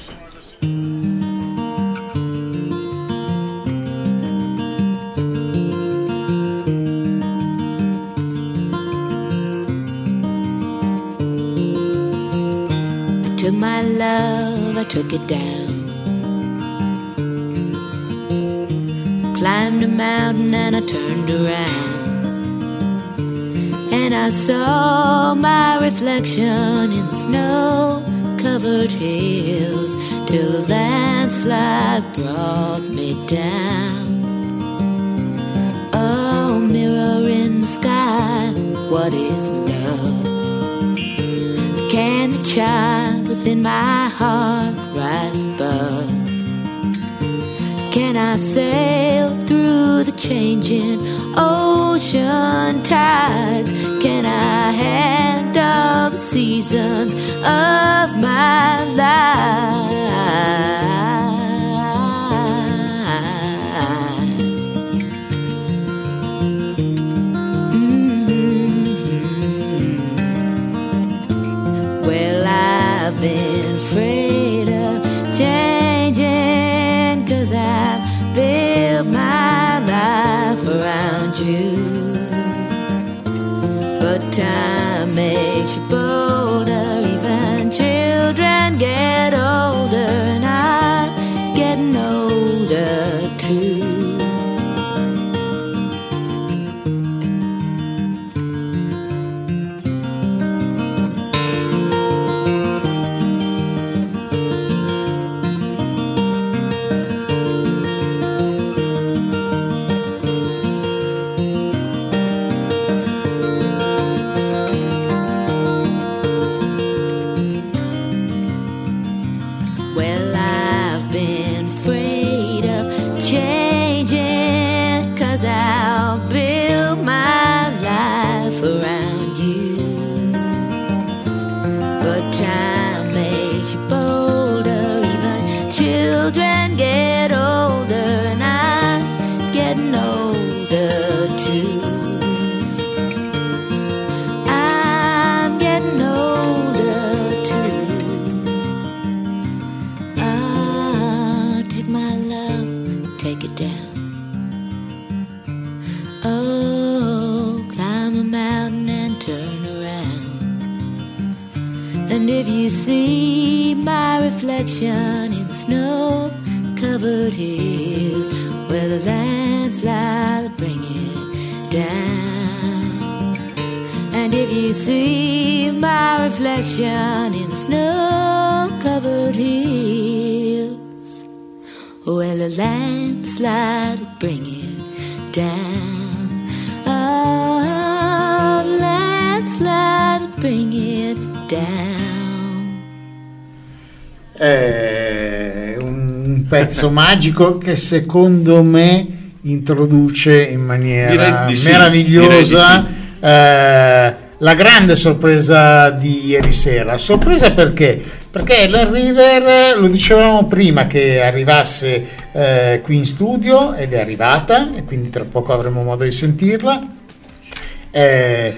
Took my love, I took it down. Climbed a mountain and I turned around. And I saw my reflection in the snow-covered hills till the landslide brought me down. Oh, mirror in the sky, what is love? Can the child within my heart rise above? Can I sail through the changing ocean tides? Can I handle the seasons of my life? Been afraid of changing, 'cause I built my life around you. But time makes you bolder, even children get older, and I'm getting older too. See my reflection in the snow-covered hills, where the landslide will bring it down. And if you see my reflection in the snow-covered hills, well, the landslide will bring it down. Oh, the landslide will bring it down. È un pezzo magico che secondo me introduce in maniera Direi di sì, meravigliosa direi di sì. eh, la grande sorpresa di ieri sera. Sorpresa perché? Perché Ellen Reader, lo dicevamo prima che arrivasse eh, qui in studio, ed è arrivata, e quindi tra poco avremo modo di sentirla. Eh,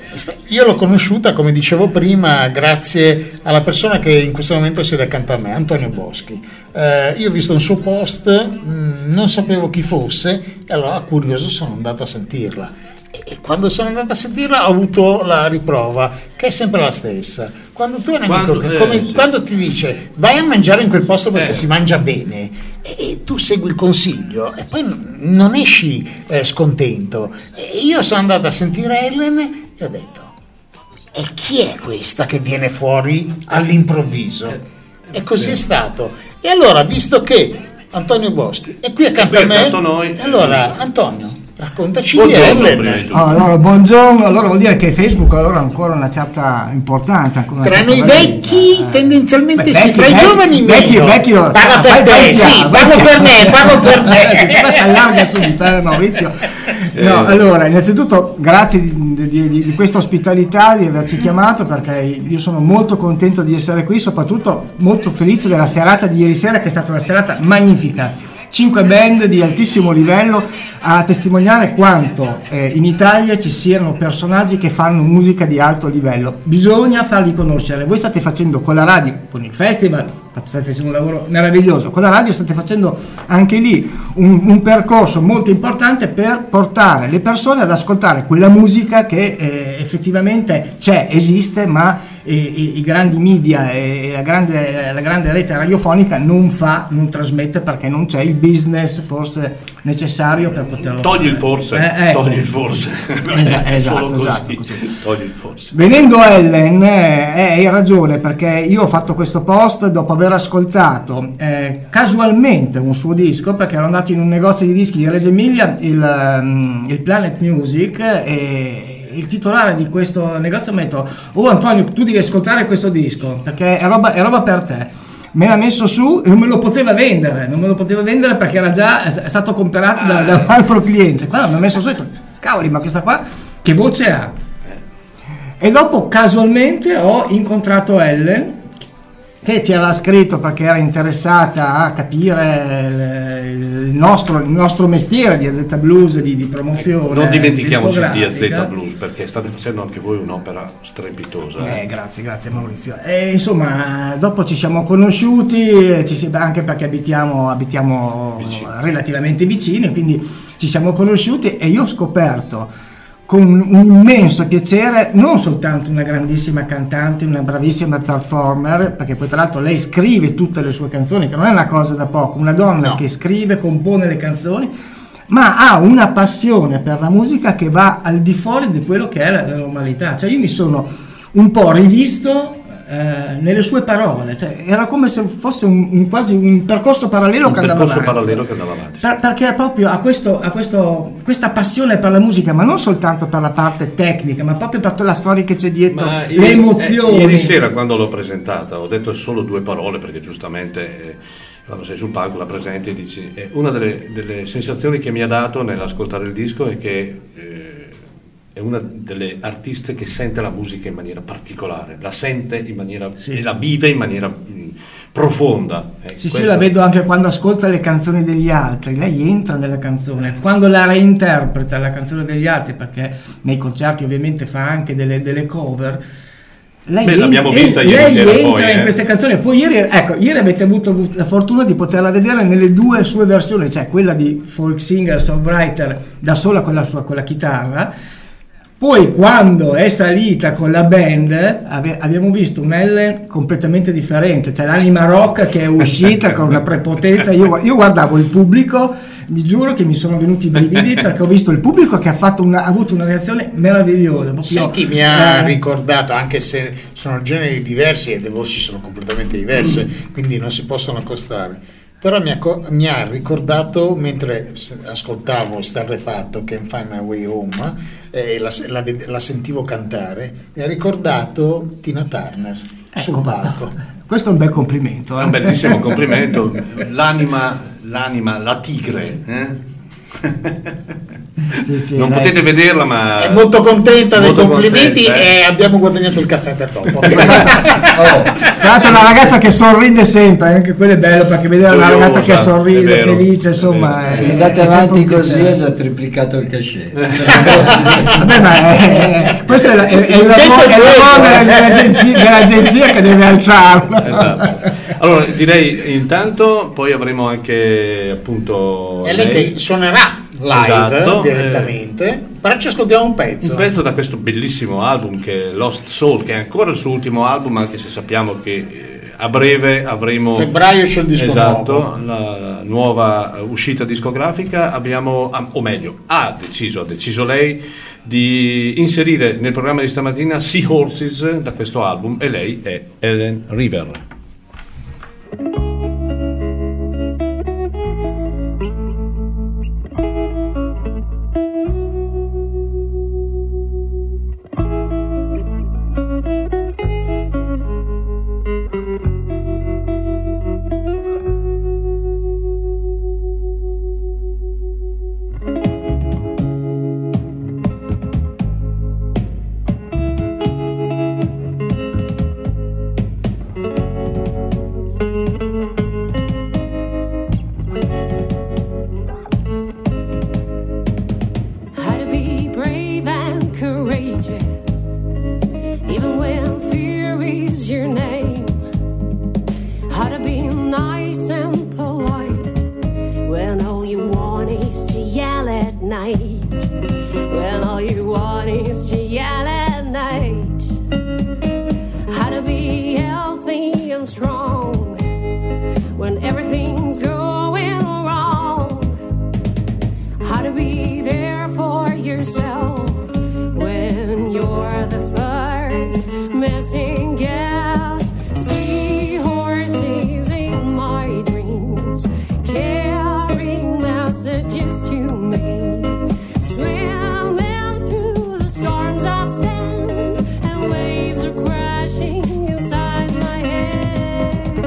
Io l'ho conosciuta, come dicevo prima, grazie alla persona che in questo momento siede accanto a me, Antonio Boschi. Eh, io ho visto un suo post, mh, non sapevo chi fosse, e allora curioso sono andato a sentirla. E, e quando sono andato a sentirla ho avuto la riprova, che è sempre la stessa. Quando tu hai un amico Quando, che come, eh, sì. quando ti dice vai a mangiare in quel posto perché Eh. si mangia bene, e, e tu segui il consiglio e poi n- non esci eh, scontento. E io sono andato a sentire Ellen e ho detto, e chi è questa che viene fuori all'improvviso? E così è stato. E allora, visto che Antonio Boschi è qui accanto Qui a me, accanto a noi, e allora Antonio, raccontaci di Buongiorno, prima di Ellen. tutto. Oh, allora, buongiorno, allora vuol dire che Facebook allora ha ancora una certa importanza. Ancora una Tra certa noi valenza. vecchi tendenzialmente Beh, sì, vecchio, fra i vecchio, giovani vecchio, meno. vecchio, Parla ah, per vai, te, vai, sì, vai, parlo vai. per me, parlo per me. Questa allarga subito, eh, Maurizio. No, allora, innanzitutto grazie di, di, di, di questa ospitalità, di averci chiamato, perché io sono molto contento di essere qui, soprattutto molto felice della serata di ieri sera, che è stata una serata magnifica. Cinque band di altissimo livello a testimoniare quanto eh, in Italia ci siano personaggi che fanno musica di alto livello. Bisogna farli conoscere. Voi state facendo con la radio, con il festival, state facendo un lavoro meraviglioso, con la radio state facendo anche lì un, un percorso molto importante per portare le persone ad ascoltare quella musica che eh, effettivamente c'è, esiste, ma eh, i, i grandi media e la grande, la grande rete radiofonica non fa, non trasmette, perché non c'è il business forse necessario per poterlo Togli fare. il forse, Eh, ecco. togli il forse. Esa- Solo esatto, così. esatto, così. Togli il forse. Venendo a Ellen, eh, hai ragione, perché io ho fatto questo post dopo aver ascoltato eh, casualmente un suo disco, perché ero andato in un negozio di dischi di Reggio Emilia, il, um, il Planet Music, e il titolare di questo negozio mi ha detto: oh Antonio, tu devi ascoltare questo disco perché è roba, è roba per te. Me l'ha messo su e non me lo poteva vendere, non me lo poteva vendere perché era già è stato comprato da, da un altro cliente. Quando mi ha messo su, ho detto: cavoli, ma questa qua che voce ha? E dopo casualmente ho incontrato Ellen, che ci aveva scritto perché era interessata a capire il nostro, il nostro mestiere di A Z Blues, di, di promozione. Non dimentichiamoci di A Z discografica. Blues, perché state facendo anche voi un'opera strepitosa. Eh, grazie, grazie Maurizio. E insomma, dopo ci siamo conosciuti, ci si- anche perché abitiamo, abitiamo relativamente vicini, quindi ci siamo conosciuti e io ho scoperto con un immenso piacere non soltanto una grandissima cantante, una bravissima performer, perché poi tra l'altro lei scrive tutte le sue canzoni, che non è una cosa da poco, una donna No. che scrive, compone le canzoni, ma ha una passione per la musica che va al di fuori di quello che è la, la normalità. Cioè io mi sono un po' rivisto eh, nelle sue parole, cioè, era come se fosse un, un- quasi un percorso parallelo Un che andava percorso avanti. parallelo che andava avanti. Per- perché proprio ha, questo, ha questo, questa passione per la musica, ma non soltanto per la parte tecnica, ma proprio per tutta la storia che c'è dietro, Ma le ieri- emozioni. eh, ieri sera quando l'ho presentata ho detto solo due parole, perché giustamente eh, quando sei sul palco la presenti e dici eh, una delle, delle sensazioni che mi ha dato nell'ascoltare il disco è che eh, è una delle artiste che sente la musica in maniera particolare, la sente in maniera e la vive in maniera mh, profonda. Eh, Sì, sì, questo- la vedo anche quando ascolta le canzoni degli altri, lei entra nella canzone, quando la reinterpreta la canzone degli altri, perché nei concerti ovviamente fa anche delle, delle cover. Lei, Beh, l'abbiamo en- vista lei ieri sera entra poi, in eh. queste canzoni. Poi ieri, ecco, ieri avete avuto la fortuna di poterla vedere nelle due sue versioni, cioè quella di folk singer songwriter da sola con la sua con la chitarra. Poi quando è salita con la band ave- abbiamo visto un'Ellen completamente differente, cioè l'anima rock che è uscita con una prepotenza. Io, io guardavo il pubblico, vi giuro che mi sono venuti i brividi perché ho visto il pubblico che ha, fatto una, ha avuto una reazione meravigliosa. Proprio, Sai chi mi ha eh, ricordato, anche se sono generi diversi e le voci sono completamente diverse, Mm. quindi non si possono accostare, però mi ha, co- mi ha ricordato, mentre s- ascoltavo Starrefatto, Can't Find My Way Home, eh, e la, la ved- la sentivo cantare, mi ha ricordato Tina Turner sul ecco, palco. questo è un bel complimento. È eh. un bellissimo complimento. L'anima, l'anima, la tigre, eh? Sì, sì, non dai. potete vederla, ma È molto contenta molto dei complimenti contenta, eh. e abbiamo guadagnato il caffè per dopo. Tra l'altro è una ragazza che sorride sempre, anche quello è bello perché vedere una Gioiosa, ragazza che è sorride, vero, felice, è insomma. vero. è- Se è andate sempre avanti un così piacere. è già triplicato il cachet. Vabbè, ma è- questo è, la- è- è il Il lavoro, tempo è è il lavoro quello, eh. dell'agenzia, dell'agenzia che deve alzarlo. Esatto. Allora direi intanto poi avremo anche appunto È lei che suonerà live Esatto, direttamente, però ci ascoltiamo un pezzo. un pezzo da questo bellissimo album che è Lost Soul, che è ancora il suo ultimo album, anche se sappiamo che eh, a breve avremo Febbraio c'è il disco esatto, nuovo. la, la nuova eh, uscita discografica. Abbiamo, ah, o meglio, ha deciso, ha deciso lei di inserire nel programma di stamattina Seahorses da questo album, e lei è Ellen River. How to be brave and courageous, even when fear is your name. How to be nice and polite when all you want is to yell at night. When all you want is to yell at night. How to be healthy and strong when everything's going wrong. How to be there for yourself when you're the first missing guest. See horses in my dreams, carrying messages to me, swimming through the storms of sand, and waves are crashing inside my head.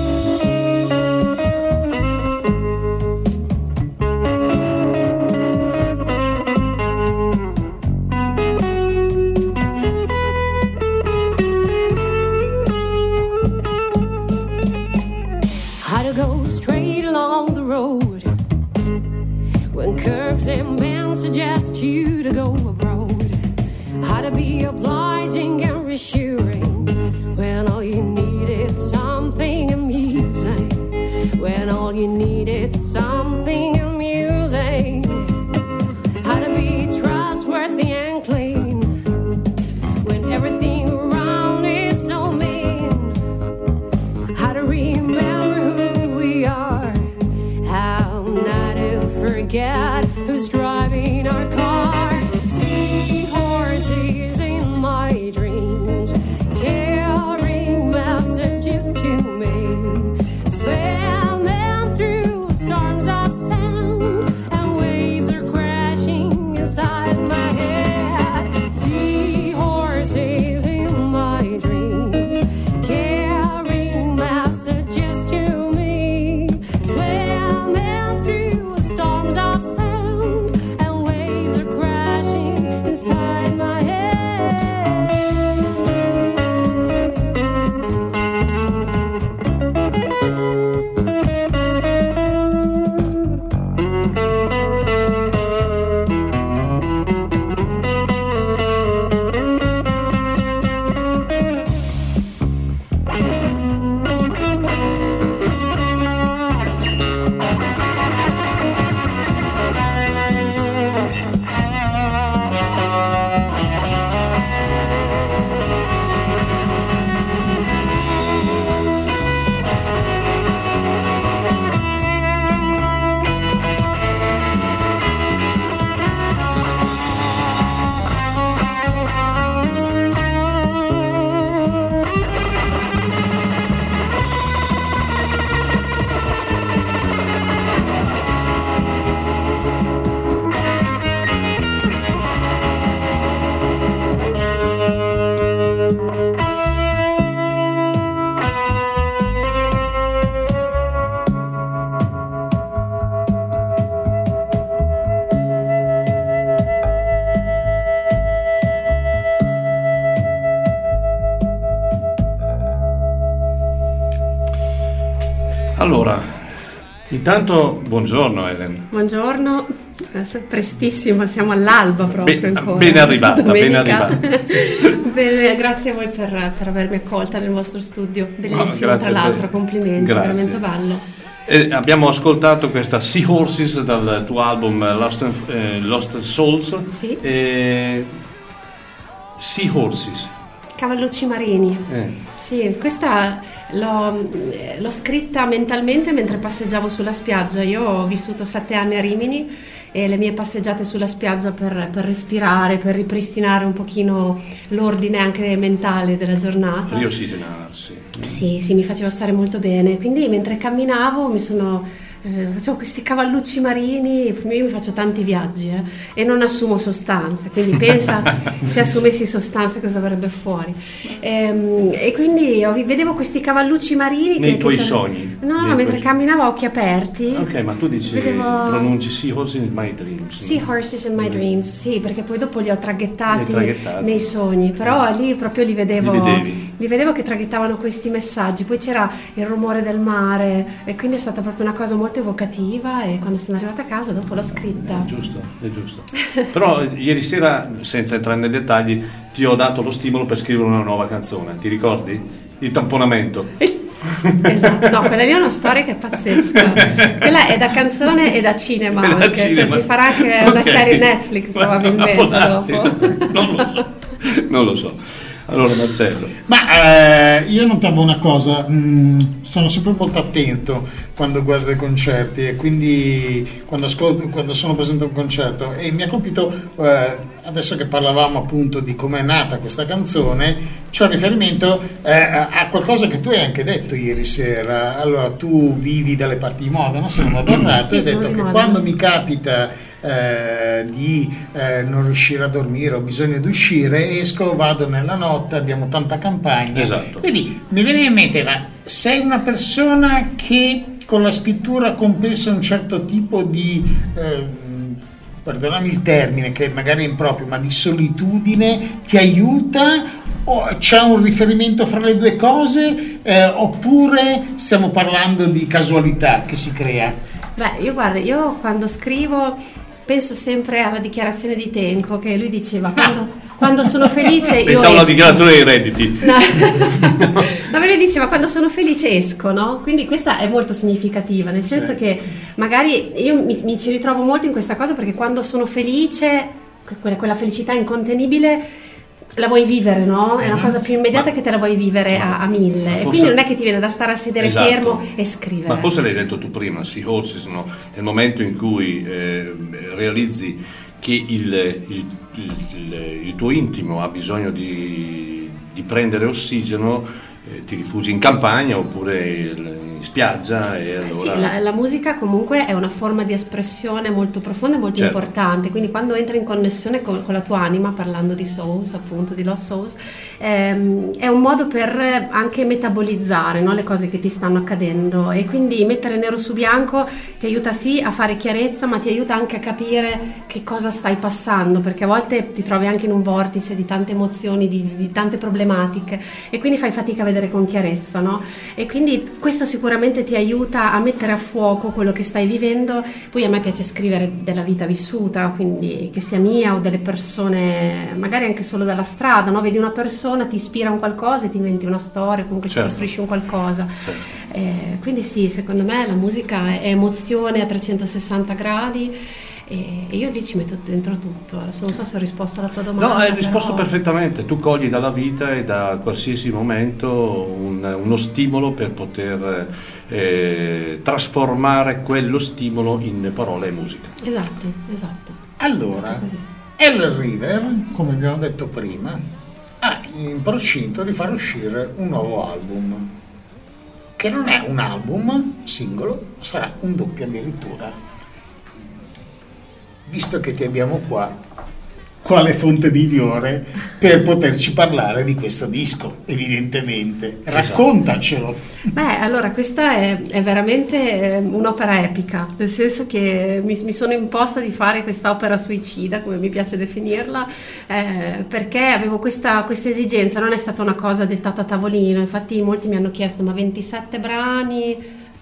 How to go straight along the road when curves and bends suggest you to go abroad. How to be obliging and reassuring when all you needed something amusing. When all you needed something amusing. How to be trustworthy and clean when everything around is so mean. How to remember who we are, how not to forget who's driving our car. See horses in my dreams, carrying messages to me, swimming through storms of sand, and waves are crashing inside my head. See horses in my dreams, carrying messages Allora, intanto buongiorno Helen. Buongiorno, adesso è prestissimo, siamo all'alba proprio Be- ancora. Ben arrivata, Domenica. ben arrivata. Bene, grazie a voi per, per avermi accolta nel vostro studio, bellissimo No, tra l'altro, complimenti, Grazie. veramente bello. Eh, abbiamo ascoltato questa Seahorses dal tuo album Lost, and, eh, Lost Souls. Sì. Eh, Seahorses. Cavallucci marini. Eh. Sì, questa l'ho, l'ho scritta mentalmente mentre passeggiavo sulla spiaggia. Io ho vissuto sette anni a Rimini e le mie passeggiate sulla spiaggia per, per respirare, per ripristinare un pochino l'ordine anche mentale della giornata. Riossigenarsi. Sì, sì, mi faceva stare molto bene. Quindi mentre camminavo mi sono... Eh, facevo questi cavallucci marini, io mi faccio tanti viaggi eh, e non assumo sostanze, quindi pensa se assumessi sostanze cosa verrebbe fuori. Ehm, e quindi ho, vedevo questi cavallucci marini nei che, tuoi che, sogni? No, no, nei mentre tuoi... camminavo a occhi aperti. Ok, ma tu dici, vedevo... pronunci Seahorses in My Dreams. Seahorses in My Dreams, sì, perché poi dopo li ho traghettati, Li hai traghettati. nei sogni, però eh. lì proprio li vedevo, li vedevi. li vedevo che traghettavano questi messaggi, poi c'era il rumore del mare e quindi è stata proprio una cosa molto evocativa. E quando sono arrivata a casa dopo l'ho scritta. È giusto, è giusto. Però ieri sera, senza entrare nei dettagli, ti ho dato lo stimolo per scrivere una nuova canzone, ti ricordi? Il tamponamento. Esatto, no, quella lì è una storia che è pazzesca. Quella è da canzone e da cinema, da anche. cinema. Cioè si farà anche una Ok. serie Netflix probabilmente dopo. Non lo so, non lo so. Allora Marcello. Ma eh, io notavo una cosa, mh, sono sempre molto attento quando guardo i concerti e quindi quando, ascolto, quando sono presente a un concerto, e mi ha colpito, eh, adesso che parlavamo appunto di come è nata questa canzone, c'è un riferimento eh, a qualcosa che tu hai anche detto ieri sera. Allora, tu vivi dalle parti di Modena, se non vado errato, Sì, e hai sono detto di che Modena. quando mi capita eh, di eh, non riuscire a dormire, ho bisogno di uscire, esco, vado nella notte, abbiamo tanta campagna. Esatto. Quindi mi viene in mente, ma sei una persona che con la scrittura compensa un certo tipo di, eh, perdonami il termine che magari è improprio, ma di solitudine, ti aiuta? O c'è un riferimento fra le due cose, eh, oppure stiamo parlando di casualità che si crea? Beh, io guarda, io quando scrivo penso sempre alla dichiarazione di Tenco, che lui diceva quando, quando sono felice io Pensavo alla esco. dichiarazione dei redditi. No. No, me lui diceva quando sono felice esco, no? Quindi questa è molto significativa, nel senso Sì. che magari io mi, mi ci ritrovo molto in questa cosa, perché quando sono felice, quella, quella felicità incontenibile la vuoi vivere, no? È una cosa più immediata Ma- che te la vuoi vivere a, a mille, e forse- quindi non è che ti viene da stare a sedere Esatto. fermo e scrivere. Ma forse l'hai detto tu prima, Seahorses, no? Nel momento in cui eh, realizzi che il, il, il, il- il tuo intimo ha bisogno di, di prendere ossigeno, eh, ti rifugi in campagna oppure il- in spiaggia e Eh allora... Sì, la, la musica comunque è una forma di espressione molto profonda e molto Certo. importante, quindi quando entri in connessione con, con la tua anima, parlando di Souls, appunto di Lost Souls, ehm, è un modo per anche metabolizzare, no, le cose che ti stanno accadendo, e quindi mettere nero su bianco ti aiuta sì a fare chiarezza, ma ti aiuta anche a capire che cosa stai passando, perché a volte ti trovi anche in un vortice di tante emozioni, di, di, di tante problematiche, e quindi fai fatica a vedere con chiarezza, no? E quindi questo sicuramente ti aiuta a mettere a fuoco quello che stai vivendo. Poi a me piace scrivere della vita vissuta, quindi che sia mia o delle persone, magari anche solo dalla strada, no? Vedi una persona, ti ispira un qualcosa e ti inventi una storia, comunque Certo. ti costruisci un qualcosa. Certo. Eh, quindi sì, secondo me la musica è emozione a trecentosessanta gradi, e e io lì ci metto dentro tutto. Adesso non so se ho risposto alla tua domanda. No, hai risposto però- perfettamente. Tu cogli dalla vita e da qualsiasi momento un- uno stimolo per poter eh, trasformare quello stimolo in parole e musica. Esatto, esatto. Allora, Così. El River, come abbiamo detto prima, ha in procinto di far uscire un nuovo album, che non è un album singolo, ma sarà un doppio addirittura. Visto che ti abbiamo qua, quale fonte migliore per poterci parlare di questo disco, evidentemente? Raccontacelo. Beh, allora questa è, è veramente eh, un'opera epica, nel senso che mi, mi sono imposta di fare questa opera suicida, come mi piace definirla, eh, perché avevo questa, questa esigenza, non è stata una cosa dettata a tavolino. Infatti molti mi hanno chiesto: ma ventisette brani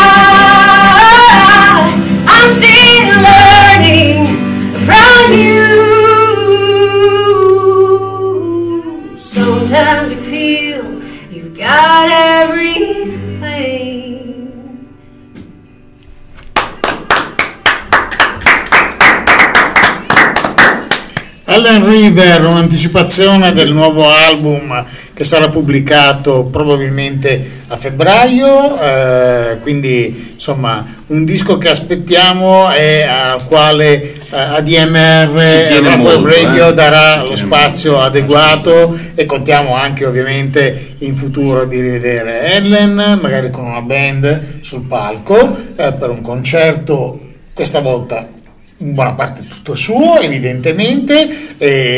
Ellen River, un'anticipazione del nuovo album che sarà pubblicato probabilmente a febbraio, eh, quindi insomma un disco che aspettiamo e al quale eh, A D M R Rock Web Radio eh? darà lo spazio adeguato, e contiamo anche ovviamente in futuro di rivedere Ellen, magari con una band sul palco, eh, per un concerto questa volta in buona parte tutto suo, evidentemente,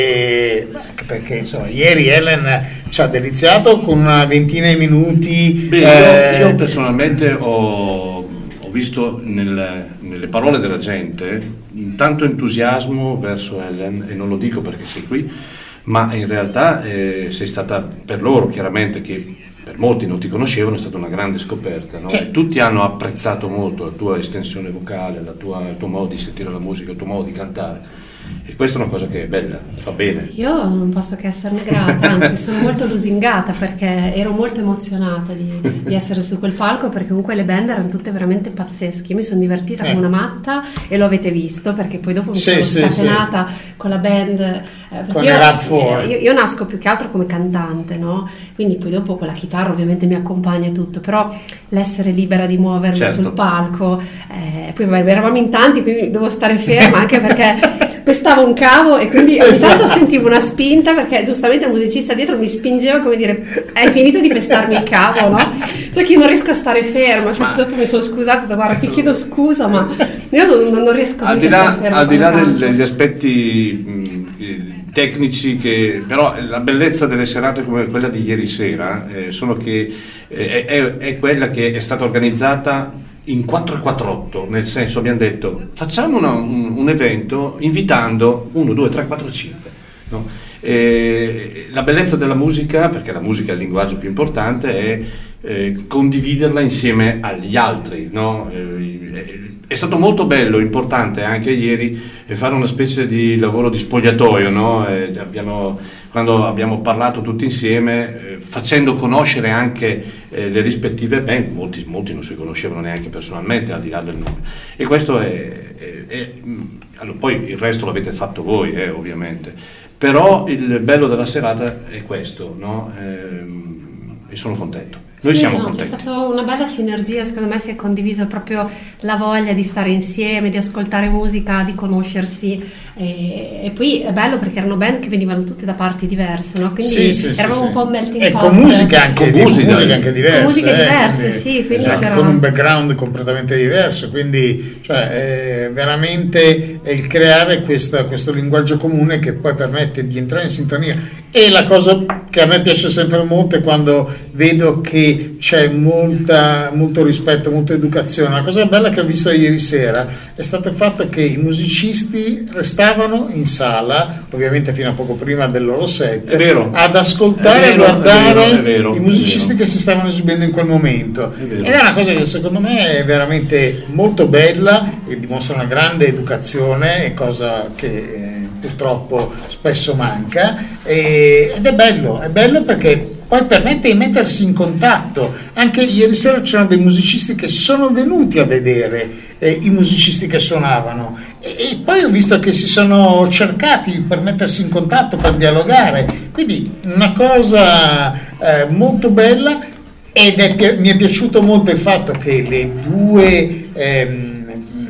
e anche perché insomma ieri Ellen ci ha deliziato con una ventina di minuti. Beh, eh, io, io personalmente ho, ho visto nel, nelle parole della gente tanto entusiasmo verso Ellen, e non lo dico perché sei qui, ma in realtà eh, sei stata, per loro chiaramente, che per molti non ti conoscevano, è stata una grande scoperta, no? Sì. Tutti hanno apprezzato molto la tua estensione vocale, la tua, il tuo modo di sentire la musica, il tuo modo di cantare, e questa è una cosa che è bella, fa bene. Io non posso che esserne grata, anzi sono molto lusingata perché ero molto emozionata di, di essere su quel palco, perché comunque le band erano tutte veramente pazzesche. Io mi sono divertita Eh. come una matta, e lo avete visto perché poi dopo mi Sì, sono sì, scatenata con la band, eh, perché Con io, i Rap Four. eh, io, io nasco più che altro come cantante, no? Quindi poi dopo con la chitarra ovviamente mi accompagna e tutto, però l'essere libera di muovermi Certo. sul palco, eh, poi vabbè, eravamo in tanti, quindi dovevo stare ferma anche perché pestavo un cavo, e quindi ogni tanto sentivo una spinta, perché giustamente il musicista dietro mi spingeva, come dire, hai finito di pestarmi il cavo, no? Cioè che io non riesco a stare ferma, infatti dopo mi sono scusata, ho detto, guarda, ti chiedo scusa, ma io non, non riesco Al mica di a là, stare ferma. al di là come del- canto. degli aspetti mh, tecnici, che però la bellezza delle serate come quella di ieri sera eh, sono che eh, è, è quella che è stata organizzata in quattro quattro otto, nel senso, abbiamo detto facciamo una- un, un evento invitando uno, due, tre, quattro, cinque, no? E la bellezza della musica, perché la musica è il linguaggio più importante, è eh, condividerla insieme agli altri, no? Eh, è stato molto bello, importante anche ieri, eh, fare una specie di lavoro di spogliatoio, no? Eh, abbiamo, quando abbiamo parlato tutti insieme, eh, facendo conoscere anche eh, le rispettive band, molti, molti non si conoscevano neanche personalmente al di là del nome, e questo è, è- è- mh, allora, poi il resto l'avete fatto voi, eh, ovviamente, però il bello della serata è questo, no? Ehm, e sono contento. Noi Sì, siamo no, contenti. c'è stata una bella sinergia, secondo me si è condiviso proprio la voglia di stare insieme, di ascoltare musica, di conoscersi, e, e poi è bello perché erano band che venivano tutte da parti diverse, no? Quindi Sì, sì, sì, eravamo sì. un po' un melting E pot. con musiche anche, Con di- musica. musiche anche diverse, Con musiche eh, diverse, quindi- sì, quindi esatto, c'era- con un background completamente diverso, quindi cioè, eh, veramente è il creare questa- questo linguaggio comune che poi permette di entrare in sintonia. E la cosa che a me piace sempre molto è quando vedo che c'è molta, molto rispetto, molta educazione. La cosa bella che ho visto ieri sera è stato il fatto che i musicisti restavano in sala, ovviamente fino a poco prima del loro set, È vero. ad ascoltare È e vero, guardare è vero, è vero, i è musicisti vero. che si stavano esibendo in quel momento. È vero. Ed è una cosa che secondo me è veramente molto bella e dimostra una grande educazione, cosa che eh, purtroppo spesso manca, e- ed è bello, è bello perché poi permette di mettersi in contatto. Anche ieri sera c'erano dei musicisti che sono venuti a vedere eh, i musicisti che suonavano, e, e poi ho visto che si sono cercati per mettersi in contatto, per dialogare, quindi una cosa eh, molto bella. Ed è che mi è piaciuto molto il fatto che le due ehm,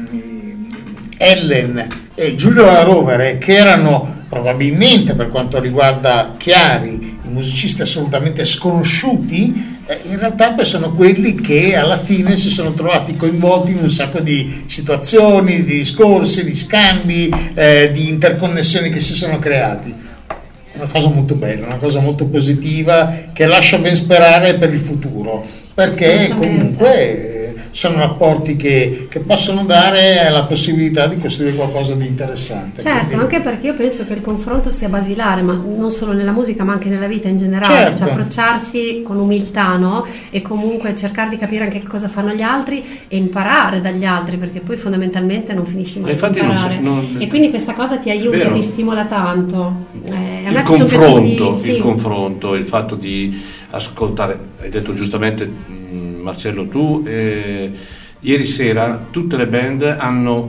Ellen e Giulio La Rovere, che erano probabilmente, per quanto riguarda Chiari, i musicisti assolutamente sconosciuti, eh, in realtà poi sono quelli che alla fine si sono trovati coinvolti in un sacco di situazioni, di discorsi, di scambi, eh, di interconnessioni che si sono creati. Una cosa molto bella, una cosa molto positiva, che lascia ben sperare per il futuro, perché comunque eh, sono rapporti che, che possono dare la possibilità di costruire qualcosa di interessante. Certo, Quindi- anche perché io penso che il confronto sia basilare, ma non solo nella musica, ma anche nella vita in generale, Certo. cioè approcciarsi con umiltà, no? E comunque cercare di capire anche che cosa fanno gli altri e imparare dagli altri, perché poi fondamentalmente non finisci mai di Infatti non imparare. si- non- E quindi questa cosa ti aiuta, Vero. ti stimola tanto. Eh, a me Il sono confronto, piaciuti- sì. il confronto, il fatto di ascoltare, hai detto giustamente mh, Marcello tu, eh, ieri sera tutte le band hanno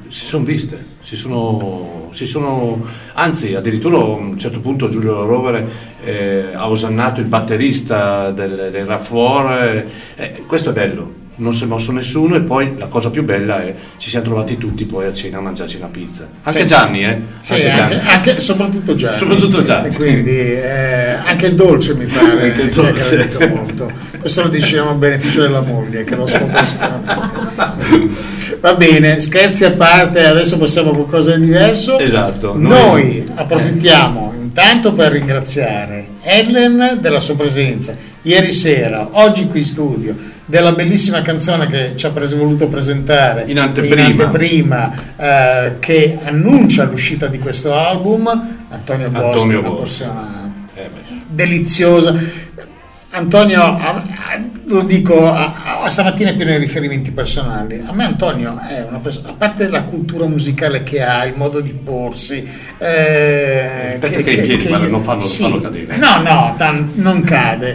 si sono viste, si sono, si sono, anzi addirittura a un certo punto Giulio La Rovere eh, ha osannato il batterista del, del Rafford, eh, questo è bello, non si è mosso nessuno e poi la cosa più bella è ci siamo trovati tutti poi a cena a mangiarci una pizza, anche sì. Gianni eh? Sì, anche anche, Gianni. Anche, soprattutto Gianni, soprattutto Gianni. E quindi eh, anche il dolce mi pare anche il che dolce. ha gradito molto. Questo lo diciamo a beneficio della moglie che lo ascolta sicuramente. Va bene, scherzi a parte, adesso passiamo a qualcosa di diverso. Esatto. Noi, noi approfittiamo intanto per ringraziare Ellen della sua presenza ieri sera, oggi qui in studio, della bellissima canzone che ci ha pres- voluto presentare in anteprima, in anteprima eh, che annuncia l'uscita di questo album. Antonio Boschi, Antonio una Boschi. persona Eh deliziosa. Antonio, a- a- lo dico a- a- stamattina è pieno di riferimenti personali. A me Antonio è una persona, a parte la cultura musicale che ha, il modo di porsi, eh, aspetta che, i piedi che, non fanno, sì, fanno cadere. no no tan- non cade,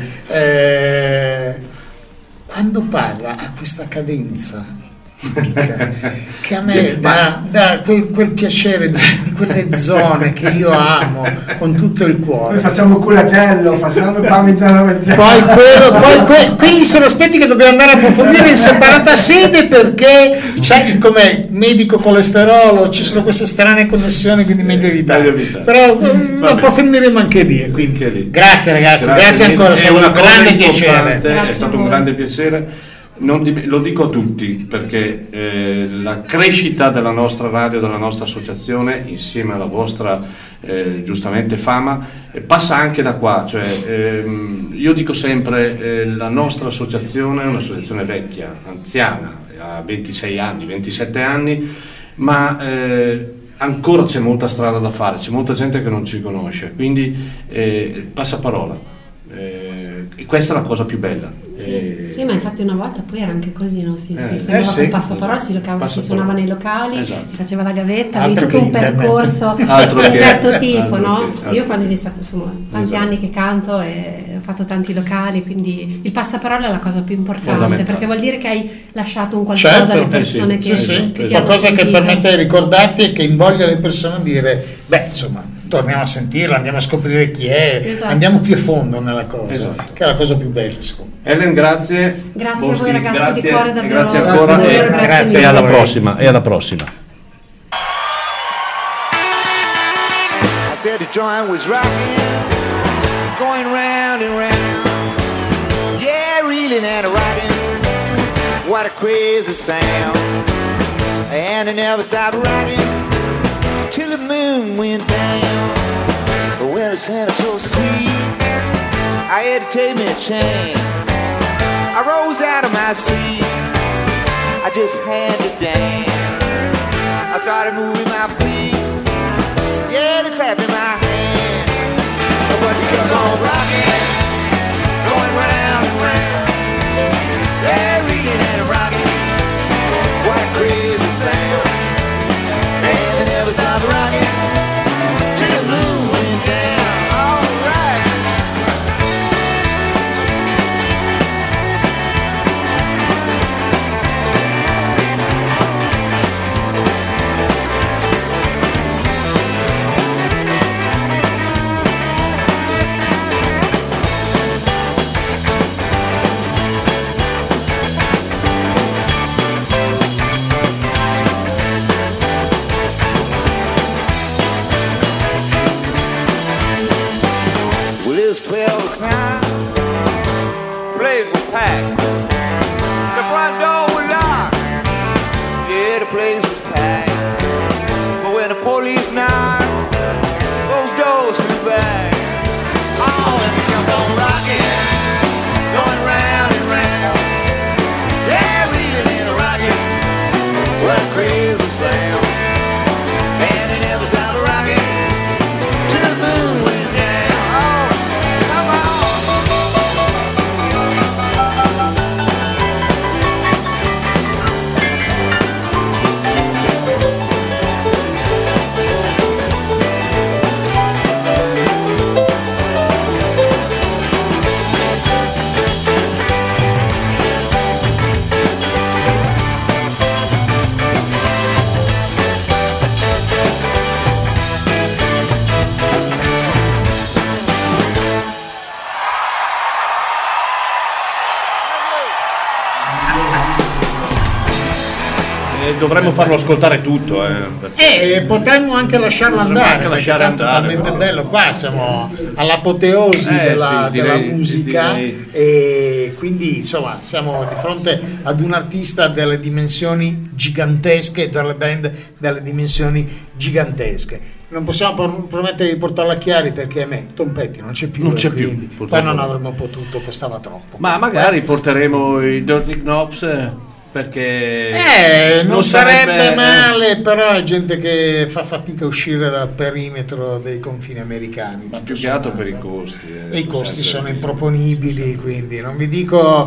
eh, quando parla ha questa cadenza tipica che a me dà, dà quel, quel piacere di, di quelle zone che io amo con tutto il cuore. Noi facciamo culatello, facciamo il parmigiano reggiano. Poi, quello, poi que, quelli sono aspetti che dobbiamo andare a approfondire in separata sede, perché c'è come medico colesterolo, ci sono queste strane connessioni, quindi meglio evitare. Però um, approfondiremo anche lì. Quindi, grazie ragazzi, grazie, grazie ancora, è stato un grande piacere. È stato un grande piacere. Non di, lo dico a tutti perché eh, la crescita della nostra radio, della nostra associazione, insieme alla vostra eh, giustamente fama, eh, passa anche da qua. Cioè, ehm, io dico sempre eh, la nostra associazione è un'associazione vecchia, anziana, ha ventisei anni, ventisette anni, ma eh, ancora c'è molta strada da fare, c'è molta gente che non ci conosce, quindi eh, passa parola. Eh, e questa è la cosa più bella. Sì, eh, sì, ma infatti una volta poi era anche così, no? Si, eh, si, si andava eh sì, con passaparola, si, locava, passaparola. si suonava nei locali, Esatto. si faceva la gavetta, Altro avevi tutto un che internet. percorso di Altro un che- certo tipo, altro no? che- altro. Io quando ho iniziato, insomma, tanti Esatto. anni che canto e ho fatto tanti locali, quindi il passaparola è la cosa più importante, Fondamentale. perché vuol dire che hai lasciato un qualcosa Certo, alle eh persone sì, che, sì, sì. che ti hanno Qualcosa che sentito. permette di ricordarti e che invoglia le persone a dire, beh, insomma, torniamo a sentirla, andiamo a scoprire chi è, Esatto. andiamo più a fondo nella cosa, Esatto. che è la cosa più bella, secondo me. Ellen, grazie. Grazie a Boschi, voi ragazzi, grazie, di cuore e davvero. grazie Grazie ancora davvero, e, grazie grazie mille. e alla prossima. E alla prossima. I said the joint was rocking, going round and round. Yeah, reeling and rocking. What a crazy sound. And it never stopped rocking till the moon went down. But when it sounded so sweet, I had to take me a chance. I rose out of my seat, I just had to dance. I started moving my feet, yeah, and clapping my hands. But you kept on rocking, going round and round. Yeah, reading and rocking, what a crazy sound. And they never stopped rocking till the moon went down. All right. Eh, dovremmo farlo ascoltare tutto. Eh, e potremmo anche lasciarlo andare, anche lasciare tanto andare, è talmente no? bello. Qua siamo all'apoteosi Eh, della, sì, direi, della musica, direi. e quindi insomma siamo di fronte ad un artista delle dimensioni gigantesche, delle band delle dimensioni gigantesche. Non possiamo por- promettere di portarla a Chiari perché a me Tom Petty non c'è più, Non e c'è più, quindi purtroppo poi non no. avremmo potuto, costava troppo. Ma magari porteremo i Dirty Knobs, eh, perché Eh, non, sarebbe, male, però è gente che fa fatica a uscire dal perimetro dei confini americani. Ma più che altro per i costi. eh, E i costi sempre- sono improponibili, quindi non vi dico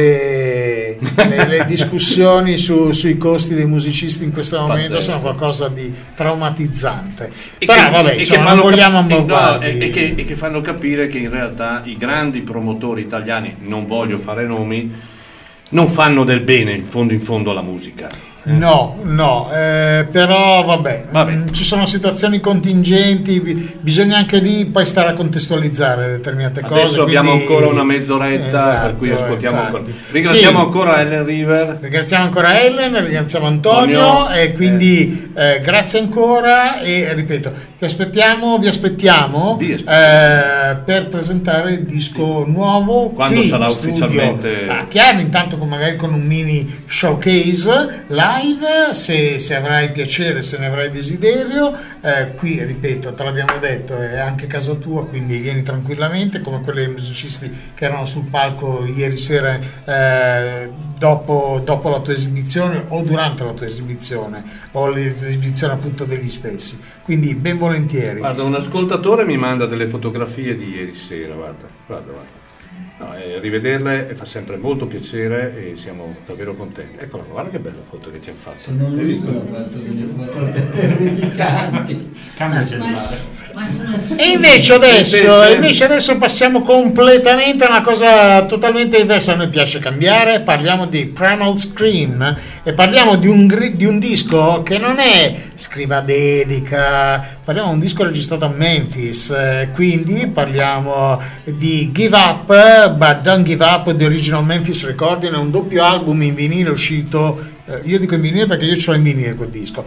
le, le- le discussioni su- sui costi dei musicisti in questo momento Pazzesco. sono qualcosa di traumatizzante. E Però che- vabbè, e che insomma, fanno non vogliamo cap- e, no, ammorbarli. e- e che, e che fanno capire che in realtà i grandi promotori italiani, non voglio fare nomi, non fanno del bene in fondo in fondo alla musica. No, no, eh, però vabbè, mm, ci sono situazioni contingenti, bi- bisogna anche lì poi stare a contestualizzare determinate cose. Adesso abbiamo quindi- ancora una mezz'oretta, Esatto, per cui ascoltiamo infatti. ancora. Ringraziamo Sì. ancora Ellen River. Ringraziamo ancora Ellen, ringraziamo Antonio, Antonio, e quindi eh, grazie ancora e ripeto, ti aspettiamo, vi aspettiamo, Vi eh, per presentare il disco nuovo Quando qui sarà in studio ufficialmente- a Chiari, intanto con, magari con un mini showcase live, se, se avrai piacere, se ne avrai desiderio, eh, qui ripeto, te l'abbiamo detto, è anche casa tua, quindi vieni tranquillamente, come quelli dei musicisti che erano sul palco ieri sera, eh, dopo, dopo la tua esibizione o durante la tua esibizione o l'esibizione appunto degli stessi, quindi ben volentieri. Guarda, un ascoltatore mi manda delle fotografie di ieri sera, guarda, guarda, guarda. No, eh, rivederle fa sempre molto piacere e siamo davvero contenti. Eccola, guarda che bella foto che ti hanno fatto. Sono Hai lui visto? che ha fatto delle foto terrificanti. Cambia cellulare. E invece adesso, invece adesso passiamo completamente a una cosa totalmente diversa. A noi piace cambiare, parliamo di Primal Scream e parliamo di un, gri- di un disco che non è scrivadelica, parliamo di un disco registrato a Memphis, eh, quindi parliamo di Give Up, But Don't Give Up, The Original Memphis Recording, è un doppio album in vinile uscito. Eh, io dico in vinile perché io ce l'ho in vinile quel disco,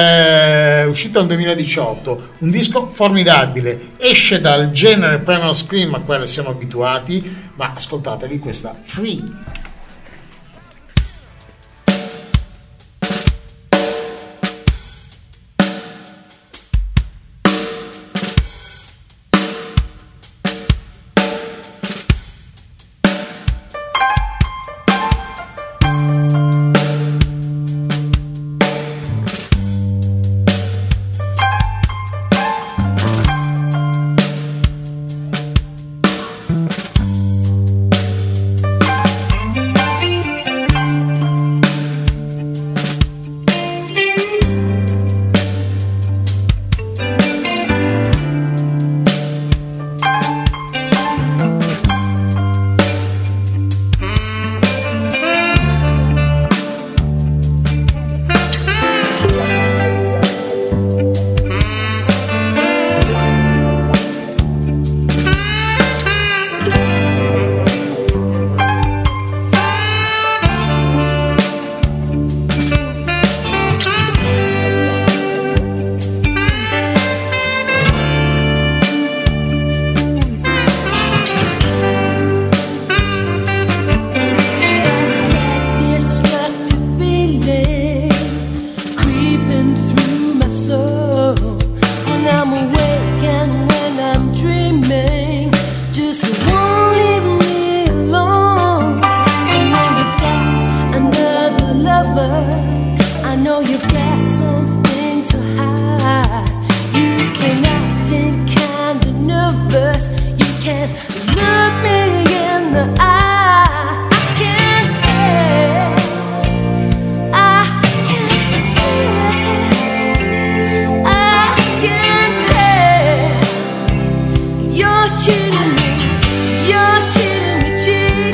è uscito nel duemiladiciotto, un disco formidabile, esce dal genere Primal Scream a quale siamo abituati, ma ascoltatevi questa Free.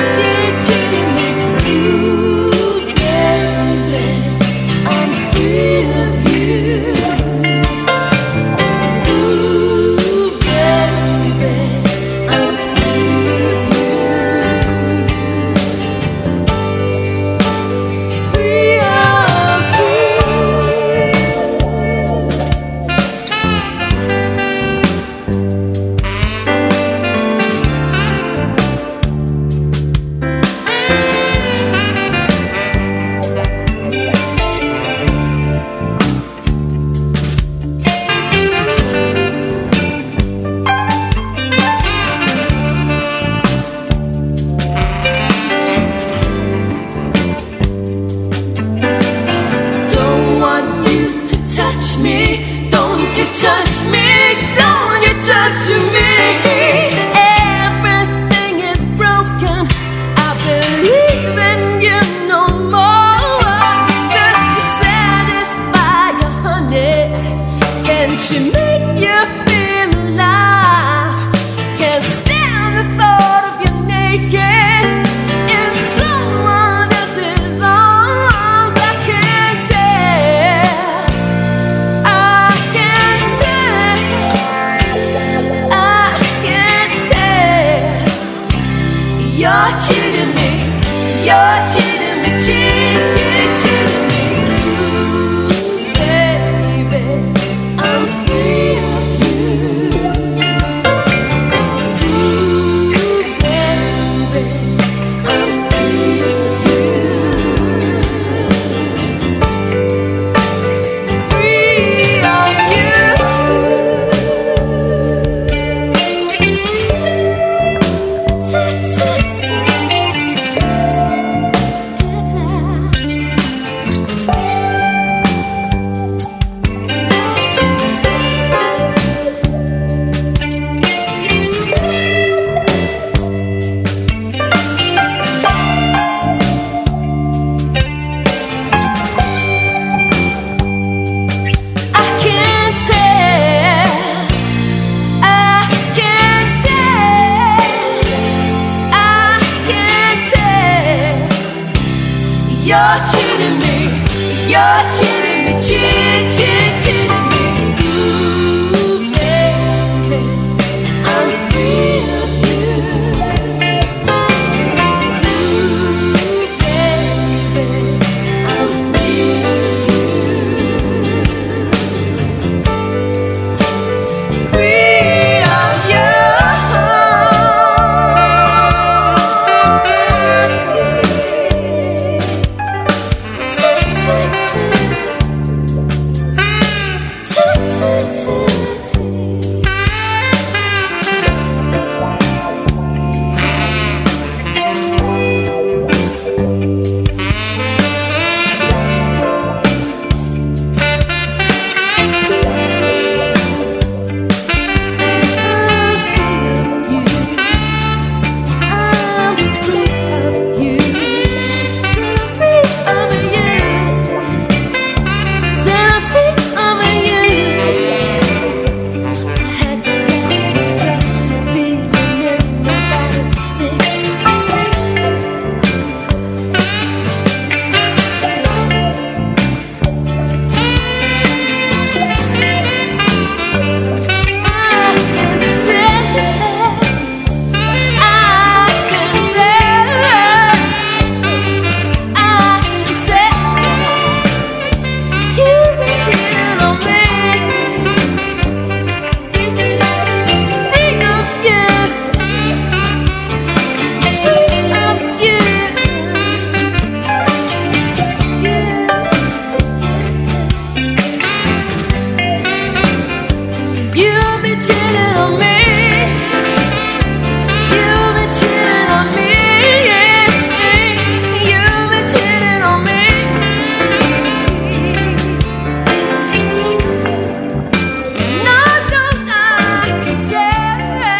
Free. touch me, don't you touch me, don't you touch me. Everything is broken, I believe in you no more. Does she satisfy you, honey? Can she make you feel alive? Can't stand the thought of you naked in someone else's arms. I can't tell, I can't tell, I can't tell. You're cheating me, you're cheating me, cheat, cheat, cheating me. Ooh, baby, I'm free of you. Ooh, baby, I'm free of you. Free of you. Ta-ta-ta. I can't tell, I can't tell, I can't tell. You're cheating me, you're cheating me, cheat, cheat, cheating me. Ooh, baby, I'm free of you. Ooh, baby, I'm free of you. Free of you. You've been cheating on me. You've been cheating on me. You've been cheating on me. No, no, I can tell.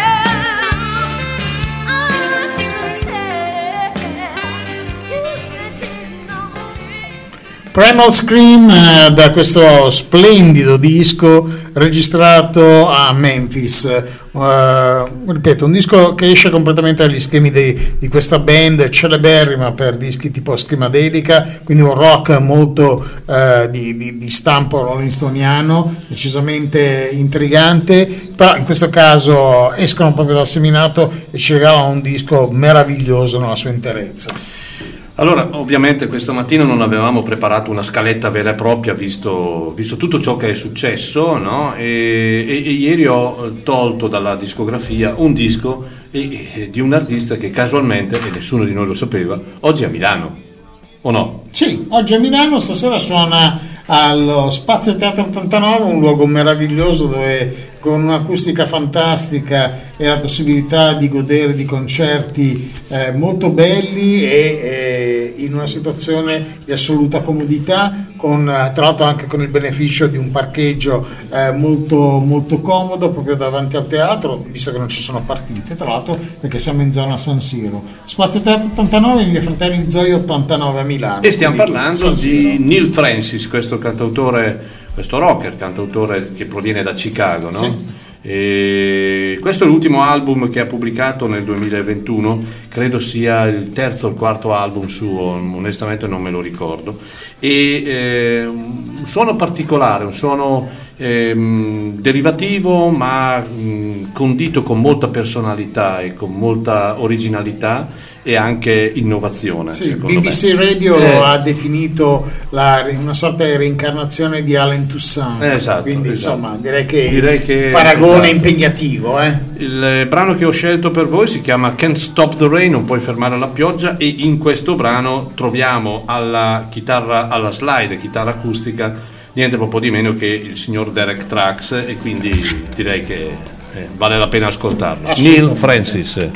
I can tell. You've been cheating on me. Primal Scream, eh, da questo splendido disco registrato a Memphis. Uh, ripeto, un disco che esce completamente dagli schemi dei, di questa band celeberrima per dischi tipo Screamadelica, quindi un rock molto uh, di, di, di stampo Rolling Stoniano, decisamente intrigante, però in questo caso escono proprio dal seminato e ci regalano un disco meraviglioso nella sua interezza. Allora, ovviamente questa mattina non avevamo preparato una scaletta vera e propria, visto, visto tutto ciò che è successo, no? e, e, e ieri ho tolto dalla discografia un disco e, e, di un artista che casualmente, e nessuno di noi lo sapeva, oggi è a Milano, o no? Sì, oggi a Milano, stasera suona allo Spazio Teatro ottantanove, un luogo meraviglioso dove con un'acustica fantastica e la possibilità di godere di concerti eh, molto belli e eh, in una situazione di assoluta comodità, con, tra l'altro anche con il beneficio di un parcheggio eh, molto, molto comodo proprio davanti al teatro, visto che non ci sono partite, tra l'altro perché siamo in zona San Siro. Spazio Teatro ottantanove in via Fratelli Zoi ottantanove a Milano. E stiamo parlando di Neil Francis, questo cantautore, questo rocker, cantautore che proviene da Chicago, no? Sì. E questo è l'ultimo album che ha pubblicato nel duemilaventuno, credo sia il terzo o il quarto album suo, onestamente non me lo ricordo, e eh, un suono particolare, un suono eh, derivativo ma mh, condito con molta personalità e con molta originalità e anche innovazione. Sì, B B C me. Radio eh, lo ha definito la, una sorta di reincarnazione di Allen Toussaint, esatto, quindi esatto. insomma direi che, direi che paragone esatto. impegnativo. Eh. Il brano che ho scelto per voi si chiama Can't Stop the Rain, non puoi fermare la pioggia, e in questo brano troviamo alla chitarra, alla slide, chitarra acustica, niente proprio di meno che il signor Derek Trucks, e quindi direi che eh, vale la pena ascoltarlo. Neil Francis.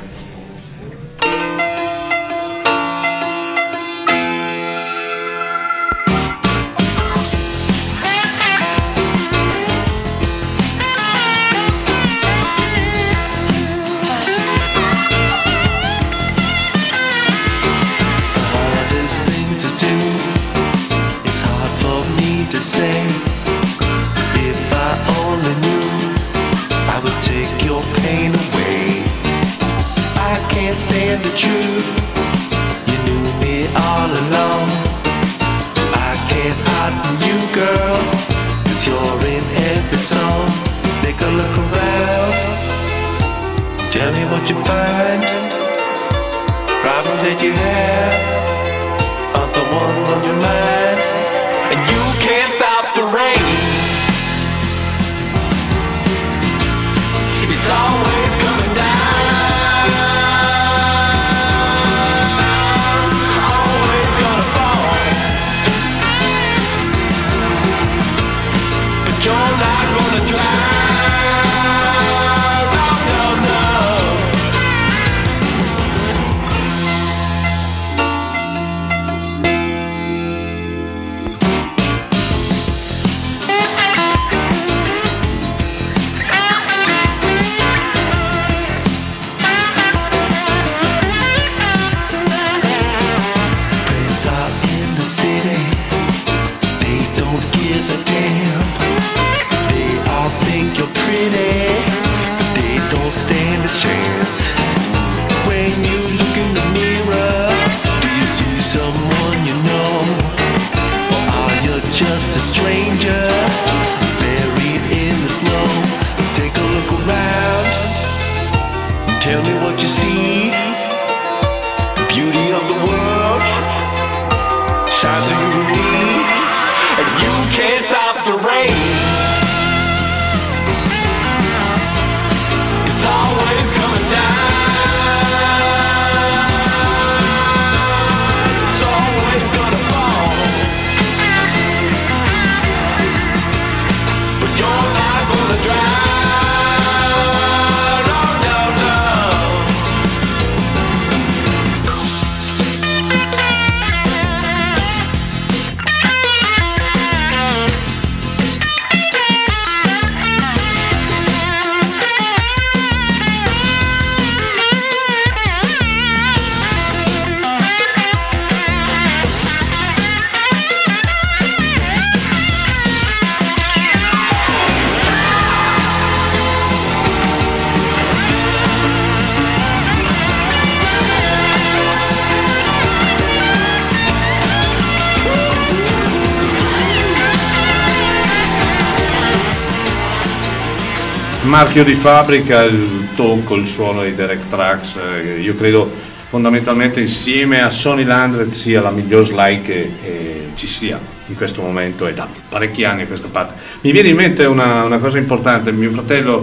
Marchio di fabbrica, il tocco, il suono di Derek Trucks, eh, io credo fondamentalmente insieme a Sonny Landreth sia la miglior slide che eh, ci sia in questo momento e da parecchi anni a questa parte. Mi viene in mente una, una cosa importante, mio fratello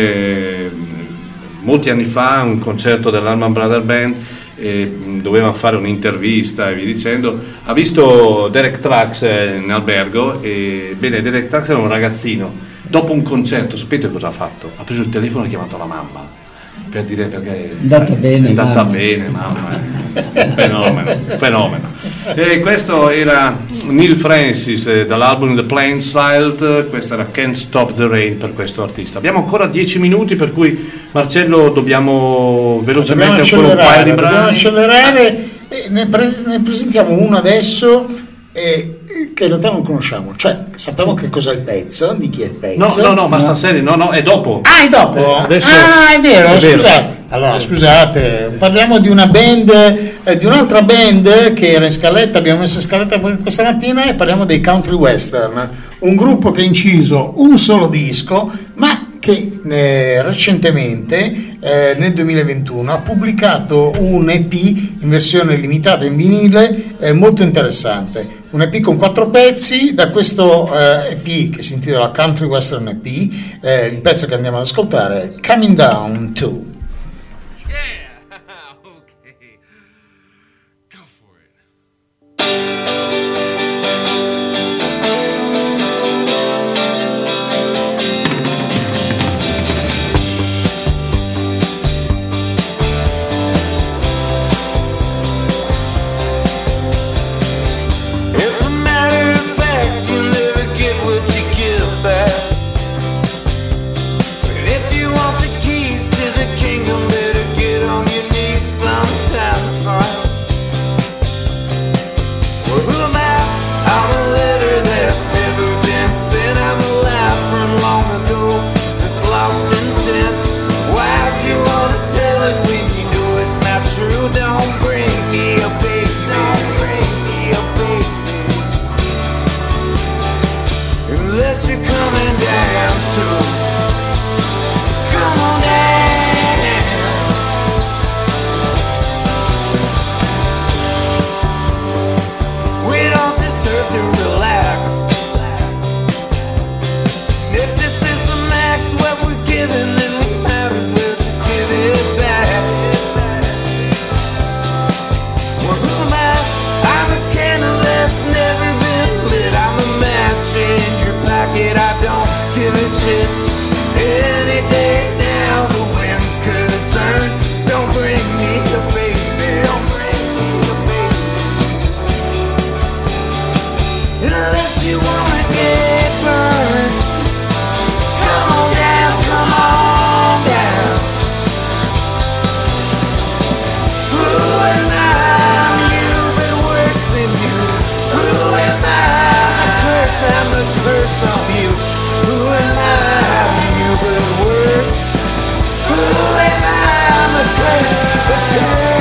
eh, molti anni fa un concerto dell'Allman Brothers Band, eh, doveva fare un'intervista e via dicendo, ha visto Derek Trucks in albergo e bene, Derek Trucks era un ragazzino dopo un concerto, sapete cosa ha fatto? Ha preso il telefono e ha chiamato la mamma per dire perché È andata bene, è andata mamma. bene, mamma. fenomeno, fenomeno. E questo era Neil Francis eh, dall'album The Plains Wild, questa era Can't Stop the Rain per questo artista. Abbiamo ancora dieci minuti, per cui Marcello dobbiamo velocemente Dobbiamo ancora un paio di accelerare, dobbiamo brani. accelerare e ne, pre- ne presentiamo uno adesso e che in realtà non conosciamo, cioè sappiamo che cos'è il pezzo, di chi è il No, pezzo. no, no, ma stasera no, no, è dopo. Ah, è dopo? Eh, adesso- ah, è vero, è vero. scusate. Allora, scusate, parliamo di una band, eh, di un'altra band che era in scaletta, abbiamo messo in scaletta questa mattina, e parliamo dei Country Western, un gruppo che ha inciso un solo disco, ma che eh, recentemente, eh, nel duemilaventuno, ha pubblicato un E P in versione limitata in vinile eh, molto interessante. Un E P con quattro pezzi. Da questo eh, E P, che si intitola Country Western E P, eh, il pezzo che andiamo ad ascoltare è Coming Down To. It's a matter of fact, you never get what you give back. But if you want the keys to the kingdom, better get on your knees sometime, son. Well, who am I? I'm a letter that's never been sent. I'm alive from long ago, just lost intent. Why'd you wanna tell it when you know it's not true? Don't bring me a baby. Don't bring me a baby. Unless you're coming down to, come on down. We don't deserve to relax. If this is the max what we're giving, then we might as well just give it back. Well, who am I? I'm a candle that's never been lit. I'm a match in your pocket. I don't give a shit. Any day now, the winds could have turned. Don't bring me a baby. Don't bring me a baby. Unless you wanna get burned. Come on down, come on down. Who am I? I'm you, but worse than you. Who am I? I'm a curse, I'm a curse on you. Who am I? I'm you, but worse. Who am I? I'm a curse, a curse.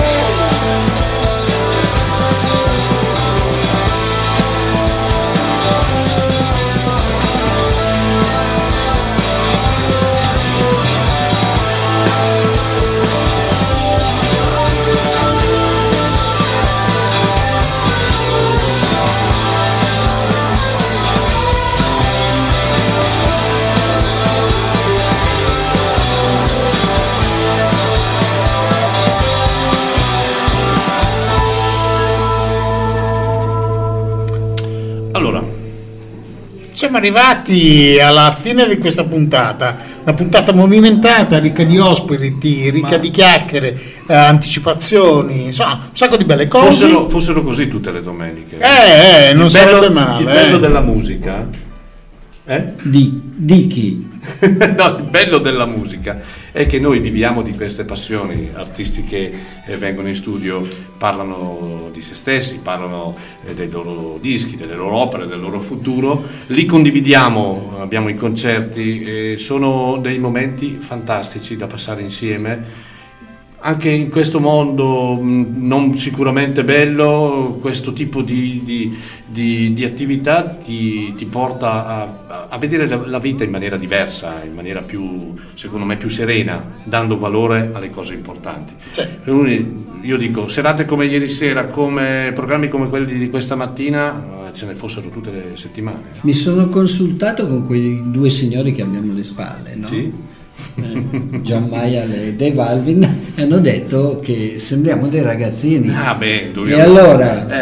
Allora, Siamo arrivati alla fine di questa puntata, una puntata movimentata, ricca di ospiti, ricca Ma- di chiacchiere, eh, anticipazioni, insomma, un sacco di belle cose. fossero, fossero così tutte le domeniche. Eh, eh, non Il sarebbe bello- male, Il bello eh. della musica, eh? Di, di chi? No, il bello della musica è che noi viviamo di queste passioni. Artisti che eh, vengono in studio parlano di se stessi, parlano eh, dei loro dischi, delle loro opere, del loro futuro, li condividiamo, abbiamo i concerti, eh, sono dei momenti fantastici da passare insieme. Anche in questo mondo mh, non sicuramente bello, questo tipo di, di, di, di attività ti, ti porta a, a vedere la, la vita in maniera diversa, in maniera più, secondo me, più serena, dando valore alle cose importanti. Per cui io dico, serate come ieri sera, come programmi come quelli di questa mattina, eh, ce ne fossero tutte le settimane. Mi sono consultato con quei due signori che abbiamo alle spalle, no? Sì? Eh, John Mayall e Dave Alvin, e hanno detto che sembriamo dei ragazzini. Ah beh, E allora eh.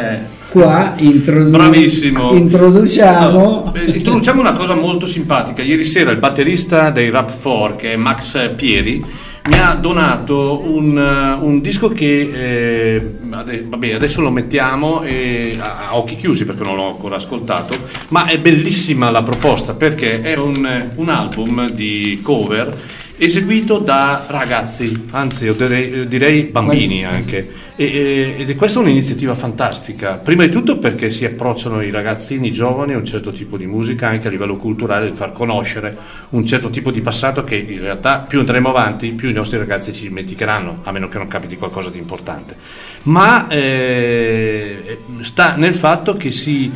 qua introdu- Bravissimo. introduciamo No, eh, introduciamo una cosa molto simpatica. Ieri sera il batterista dei Rap quattro, che è Max Pieri, mi ha donato un, uh, un disco che eh, ade- vabbè, adesso lo mettiamo eh, a, a occhi chiusi perché non l'ho ancora ascoltato, ma è bellissima la proposta perché è un, un album di cover eseguito da ragazzi, anzi io direi, direi bambini anche, e, e, ed è questa un'iniziativa fantastica, prima di tutto perché si approcciano i ragazzini giovani a un certo tipo di musica anche a livello culturale, di far conoscere un certo tipo di passato che in realtà più andremo avanti più i nostri ragazzi ci dimenticheranno, a meno che non capiti qualcosa di importante, ma eh, sta nel fatto che si,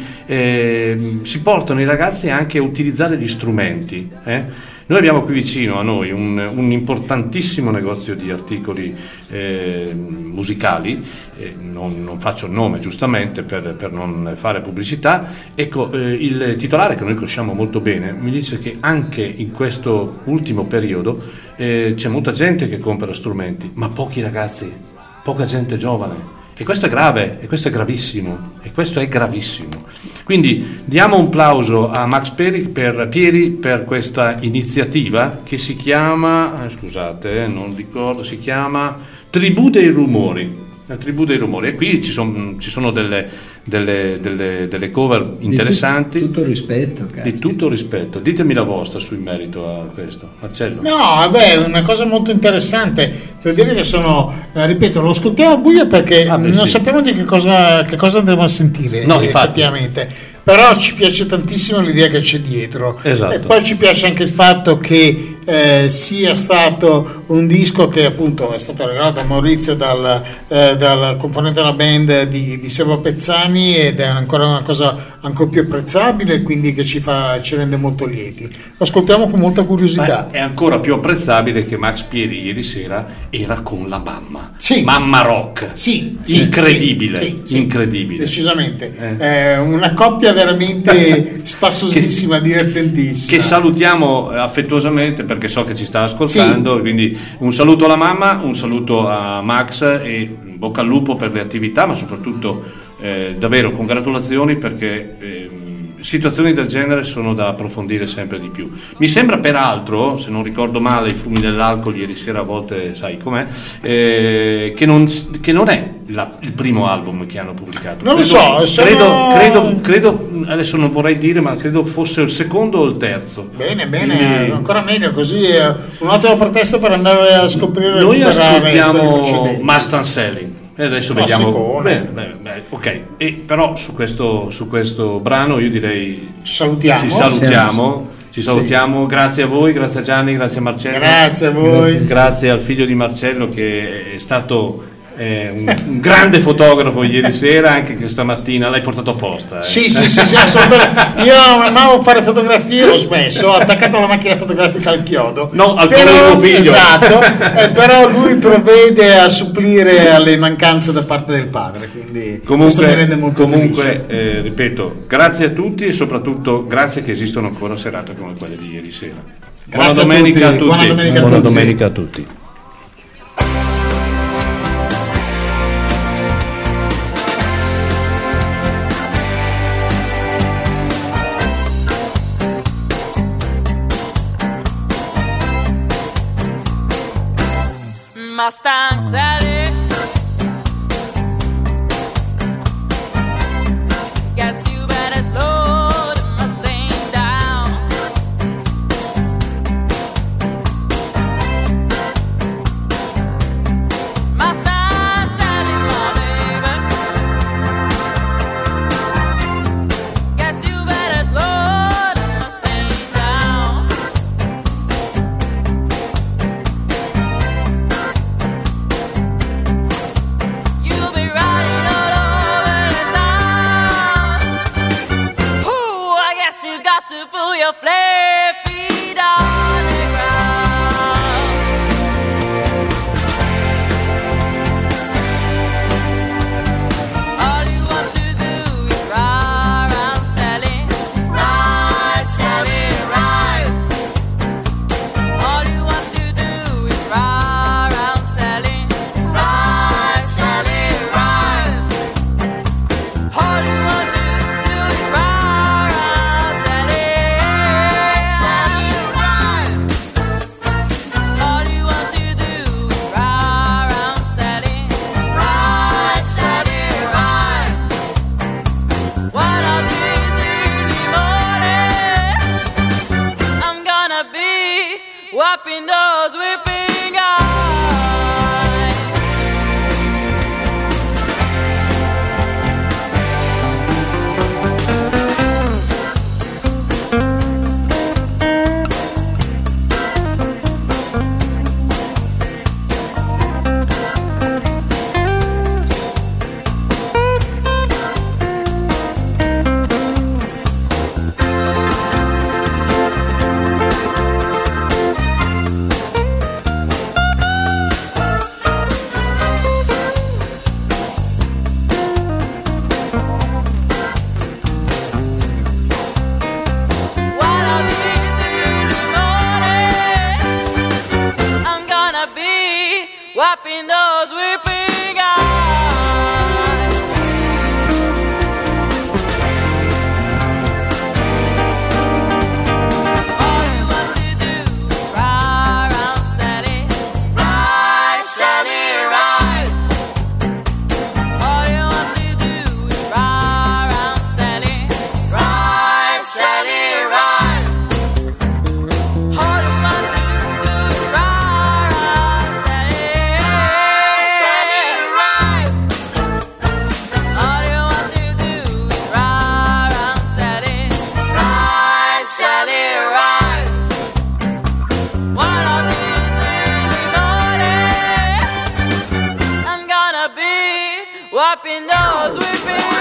eh, si portano i ragazzi anche a utilizzare gli strumenti, eh? Noi abbiamo qui vicino a noi un, un importantissimo negozio di articoli eh, musicali, eh, non, non faccio il nome giustamente per, per non fare pubblicità. Ecco, eh, il titolare, che noi conosciamo molto bene, mi dice che anche in questo ultimo periodo eh, c'è molta gente che compra strumenti, ma pochi ragazzi, poca gente giovane. E questo è grave, e questo è gravissimo, e questo è gravissimo. Quindi diamo un plauso a Max Pieri per, Pieri per questa iniziativa che si chiama, eh, scusate, eh, non ricordo, si chiama Tribù dei Rumori. La Tribù dei Rumori, e qui ci, son, ci sono delle, delle, delle, delle cover interessanti. Di tutto, tutto rispetto, caspita. Di tutto rispetto. Ditemi la vostra sul merito a questo, Marcello. No, vabbè, è una cosa molto interessante. Devo dire che sono, eh, ripeto, lo ascoltiamo a buio perché Ah, beh, non sì. sappiamo di che cosa, che cosa andremo a sentire, No, eh, infatti. effettivamente. Però ci piace tantissimo l'idea che c'è dietro. Esatto. E poi ci piace anche il fatto che eh, sia stato un disco che appunto è stato regalato a Maurizio dal, eh, dal componente della band di, di Seba Pezzani, ed è ancora una cosa ancora più apprezzabile, quindi che ci, fa, ci rende molto lieti. Lo ascoltiamo con molta curiosità. Ma è ancora più apprezzabile che Max Pieri ieri sera era con la mamma. Sì. Mamma rock. Sì, sì, incredibile, sì, sì, incredibile. Decisamente. Eh. È una coppia veramente spassosissima, divertentissima. Che salutiamo affettuosamente perché so che ci sta ascoltando, Sì. quindi un saluto alla mamma, un saluto a Max e bocca al lupo per le attività, ma soprattutto eh, davvero congratulazioni perché eh, situazioni del genere sono da approfondire sempre di più. Mi sembra peraltro, se non ricordo male, i fumi dell'alcol ieri sera a volte sai com'è, eh, che, non, che non è la, il primo album che hanno pubblicato. Non lo Credo- so, sono- credo, credo, credo, adesso non vorrei dire, ma credo fosse il secondo o il terzo. Bene, bene, Quindi- ancora meglio, così è un'altra pretesto per andare a scoprire e Noi recuperare quelli ascoltiamo precedenti. Must and Selling e adesso Classicone. vediamo. Beh, beh, beh, ok, e però su questo, su questo brano io direi ci salutiamo. Ci salutiamo. Ci salutiamo, grazie a voi, grazie a Gianni, grazie a Marcello. Grazie a voi. Grazie, grazie al figlio di Marcello che è stato eh, un, un grande fotografo ieri sera, anche che stamattina l'hai portato apposta. Eh. Sì, sì, sì, sì, assolutamente. Io non amavo fare fotografie, ho smesso, ho attaccato la macchina fotografica al chiodo. No, al però, tuo figlio. esatto, eh, però lui provvede a supplire alle mancanze da parte del padre, quindi questo mi rende Comunque, molto comunque felice. eh, ripeto, grazie a tutti e soprattutto grazie che esistono ancora serate come quelle di ieri sera. Buona Grazie a domenica a tutti, tutti. buona domenica a Buona tutti. domenica a tutti. Mustang Sally. Guess you better slow the Mustang down. Mustang Sally, my baby. Guess you better slow the Mustang down. You'll be riding all over the town. Ooh, I guess you got to pull your flare feet on the ground. All you want to do is ride around Sally, ride Sally, ride. All you want to do is ride around Sally, ride Sally, ride. All you wiping those weeping eyes. Wiping those weeping eyes. All you want to do is ride around Sally, ride Sally, ride. All you want to do is ride around Sally, ride Sally, ride. All you want to do is ride around Sally. Wiping those weeping